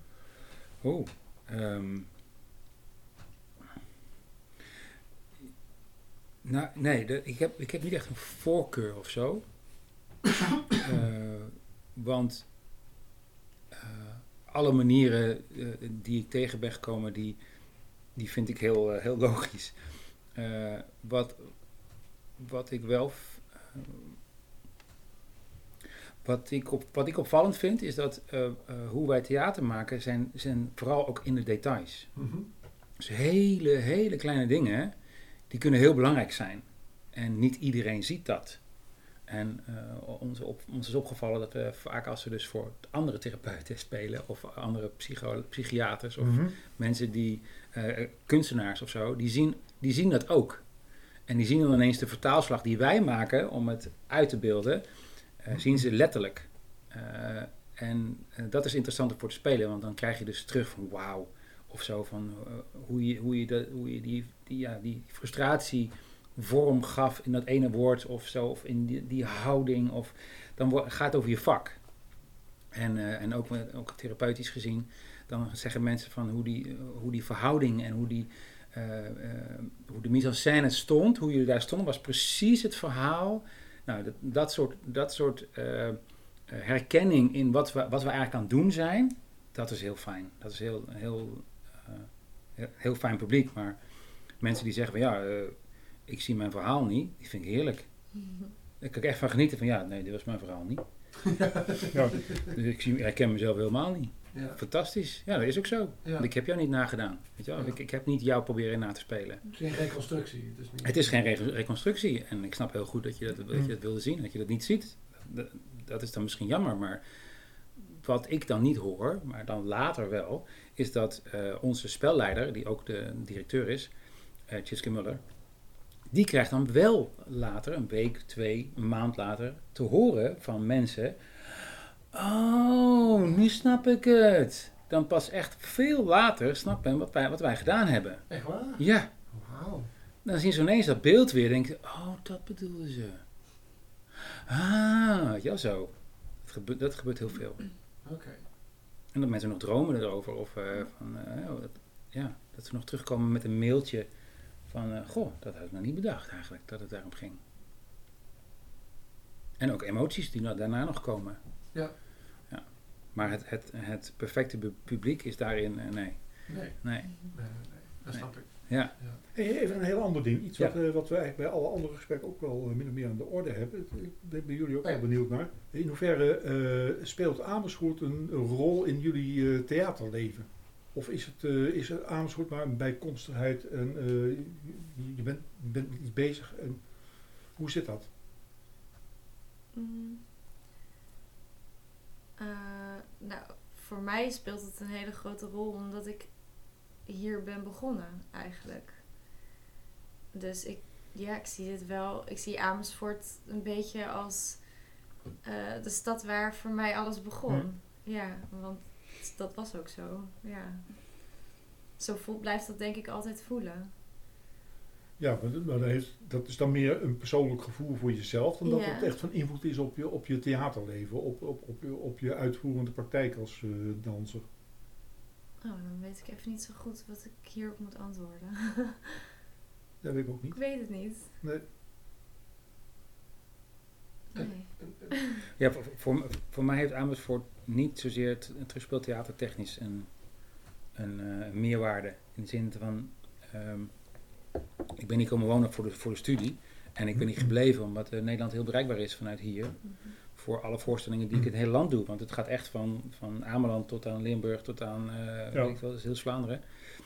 Speaker 4: Nou, nee, ik heb niet echt een voorkeur of zo. Want alle manieren die ik tegen ben gekomen, die vind ik heel logisch. Wat ik wel... Wat ik opvallend vind, is dat hoe wij theater maken, zijn vooral ook in de details. Dus hele kleine dingen, die kunnen heel belangrijk zijn. En niet iedereen ziet dat. En ons is opgevallen dat we vaak als we dus voor andere therapeuten spelen, of andere psychiaters, of mensen die, kunstenaars of zo, die zien dat ook. En die zien dan ineens de vertaalslag die wij maken om het uit te beelden, zien ze letterlijk. Dat is interessant om voor te spelen, want dan krijg je dus terug van wauw, of zo, van hoe je die frustratie vorm gaf in dat ene woord of zo, of in die houding, of dan gaat het over je vak. En ook therapeutisch gezien, dan zeggen mensen van hoe die verhouding en hoe de mise en scène stond, hoe jullie daar stonden, was precies het verhaal. Nou, dat soort herkenning in wat we eigenlijk aan het doen zijn, dat is heel fijn. Dat is heel fijn publiek, maar mensen die zeggen van ik zie mijn verhaal niet, die vind ik heerlijk. Daar kan ik echt van genieten van nee, dit was mijn verhaal niet.
Speaker 3: Ja.
Speaker 4: Dus ik herken mezelf helemaal niet.
Speaker 2: Ja.
Speaker 4: Fantastisch. Ja, dat is ook zo.
Speaker 2: Ja.
Speaker 4: Want ik heb jou niet nagedaan. Weet je wel?
Speaker 2: Ja.
Speaker 4: Ik heb niet jou proberen na te spelen.
Speaker 2: Het is geen reconstructie.
Speaker 4: Het is geen reconstructie. En ik snap heel goed dat je dat wilde zien. Dat je dat niet ziet. Dat is dan misschien jammer. Maar wat ik dan niet hoor, maar dan later wel, is dat onze spelleider, die ook de directeur is, Tjitske Muller, die krijgt dan wel later, een week, 2, een maand later, te horen van mensen: oh, nu snap ik het. Dan pas echt veel later snappen wat wij gedaan hebben.
Speaker 2: Echt waar?
Speaker 4: Ja.
Speaker 2: Wauw.
Speaker 4: Dan zien ze ineens dat beeld weer en denken: oh, dat bedoelden ze. Ja, zo. Dat gebeurt heel veel.
Speaker 2: Oké.
Speaker 4: En dat mensen nog dromen erover. Of dat ze nog terugkomen met een mailtje van, goh, dat had ik nog niet bedacht eigenlijk, dat het daarom ging. En ook emoties die daarna nog komen.
Speaker 2: Ja.
Speaker 4: Maar het perfecte publiek is daarin, nee.
Speaker 2: Nee. Dat snap ik.
Speaker 4: Ja.
Speaker 3: Hey, even een heel ander ding. Iets
Speaker 4: Ja.
Speaker 3: wat we eigenlijk bij alle andere gesprekken ook wel min of meer aan de orde hebben. Ik ben bij jullie ook wel benieuwd naar. In hoeverre speelt Amersfoort een rol in jullie theaterleven? Of is het Amersfoort maar een bijkomstigheid en je bent iets bezig? En hoe zit dat?
Speaker 6: Nou, voor mij speelt het een hele grote rol omdat ik hier ben begonnen eigenlijk. Dus ik zie het wel. Ik zie Amersfoort een beetje als de stad waar voor mij alles begon. Ja, want dat was ook zo. Ja. Zo blijft dat denk ik altijd voelen.
Speaker 3: Ja, maar dat is dan meer een persoonlijk gevoel voor jezelf dan dat
Speaker 6: Ja.
Speaker 3: het echt van invloed is op je theaterleven, op je uitvoerende praktijk als danser.
Speaker 6: Oh, dan weet ik even niet zo goed wat ik hierop moet antwoorden.
Speaker 3: Dat weet ik ook niet.
Speaker 6: Ik weet het niet.
Speaker 3: Nee.
Speaker 6: Nee.
Speaker 4: Ja, voor mij heeft Amersfoort niet zozeer het terugspeeltheater technisch een meerwaarde. In de zin van, ik ben hier komen wonen voor de studie. En ik ben hier gebleven omdat Nederland heel bereikbaar is vanuit hier. Voor alle voorstellingen die ik in het hele land doe. Want het gaat echt van Ameland tot aan Limburg tot aan, weet ik wel, dat is heel Vlaanderen.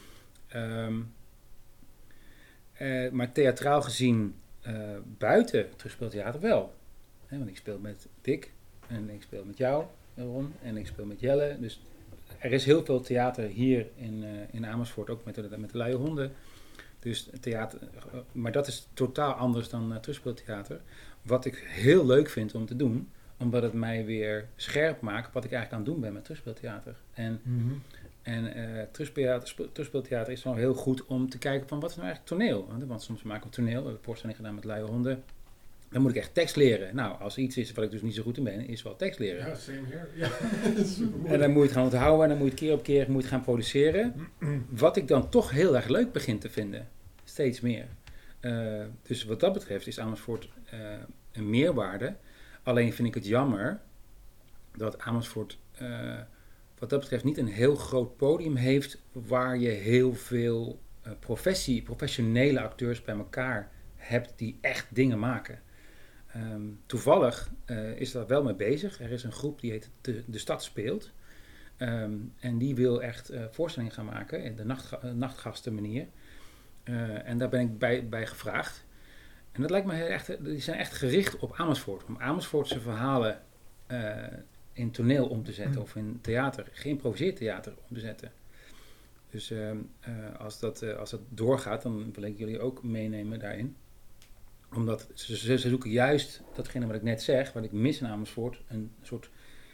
Speaker 4: Maar theatraal gezien buiten terugspeeltheater wel. Want ik speel met Dick en ik speel met jou, Ron, en ik speel met Jelle. Dus er is heel veel theater hier in Amersfoort, ook met de Luie Honden. Dus theater, maar dat is totaal anders dan terugspeeltheater. Wat ik heel leuk vind om te doen, omdat het mij weer scherp maakt wat ik eigenlijk aan het doen ben met terugspeeltheater. En terugspeeltheater is dan heel goed om te kijken van wat is nou eigenlijk toneel. Want soms maken we toneel, we hebben voorstelling gedaan met luie honden. Dan moet ik echt tekst leren. Nou, als er iets is wat ik dus niet zo goed in ben, is wel tekst leren.
Speaker 2: Ja, same here. Ja,
Speaker 4: en dan moet je het gaan onthouden en dan moet je het keer op keer moet je gaan produceren. Wat ik dan toch heel erg leuk begin te vinden. Steeds meer. Dus wat dat betreft is Amersfoort een meerwaarde. Alleen vind ik het jammer dat Amersfoort wat dat betreft niet een heel groot podium heeft waar je heel veel professionele acteurs bij elkaar hebt die echt dingen maken. Toevallig is daar wel mee bezig. Er is een groep die heet De Stad Speelt. En die wil echt voorstellingen gaan maken in de nachtgasten manier. En daar ben ik bij gevraagd. En dat lijkt me heel echt, die zijn echt gericht op Amersfoort. Om Amersfoortse verhalen in toneel om te zetten of in theater, geïmproviseerd theater om te zetten. Dus als dat doorgaat, dan wil ik jullie ook meenemen daarin. Omdat ze zoeken juist datgene wat ik net zeg, wat ik mis in Amersfoort, een soort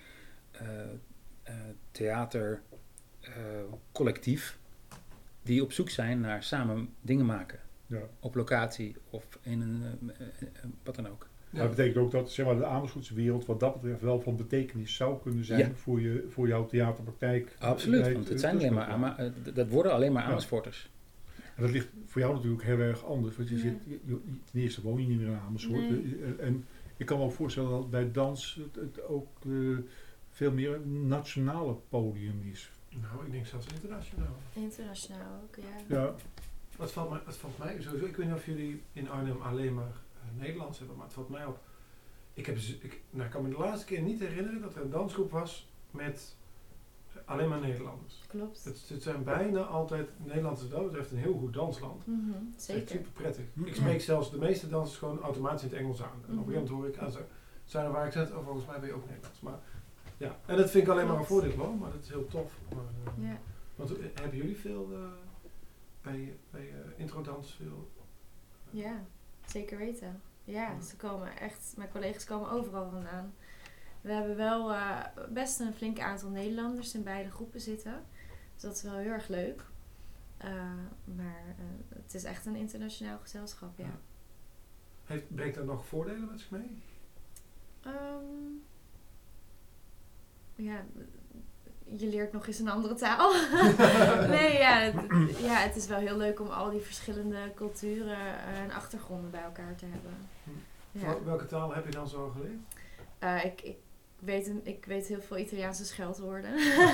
Speaker 4: theatercollectief die op zoek zijn naar samen dingen maken.
Speaker 3: Ja.
Speaker 4: Op locatie of in een wat dan ook.
Speaker 3: Ja. Dat betekent ook dat zeg maar, de Amersfoortse wereld wat dat betreft wel van betekenis zou kunnen zijn voor jouw theaterpraktijk.
Speaker 4: Absoluut, want het zijn alleen maar dat worden alleen maar Amersfoorters.
Speaker 3: En dat ligt voor jou natuurlijk heel erg anders, want ten eerste woon je niet meer in Amersfoort.
Speaker 6: Nee.
Speaker 3: En ik kan me ook voorstellen dat bij dans het ook veel meer een nationale podium is.
Speaker 2: Nou, ik denk zelfs internationaal.
Speaker 6: Internationaal ook, ja.
Speaker 3: Ja.
Speaker 2: Het valt mij sowieso, ik weet niet of jullie in Arnhem alleen maar Nederlands hebben, maar het valt mij op. Ik kan me de laatste keer niet herinneren dat er een dansgroep was met alleen maar Nederlanders.
Speaker 6: Klopt.
Speaker 2: Het zijn bijna altijd, Nederland is dat betreft een heel goed dansland.
Speaker 6: Zeker.
Speaker 2: Het is super prettig. Ik spreek zelfs de meeste dansers gewoon automatisch in het Engels aan. En op een gegeven moment hoor ik aan ze, zijn er waar ik zeg, volgens mij ben je ook Nederlands. Maar ja, en dat vind ik alleen maar een voordeel hoor, maar dat is heel tof. Maar, want hebben jullie veel bij introdans veel?
Speaker 6: Ja, zeker weten. Ja, mijn collega's komen overal vandaan. We hebben wel best een flink aantal Nederlanders in beide groepen zitten. Dus dat is wel heel erg leuk. Maar het is echt een internationaal gezelschap, ja.
Speaker 2: Brengt dat nog voordelen met zich mee?
Speaker 6: Je leert nog eens een andere taal. Nee, het is wel heel leuk om al die verschillende culturen en achtergronden bij elkaar te hebben. Ja.
Speaker 2: Welke taal heb je dan zo geleerd?
Speaker 6: Ik weet heel veel Italiaanse scheldwoorden.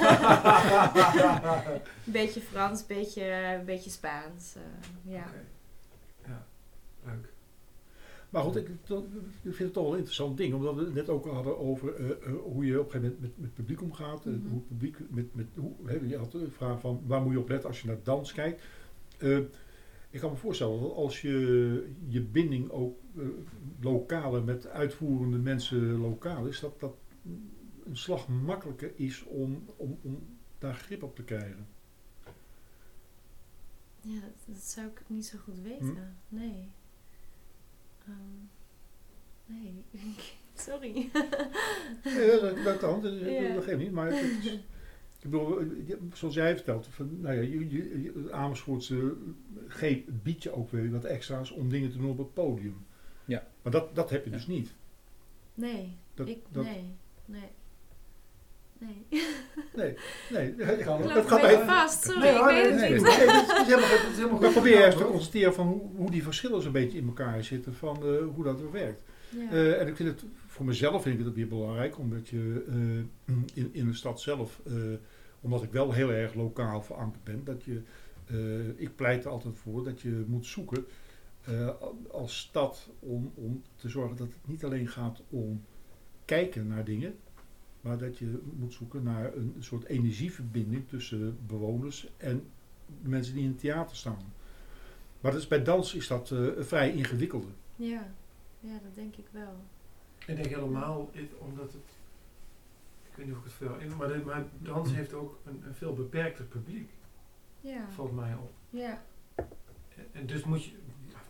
Speaker 6: Beetje Frans, beetje Spaans. Ja.
Speaker 2: Okay. Ja, leuk.
Speaker 3: Maar goed, ik vind het toch wel een interessant ding, omdat we het net ook al hadden over hoe je op een gegeven moment met het publiek omgaat. Hoe het publiek je had de vraag van waar moet je op letten als je naar dans kijkt. Ik kan me voorstellen dat als je binding ook lokale met uitvoerende mensen lokaal is, dat een slag makkelijker is om daar grip op te krijgen.
Speaker 6: Ja, dat zou ik niet zo goed weten. Nee. Nee, sorry.
Speaker 3: Dat kan, dat geeft niet. Maar ik bedoel, zoals jij vertelt, het Amersfoortse biedt je ook weer wat extra's om dingen te doen op het podium.
Speaker 4: Ja.
Speaker 3: Maar dat heb je dus niet.
Speaker 6: Nee. Nee.
Speaker 3: Dat gaat bij
Speaker 6: vast. Sorry, ik weet het niet.
Speaker 3: Het is helemaal goed. Probeer even te constateren van hoe die verschillen zo'n beetje in elkaar zitten, van hoe dat werkt. Ja. En ik vind het voor mezelf weer belangrijk, omdat je in de stad zelf, omdat ik wel heel erg lokaal verankerd ben, dat je, ik pleit er altijd voor dat je moet zoeken als stad om te zorgen dat het niet alleen gaat om kijken naar dingen, maar dat je moet zoeken naar een soort energieverbinding tussen bewoners en de mensen die in het theater staan. Maar dus bij dans is dat vrij ingewikkeld.
Speaker 6: Ja, dat denk ik wel.
Speaker 2: Ik denk helemaal, omdat het, ik weet niet of ik het veel maar dans heeft ook een veel beperkter publiek.
Speaker 6: Ja.
Speaker 2: Valt mij op.
Speaker 6: Ja.
Speaker 2: En dus moet je,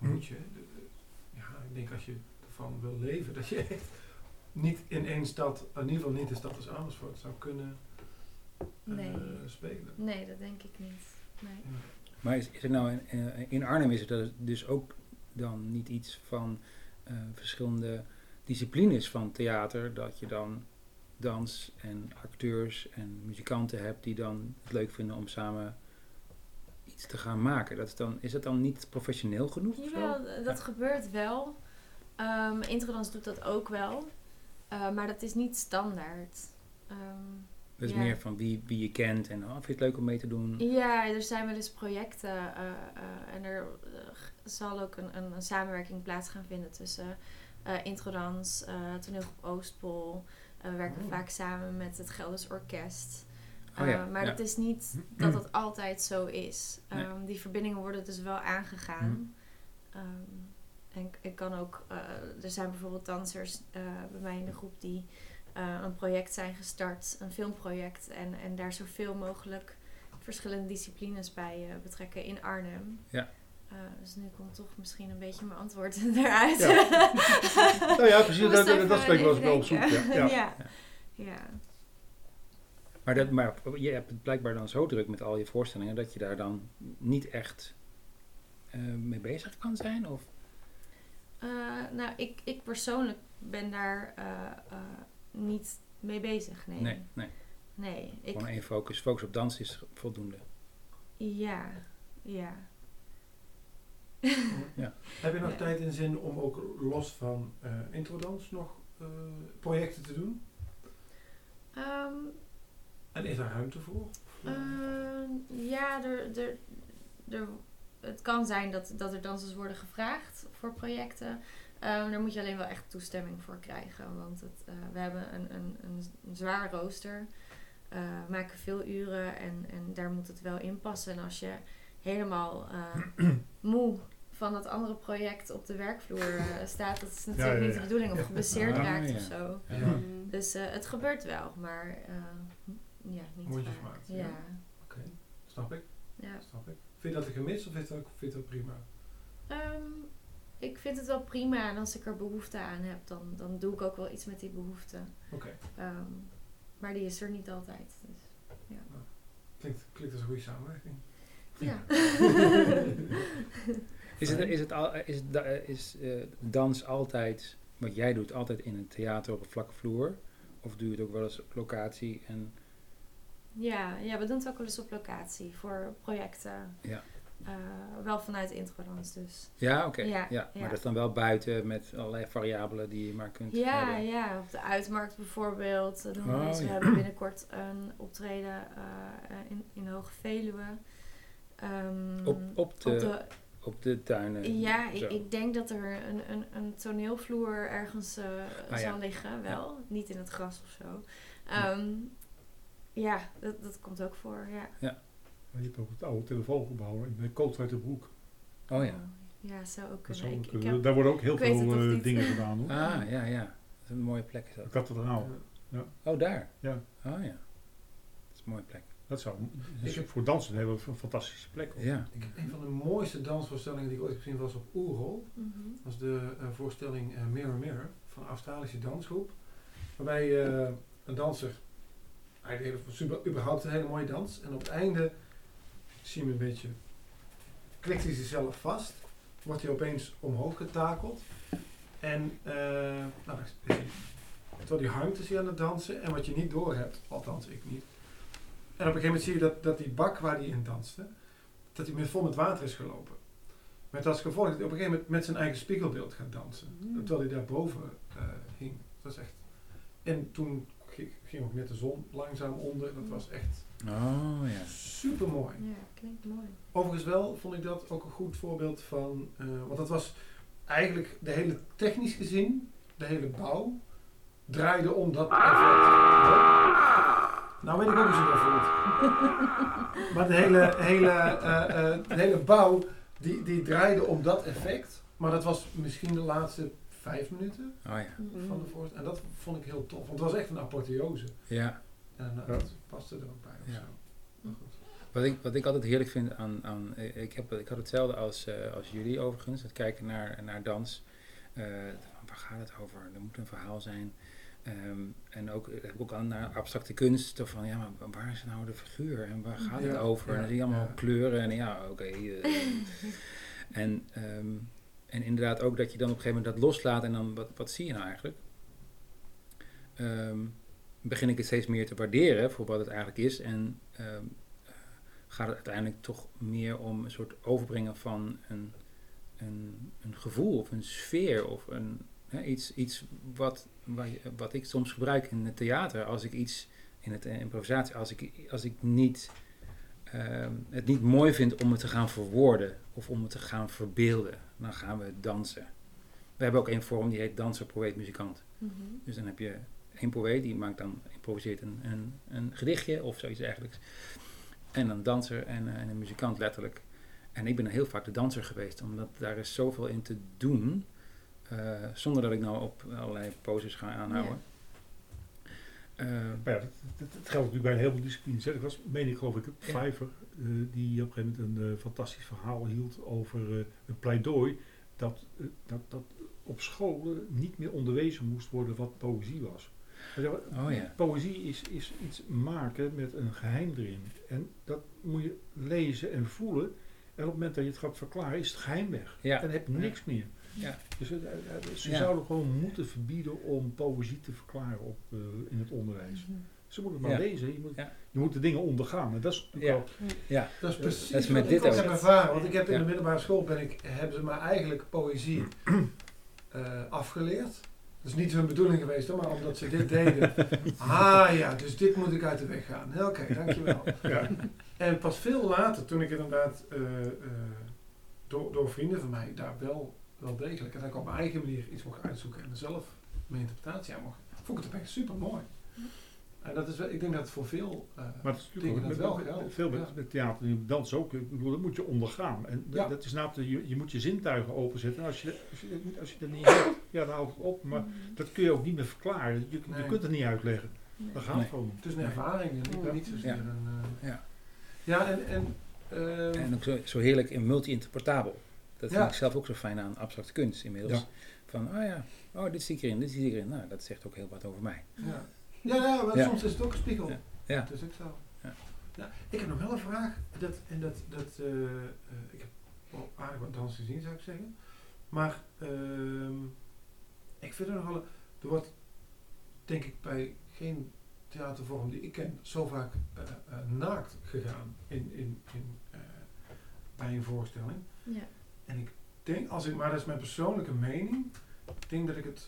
Speaker 2: ik denk als je ervan wil leven, dat je echt niet in één stad, in ieder geval niet de stad als Amersfoort zou kunnen spelen.
Speaker 6: Nee, dat denk ik niet. Nee.
Speaker 2: Ja.
Speaker 4: Maar is er nou in Arnhem is er dus ook dan niet iets van verschillende disciplines van theater, dat je dan dans en acteurs en muzikanten hebt die dan het leuk vinden om samen iets te gaan maken. Is dat dan niet professioneel genoeg?
Speaker 6: Jawel, dat gebeurt wel. Introdans doet dat ook wel. Maar dat is niet standaard.
Speaker 4: Dat is meer van wie je kent en vind je het leuk om mee te doen?
Speaker 6: Ja, er zijn wel eens projecten en er zal ook een samenwerking plaats gaan vinden tussen Introdans, Toneelgroep Oostpol. We werken vaak samen met het Gelders Orkest. Maar dat is niet dat het altijd zo is. Die verbindingen worden dus wel aangegaan. En ik kan ook, er zijn bijvoorbeeld dansers bij mij in de groep die een project zijn gestart, een filmproject, en daar zoveel mogelijk verschillende disciplines bij betrekken in Arnhem.
Speaker 4: Ja.
Speaker 6: Dus nu komt toch misschien een beetje mijn antwoord eruit.
Speaker 3: Ja. Nou ja, precies, dat spreek ik wel op zoek.
Speaker 6: Ja.
Speaker 4: Maar je hebt het blijkbaar dan zo druk met al je voorstellingen dat je daar dan niet echt mee bezig kan zijn? Of?
Speaker 6: Nou, ik persoonlijk ben daar niet mee bezig, nee. Nee.
Speaker 4: Gewoon één focus op dans is voldoende.
Speaker 6: Ja.
Speaker 2: Heb je nog tijd en zin om ook los van Introdans nog projecten te doen? En is daar ruimte voor?
Speaker 6: Ja, het kan zijn dat er dansers worden gevraagd voor projecten. Daar moet je alleen wel echt toestemming voor krijgen. Want we hebben een zwaar rooster. Maken veel uren en daar moet het wel in passen. En als je helemaal moe van dat andere project op de werkvloer staat, dat is natuurlijk niet de bedoeling. Of geblesseerd raakt of zo.
Speaker 2: Ja.
Speaker 6: Dus het gebeurt wel, maar niet
Speaker 2: Mondjes
Speaker 6: vaak.
Speaker 2: maakt,
Speaker 6: Ja.
Speaker 2: Oké, snap ik.
Speaker 6: Ja.
Speaker 2: Vind je dat een gemis of vind je dat prima?
Speaker 6: Ik vind het wel prima en als ik er behoefte aan heb, dan doe ik ook wel iets met die behoefte.
Speaker 2: Oké.
Speaker 6: Maar die is er niet altijd. Dus, ja.
Speaker 2: Klinkt als een goede samenwerking.
Speaker 6: Ja.
Speaker 4: Is dans altijd, wat jij doet, altijd in een theater op een vlakke vloer? Of doe je het ook wel eens op locatie?
Speaker 6: Ja, we doen het ook wel eens op locatie voor projecten.
Speaker 4: Ja.
Speaker 6: Wel vanuit Introdans dus.
Speaker 4: Ja, oké.
Speaker 6: Ja.
Speaker 4: Maar dat is dan wel buiten met allerlei variabelen die je maar kunt hebben.
Speaker 6: Ja, op de Uitmarkt bijvoorbeeld. We hebben binnenkort een optreden in Hoge Veluwe.
Speaker 4: Op de tuinen.
Speaker 6: Ja, ik denk dat er een toneelvloer ergens zal liggen, wel. Ja. Niet in het gras of zo. Dat komt ook voor, ja.
Speaker 3: Je hebt ook het oude telefoongebouw in Kooltwijterbroek.
Speaker 4: Oh ja.
Speaker 6: Ja, zou ook
Speaker 3: kunnen. Daar worden ook heel veel dingen gedaan, hoor.
Speaker 4: Ah, ja. Dat is een mooie plek. Is dat.
Speaker 3: Kathedraal. Ja.
Speaker 4: Oh, daar?
Speaker 3: Ja.
Speaker 4: Oh ja. Dat is een mooie plek.
Speaker 3: Dat is voor dansen een hele fantastische plek. Hoor.
Speaker 4: Ja.
Speaker 2: Een van de mooiste dansvoorstellingen die ik ooit heb gezien was op Oerol.
Speaker 6: Mm-hmm.
Speaker 2: Dat was de voorstelling Mirror Mirror van een Australische dansgroep. Waarbij een danser, hij deed überhaupt een hele mooie dans. En op het einde zie je hem een beetje, klikt hij zichzelf vast. Wordt hij opeens omhoog getakeld. En terwijl hij hangt is hij aan het dansen. En wat je niet door hebt, althans ik niet. En op een gegeven moment zie je dat die bak waar hij in danste, dat hij vol met water is gelopen. Met als gevolg dat hij op een gegeven moment met zijn eigen spiegelbeeld gaat dansen. Terwijl hij daarboven hing. Dat was echt. En toen ging ook net de zon langzaam onder. Dat was echt super mooi.
Speaker 6: Ja, klinkt mooi.
Speaker 2: Overigens wel vond ik dat ook een goed voorbeeld van, want dat was eigenlijk de hele technisch gezien, de hele bouw, draaide om dat effect. Nou weet ik ook niet zo dat voelt. Maar de hele bouw, die draaide om dat effect. Maar dat was misschien de laatste 5 minuten van de voorstelling. En dat vond ik heel tof, want het was echt een apotheose.
Speaker 4: Ja.
Speaker 2: En dat paste er ook bij.
Speaker 4: Ja.
Speaker 2: Maar goed.
Speaker 4: Wat ik altijd heerlijk vind aan ik had hetzelfde als jullie overigens, het kijken naar dans. Waar gaat het over? Er moet een verhaal zijn. En ook, heb ik ook aan naar abstracte kunst. Van ja, maar waar is nou de figuur? En waar gaat het over? En dan zie je allemaal kleuren. En ja, oké. En inderdaad ook dat je dan op een gegeven moment dat loslaat. En dan, wat zie je nou eigenlijk? Begin ik het steeds meer te waarderen voor wat het eigenlijk is. En gaat het uiteindelijk toch meer om een soort overbrengen van een gevoel of een sfeer of iets wat ik soms gebruik in het theater als ik iets in het improvisatie, als ik niet het niet mooi vind om het te gaan verwoorden of om het te gaan verbeelden, dan gaan we dansen. We hebben ook een vorm die heet danser, poëet, muzikant.
Speaker 6: Mm-hmm.
Speaker 4: Dus dan heb je één poëet die improviseert een gedichtje of zoiets dergelijks. En een danser en een muzikant letterlijk. En ik ben heel vaak de danser geweest, omdat daar is zoveel in te doen, zonder dat ik nou op allerlei poses ga aanhouden.
Speaker 3: Maar ja, dat geldt natuurlijk bij een heleboel disciplines. Ik was, geloof ik, Vijver, die op een gegeven moment een fantastisch verhaal hield over een pleidooi dat op scholen niet meer onderwezen moest worden wat poëzie was. Poëzie is iets maken met een geheim erin. En dat moet je lezen en voelen. En op het moment dat je het gaat verklaren, is het geheim weg.
Speaker 4: Ja.
Speaker 3: En dan heb je niks meer.
Speaker 4: Ja.
Speaker 3: Dus ze zouden gewoon moeten verbieden om poëzie te verklaren in het onderwijs.
Speaker 6: Mm-hmm.
Speaker 3: Ze moeten het maar lezen. Je moet de dingen ondergaan. En dat is natuurlijk
Speaker 2: Dat is precies
Speaker 4: dat is met
Speaker 2: wat
Speaker 4: dit
Speaker 2: ik ook
Speaker 4: ook.
Speaker 2: heb ervaren. Want ik heb in de middelbare school hebben ze maar eigenlijk poëzie afgeleerd. Dat is niet hun bedoeling geweest, hoor, maar omdat ze dit deden. Dus dit moet ik uit de weg gaan. Oké, dankjewel.
Speaker 3: Ja.
Speaker 2: En pas veel later, toen ik inderdaad door vrienden van mij daar wel degelijk, en dat ik op mijn eigen manier iets mocht uitzoeken en er zelf mijn interpretatie aan mocht, vond ik het echt super mooi. En dat is wel, ik denk dat het voor veel
Speaker 3: maar het is
Speaker 2: dingen dat wel geldt.
Speaker 3: Veel met theater en dans ook. Ik bedoel, dat moet je ondergaan. En dat is je moet je zintuigen openzetten. En als je dat niet hebt, dan houdt het op. Maar dat kun je ook niet meer verklaren. Je kunt het niet uitleggen.
Speaker 6: Nee.
Speaker 3: Dat gaat gewoon.
Speaker 2: Het is een ervaring en niet zozeer
Speaker 4: en ook zo heerlijk en multi-interpretabel. Dat vind ik zelf ook zo fijn aan abstracte kunst inmiddels.
Speaker 3: Ja.
Speaker 4: Van, dit zie ik erin, dit zie ik erin. Nou, dat zegt ook heel wat over mij.
Speaker 2: Maar soms is het ook een spiegel.
Speaker 4: Ja.
Speaker 2: Dat is ook zo. Ja. Ik heb nog wel een vraag. Ik heb wel aardig wat dans gezien, zou ik zeggen. Maar ik vind er nog wel... Er wordt, denk ik, bij geen theatervorm die ik ken, zo vaak naakt gegaan bij een voorstelling.
Speaker 6: Ja.
Speaker 2: En ik denk, maar dat is mijn persoonlijke mening, ik denk dat ik het...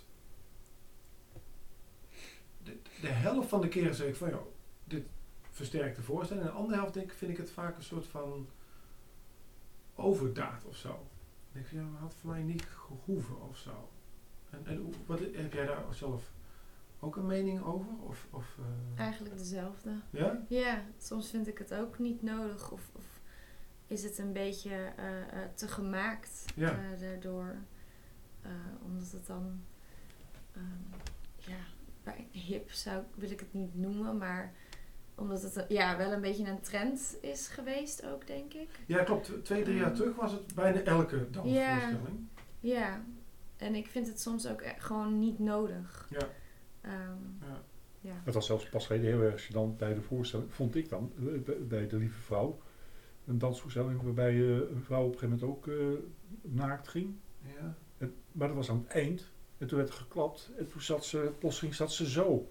Speaker 2: De helft van de keren zeg ik van, dit versterkt de voorstelling. En de andere helft vind ik het vaak een soort van overdaad of zo. Dan denk ik van, dat had voor mij niet gehoeven of zo. En wat heb jij daar zelf ook een mening over?
Speaker 6: Eigenlijk dezelfde.
Speaker 2: Ja?
Speaker 6: Ja, soms vind ik het ook niet nodig. Of is het een beetje te gemaakt daardoor. Omdat het dan... bij hip wil ik het niet noemen, maar omdat het wel een beetje een trend is geweest ook, denk ik.
Speaker 2: Ja, klopt. 2-3 jaar terug was het bijna elke dansvoorstelling.
Speaker 6: Ja, en ik vind het soms ook gewoon niet nodig.
Speaker 2: Ja.
Speaker 3: Het was zelfs pas geleden heel erg gênant bij de voorstelling, vond ik dan, bij De Lieve Vrouw. Een dansvoorstelling waarbij een vrouw op een gegeven moment ook naakt ging.
Speaker 2: Ja.
Speaker 3: Maar dat was aan het eind. En toen werd er geklapt en toen plotseling zat ze zo.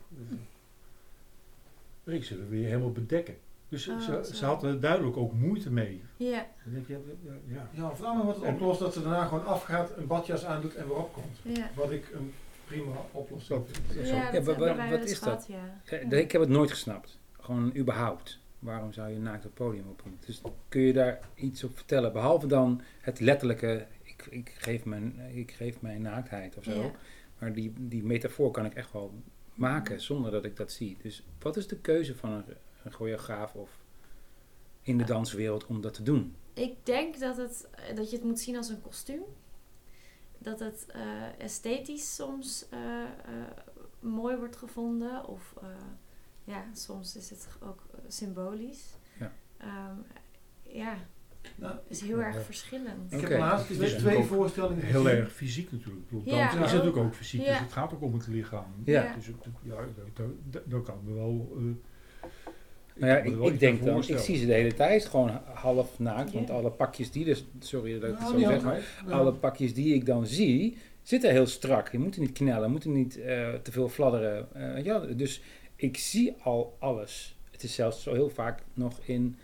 Speaker 3: Ik ze er weer helemaal bedekken. Dus ze had er duidelijk ook moeite mee.
Speaker 6: Ja.
Speaker 3: Dan denk je,
Speaker 2: Ja, vooral wordt het opgelost dat ze daarna gewoon afgaat, een badjas aandoet en weer opkomt.
Speaker 6: Ja.
Speaker 2: Wat ik een prima oplossing vind.
Speaker 4: Wat is dat? Ik heb het nooit gesnapt. Gewoon überhaupt. Waarom zou je naakt op het podium op? Dus kun je daar iets op vertellen? Behalve dan het letterlijke, ik geef mijn naaktheid of zo.
Speaker 6: Ja.
Speaker 4: Maar die metafoor kan ik echt wel maken zonder dat ik dat zie. Dus wat is de keuze van een choreograaf of in de danswereld om dat te doen?
Speaker 6: Ik denk dat je het moet zien als een kostuum. Dat het esthetisch soms mooi wordt gevonden. Of soms is het ook symbolisch.
Speaker 4: Ja.
Speaker 2: Nou,
Speaker 6: is heel erg verschillend.
Speaker 2: ik
Speaker 4: Oké.
Speaker 2: heb laatst
Speaker 3: Het is
Speaker 2: twee
Speaker 3: ook
Speaker 2: voorstellingen
Speaker 3: Heel
Speaker 2: gezien.
Speaker 3: erg fysiek natuurlijk. Ik bedoel,
Speaker 6: Ja,
Speaker 3: dans is
Speaker 6: ook.
Speaker 3: natuurlijk ook fysiek,
Speaker 6: Ja.
Speaker 3: dus het gaat ook om het lichaam.
Speaker 4: Ja.
Speaker 3: Dus dat kan me wel...
Speaker 4: Nou ja,
Speaker 3: kan me er wel
Speaker 4: ik
Speaker 3: iets
Speaker 4: denk
Speaker 3: bij
Speaker 4: dan, ik
Speaker 3: voorstellen.
Speaker 4: zie ze de hele tijd gewoon half naakt, want
Speaker 6: Ja.
Speaker 4: alle pakjes die dus, sorry dat ik het
Speaker 2: Nou,
Speaker 4: zo
Speaker 2: niet
Speaker 4: zeg,
Speaker 2: altijd. Ja.
Speaker 4: alle pakjes die ik dan zie, zitten heel strak. Je moet er niet knellen, moeten niet te veel fladderen. Dus ik zie al alles. Het is zelfs zo heel vaak nog in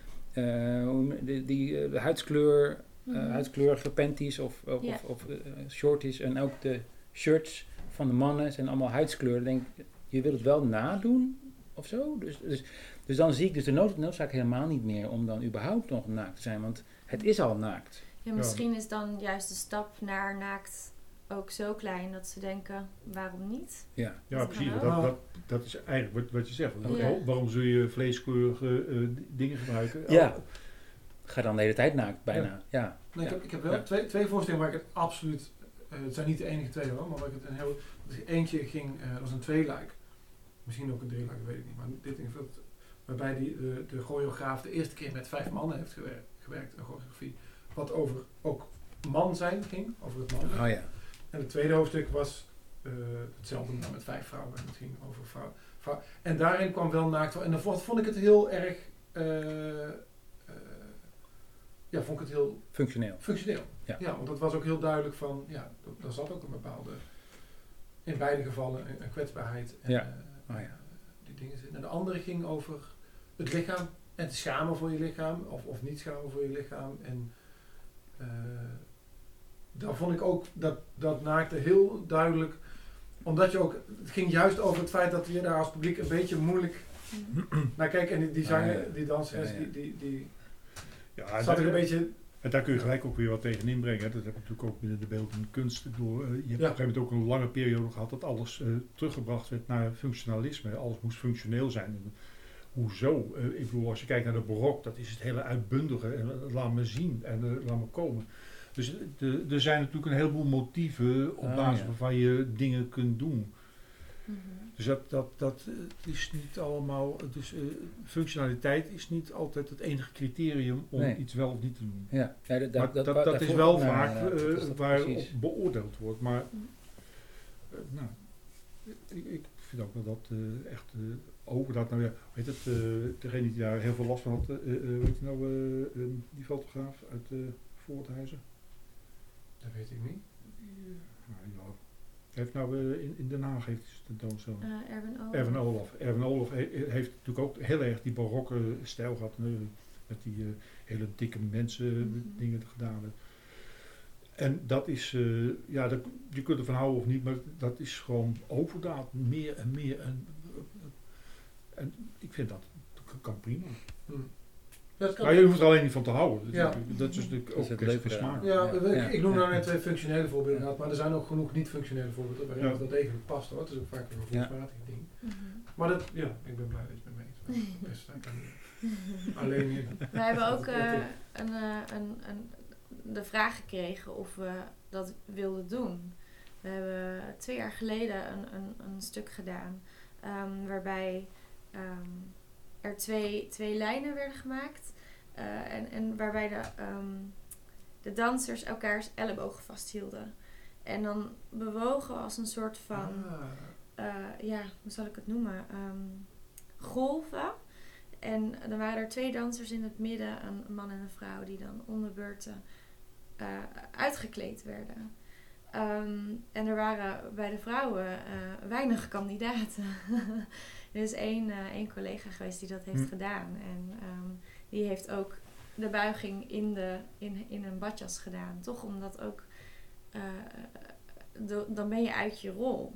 Speaker 4: de huidskleur, huidskleurige panties of
Speaker 6: Ja.
Speaker 4: shorties en ook de shirts van de mannen zijn allemaal huidskleuren. Ik denk, je wil het wel nadoen of zo. Dus dan zie ik dus de noodzaak helemaal niet meer om dan überhaupt nog naakt te zijn, want het is al naakt.
Speaker 6: Ja, misschien is dan juist de stap naar naakt ook zo klein dat ze denken, waarom niet?
Speaker 4: Ja.
Speaker 3: Ja,
Speaker 6: Dat
Speaker 3: precies.
Speaker 6: kan ook.
Speaker 3: Dat is eigenlijk wat je zegt.
Speaker 6: Ja.
Speaker 3: Waarom zul je vleeskleurige dingen gebruiken?
Speaker 4: Ja. Ga dan de hele tijd naakt, bijna. Ja.
Speaker 2: Nee,
Speaker 4: Ja.
Speaker 2: ik heb wel
Speaker 4: Ja.
Speaker 2: twee voorstellingen waar ik het absoluut... het zijn niet de enige twee hoor, maar waar ik het een heel... Eentje ging, dat was een tweeluik. Misschien ook een drieluik, weet ik niet. Maar dit ding, waarbij de choreograaf de eerste keer met 5 mannen heeft gewerkt, een choreografie. Wat over ook man zijn ging, over het man.
Speaker 4: Oh ja.
Speaker 2: En het tweede hoofdstuk was hetzelfde, maar met 5 vrouwen. En het ging over vrouwen. En daarin kwam wel naakt. En dan vond ik het heel erg... vond ik het heel
Speaker 4: Functioneel.
Speaker 2: functioneel.
Speaker 4: Ja.
Speaker 2: Ja, want dat was ook heel duidelijk van... Ja, daar zat ook een bepaalde... In beide gevallen een kwetsbaarheid. En,
Speaker 4: Ja. Oh ja.
Speaker 2: die dingen zitten. En de andere ging over het lichaam. En te schamen voor je lichaam. Of niet schamen voor je lichaam. En... daar vond ik ook dat naakte heel duidelijk, omdat je ook, het ging juist over het feit dat je daar als publiek een beetje moeilijk naar kijkt en die zanger, die danseres, die
Speaker 3: Ja,
Speaker 2: zat er een beetje...
Speaker 3: En daar kun je gelijk ook weer wat tegen inbrengen. Hè. Dat heb ik natuurlijk ook binnen de beeldende kunst. Je hebt op een gegeven moment ook een lange periode gehad dat alles teruggebracht werd naar functionalisme. Alles moest functioneel zijn. En hoezo? Ik bedoel, als je kijkt naar de barok, dat is het hele uitbundige. En laat me zien en laat me komen. Dus er zijn natuurlijk een heleboel motieven op basis waarvan je dingen kunt doen. Dus dat is niet allemaal... Dus functionaliteit is niet altijd het enige criterium om iets wel of niet te doen.
Speaker 4: Ja. Ja,
Speaker 3: dat is wel vaak waarop
Speaker 4: precies
Speaker 3: beoordeeld wordt. Maar ik vind ook wel dat echt over dat nou ja, weet het, degene die daar heel veel last van had, weet je nou, die fotograaf uit Voorthuizen?
Speaker 2: Dat weet ik niet.
Speaker 3: Hij heeft nou in Den Haag heeft hij zijn tentoonstelling.
Speaker 6: Erwin
Speaker 3: Olaf. Erwin Olaf heeft natuurlijk ook heel erg die barokke stijl gehad. Met die hele dikke mensen dingen gedaan hebben. En dat is, je kunt ervan houden of niet, maar dat is gewoon overdaad. Meer en meer. En ik vind dat kan prima. Maar je hoeft er alleen niet van te houden.
Speaker 2: Ja.
Speaker 3: Dat is natuurlijk ook
Speaker 4: het
Speaker 3: een
Speaker 4: leuke
Speaker 3: kwestie van smaak.
Speaker 2: Ja, ik noem nou net 2 functionele voorbeelden gehad, maar er zijn ook genoeg niet-functionele voorbeelden waarin het wel degelijk past hoor. Het is ook vaak een gevoelsmatig ding. Maar dat, ik ben blij dat je het met me eens bent. Best, ik kan niet. Alleen niet.
Speaker 6: We hebben ook de vraag gekregen of we dat wilden doen. We hebben 2 jaar geleden een stuk gedaan waarbij er twee lijnen werden gemaakt en waarbij de dansers elkaars ellebogen vasthielden. En dan bewogen als een soort van, hoe zal ik het noemen, golven. En dan waren er 2 dansers in het midden, een man en een vrouw, die dan onder beurten uitgekleed werden. En er waren bij de vrouwen weinig kandidaten. Er is één collega geweest die dat heeft gedaan. En die heeft ook de buiging in een badjas gedaan. Toch omdat ook... dan ben je uit je rol.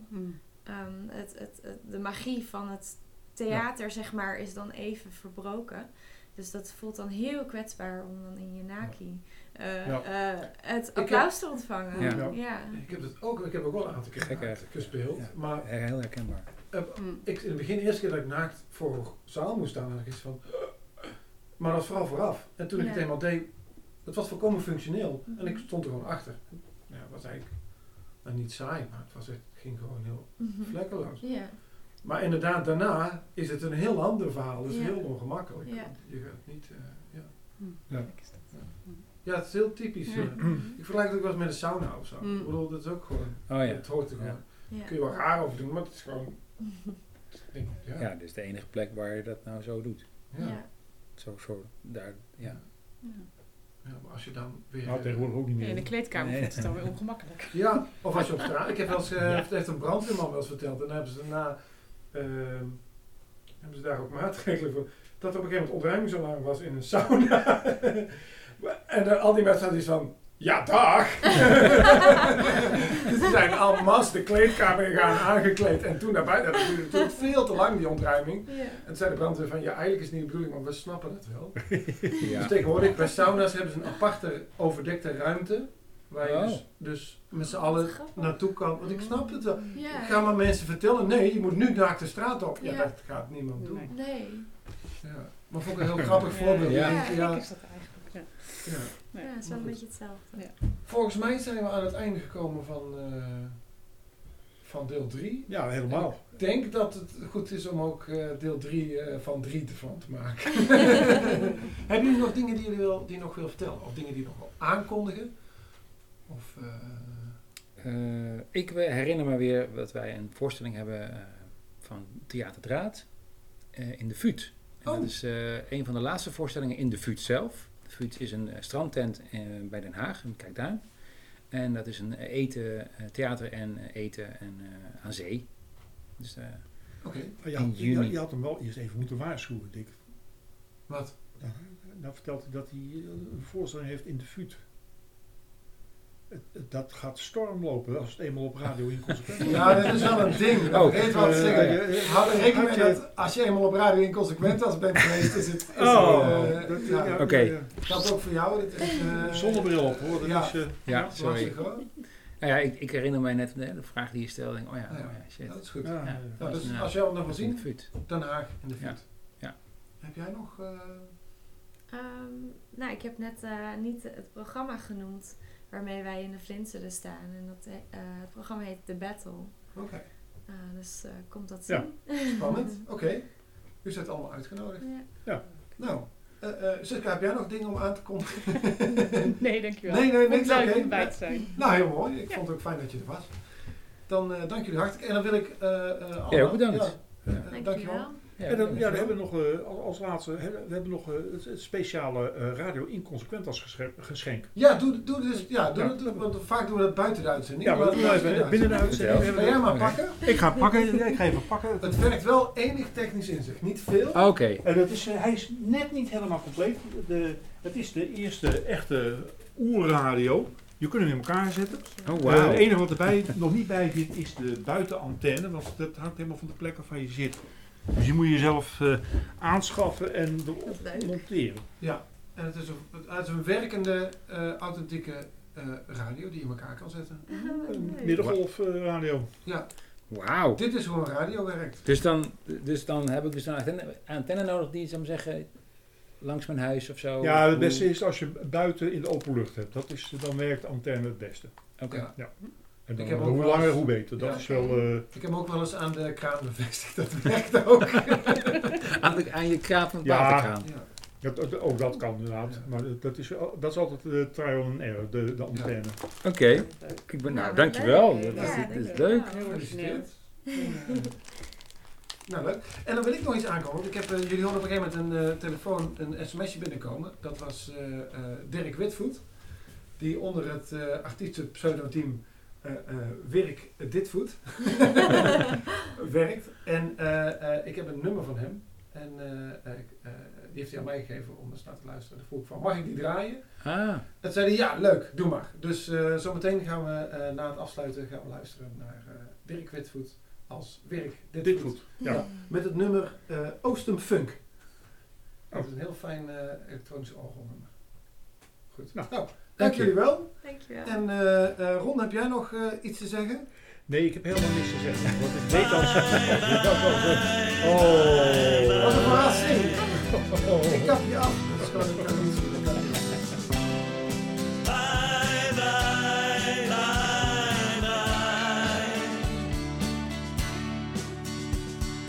Speaker 6: De magie van het theater, zeg maar, is dan even verbroken. Dus dat voelt dan heel kwetsbaar om dan in je naki het applaus te ontvangen. Ja.
Speaker 2: Ik heb ook wel een aantal keer gespeeld.
Speaker 4: Ja.
Speaker 2: Maar
Speaker 4: heel herkenbaar.
Speaker 2: In het begin, de eerste keer dat ik naakt voor een zaal moest staan, had ik iets van... Maar dat was vooral vooraf. En toen ik het eenmaal deed, het was volkomen functioneel. En ik stond er gewoon achter. Ja, het was eigenlijk niet saai, maar het ging gewoon heel vlekkeloos.
Speaker 6: Ja.
Speaker 2: Maar inderdaad, daarna is het een heel ander verhaal. Dus
Speaker 6: Ja.
Speaker 2: heel ongemakkelijk.
Speaker 6: Ja.
Speaker 2: Je gaat niet...
Speaker 3: Ja.
Speaker 2: Ja, het is heel typisch.
Speaker 5: Ja.
Speaker 2: Ik vergelijk het ook wel eens met een sauna of zo.
Speaker 5: Mm.
Speaker 2: Ik bedoel, dat is ook gewoon...
Speaker 4: Oh ja.
Speaker 2: Het hoort er gewoon.
Speaker 6: Ja.
Speaker 2: Kun je wel raar over doen, maar het is gewoon... Ja.
Speaker 4: Ja, dit is de enige plek waar je dat nou zo doet.
Speaker 2: Ja.
Speaker 6: Ja.
Speaker 4: Zo, daar, ja.
Speaker 2: Ja, maar als je dan weer...
Speaker 3: Nou, tegenwoordig ook niet
Speaker 5: Ja, in de
Speaker 3: meer.
Speaker 5: kleedkamer
Speaker 4: Nee.
Speaker 5: voelt het dan weer ongemakkelijk.
Speaker 2: Ja, of als je op straat... Ik heb wel eens... Het heeft een brandweerman wel eens verteld. En dan hebben ze daarna... hebben ze daar ook maatregelen voor. Dat er op een gegeven moment ontruimingsalarm was in een sauna. En dan al die mensen hadden iets van... Ja, dag! Dus die zijn allemaal de kleedkamer gegaan, aangekleed. En toen naar buiten. Dat duurde natuurlijk veel te lang, die ontruiming.
Speaker 6: Ja.
Speaker 2: En toen zei de brandweer van... Ja, eigenlijk is het niet de bedoeling, maar we snappen het wel.
Speaker 4: Ja.
Speaker 2: Dus tegenwoordig bij sauna's hebben ze een aparte overdekte ruimte. Waar je
Speaker 4: Oh.
Speaker 2: dus met z'n allen
Speaker 6: grappig.
Speaker 2: naartoe kan. Want ik snap het wel.
Speaker 6: Ja.
Speaker 2: Ik ga maar mensen vertellen, nee, je moet nu naakt de straat op. Ja,
Speaker 6: Ja.
Speaker 2: dat gaat niemand doen.
Speaker 5: Nee.
Speaker 6: Nee.
Speaker 2: Ja. Maar vond ik een heel grappig voorbeeld.
Speaker 4: Ja.
Speaker 2: Ik denk,
Speaker 5: Ja,
Speaker 2: ja,
Speaker 5: gek is dat eigenlijk. Ja.
Speaker 2: ja.
Speaker 5: Nee.
Speaker 6: Ja, het is wel een beetje hetzelfde.
Speaker 5: Ja.
Speaker 2: Volgens mij zijn we aan het einde gekomen van deel 3.
Speaker 3: Ja, helemaal.
Speaker 2: Ik denk dat het goed is om ook deel 3 van 3 ervan te maken. Hebben jullie nog dingen die je nog wil vertellen? Of dingen die je nog wil aankondigen? Of...
Speaker 4: Ik herinner me weer dat wij een voorstelling hebben van Theater Draad in de Vuut. En
Speaker 2: Oh.
Speaker 4: dat is een van de laatste voorstellingen in de Vuut zelf. De Vuut is een strandtent bij Den Haag, in Kijkduin. En dat is een theater en eten en aan zee. Dus,
Speaker 2: Oké,
Speaker 3: Ja,
Speaker 4: in juni.
Speaker 3: je had hem wel eerst even moeten waarschuwen, Dick.
Speaker 2: wat?
Speaker 3: Nou vertelt hij dat hij een voorstelling heeft in de Vuut. Dat gaat storm lopen als het eenmaal op radio inconsequent is.
Speaker 2: Ja, dat is wel een ding. Dat
Speaker 4: Oh.
Speaker 2: vergeet wat te zeggen.
Speaker 3: ja.
Speaker 2: Hou er rekening mee
Speaker 3: Had je-
Speaker 2: dat als je eenmaal op radio inconsequent als bent geweest, is het... ja.
Speaker 4: Oké.
Speaker 2: Geldt ook voor jou. Dit is,
Speaker 3: Zonnebril op hoor. Dat
Speaker 2: ja.
Speaker 3: is,
Speaker 4: Ja, sorry.
Speaker 2: lastig hoor.
Speaker 4: Nou ja, ik herinner mij net de vraag die je stelde. Denk, oh ja, shit.
Speaker 2: Ja, dat is goed.
Speaker 3: ja,
Speaker 4: Ja.
Speaker 2: Nou, dus
Speaker 4: Ja.
Speaker 2: als jij het nog wil
Speaker 4: Dat is in de
Speaker 2: zien,
Speaker 4: Vuut.
Speaker 2: Den Haag in de
Speaker 4: Ja.
Speaker 2: Vuut.
Speaker 4: Ja.
Speaker 2: Heb jij nog...
Speaker 6: Nou, ik heb net niet het programma genoemd waarmee wij in de Vlint zullen staan. En dat, het programma heet The Battle.
Speaker 2: Oké,
Speaker 6: Dus komt dat
Speaker 3: Ja.
Speaker 6: zien.
Speaker 2: spannend. Oké. U zit allemaal uitgenodigd.
Speaker 6: Ja.
Speaker 2: Nou, Suska, heb jij nog dingen om aan te kondigen?
Speaker 5: Nee, dankjewel.
Speaker 2: Nee,
Speaker 5: Vond
Speaker 2: niks.
Speaker 5: het leuk
Speaker 2: Oké.
Speaker 5: om bij te zijn.
Speaker 2: Nou, heel mooi. Ik vond het ook fijn dat je er was. Dan dank jullie hartelijk. En dan wil ik...
Speaker 4: Jij ook bedankt.
Speaker 2: Dankjewel.
Speaker 6: Dankjewel.
Speaker 3: En dan, ja, dan hebben we nog als laatste we hebben nog het speciale Radio Inconsequent als geschenk.
Speaker 2: Ja, doe dus. Ja,
Speaker 3: Ja.
Speaker 2: want vaak doen we dat buiten de uitzending.
Speaker 3: Ja, maar dat doen we even binnen de uitzending.
Speaker 4: Vertel.
Speaker 2: Ga jij maar
Speaker 4: Oké.
Speaker 2: pakken.
Speaker 3: Ik ga pakken. Ja, ik ga even pakken.
Speaker 2: Het werkt wel enig technisch inzicht. Niet veel.
Speaker 4: Oké.
Speaker 3: En dat is, hij is net niet helemaal compleet. Het is de eerste echte oerradio. Je kunt hem in elkaar zetten.
Speaker 4: Oh, wauw.
Speaker 3: Het enige wat erbij nog niet bij zit is de buitenantenne. Want dat hangt helemaal van de plek waar je zit. Dus die moet je jezelf aanschaffen en erop
Speaker 6: Dat is leuk.
Speaker 3: monteren.
Speaker 2: Ja, en het is een werkende, authentieke radio die je in elkaar kan zetten.
Speaker 3: Een middengolfradio.
Speaker 2: Ja,
Speaker 4: Wauw.
Speaker 2: dit is hoe een radio werkt.
Speaker 4: Dus dan heb ik dus een antenne nodig die, zou ik maar zeggen, langs mijn huis of zo.
Speaker 3: Ja, het
Speaker 4: Hoe-
Speaker 3: beste is als je buiten in de open lucht hebt. Dan werkt de antenne het beste.
Speaker 4: Oké.
Speaker 2: Ja.
Speaker 3: En dan,
Speaker 2: Ik heb ook
Speaker 3: hoe
Speaker 2: wel
Speaker 3: langer
Speaker 2: eens-
Speaker 3: hoe beter. Dat
Speaker 2: Ja.
Speaker 3: is wel...
Speaker 2: Ik heb hem ook wel eens aan de kraan bevestigd. Dat werkt ook.
Speaker 4: Aan je kraap van het
Speaker 3: Ja.
Speaker 4: waterkraan.
Speaker 2: Ja.
Speaker 3: ook dat kan inderdaad.
Speaker 2: Ja.
Speaker 3: Maar dat is altijd de trial and error, de antenne.
Speaker 4: Oké. Ik ben, nou, dankjewel. Dat is leuk.
Speaker 2: Gefeliciteerd. Nou, leuk. En dan wil ik nog iets aankomen. Want ik heb, jullie hoorden op een gegeven moment een sms'je binnenkomen. Dat was Dirk Witvoet. Die onder het artiesten pseudoteam Wirk Ditvoet werkt. En ik heb een nummer van hem. En die heeft hij aan mij gegeven om eens naar te luisteren. Daar vroeg ik van, mag ik die draaien?
Speaker 4: Ah,
Speaker 2: En zei hij, ja, leuk, doe maar. Dus zometeen gaan we na het afsluiten gaan we luisteren naar Dirk Witvoet als Wirk
Speaker 3: Dit
Speaker 2: Ditvoet.
Speaker 3: goed. Ja.
Speaker 2: Ja, met het nummer Oostum Funk. Dat is een heel fijn elektronisch orgelnummer. Goed.
Speaker 3: Nou,
Speaker 2: dank
Speaker 4: dank je.
Speaker 2: jullie wel.
Speaker 6: Dankjewel.
Speaker 2: En Ron, heb jij nog iets te zeggen?
Speaker 3: Nee, ik heb helemaal niks te zeggen. Want ik weet als...
Speaker 2: Wat een verrassing! Ik kap je af. Dat kan niet zien. Dat kan niet.
Speaker 1: Bye, bye, bye, bye.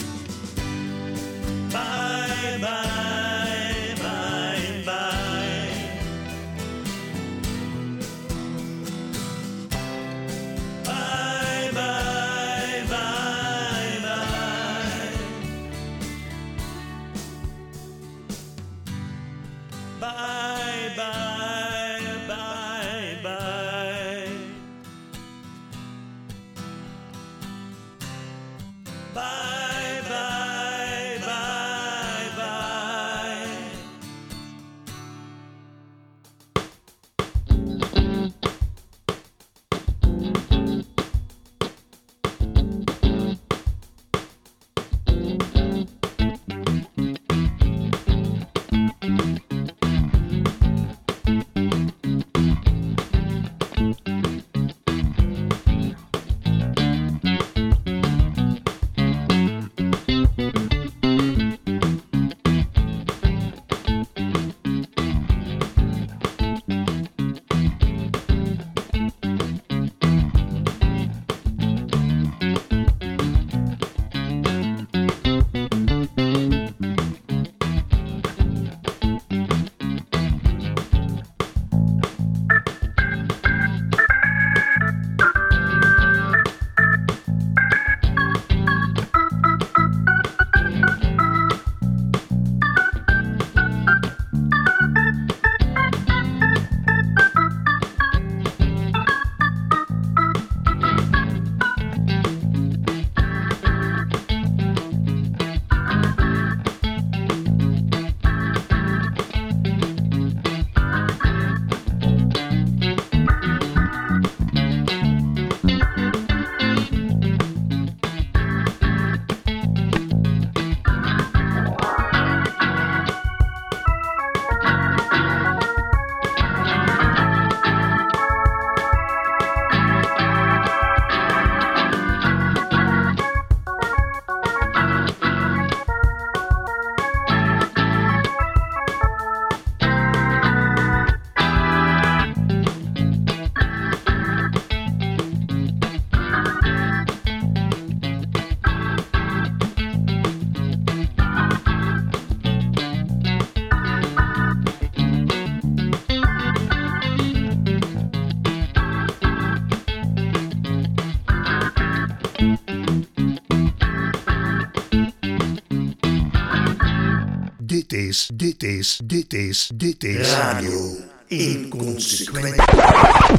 Speaker 8: Dit is Radio Inconsequent.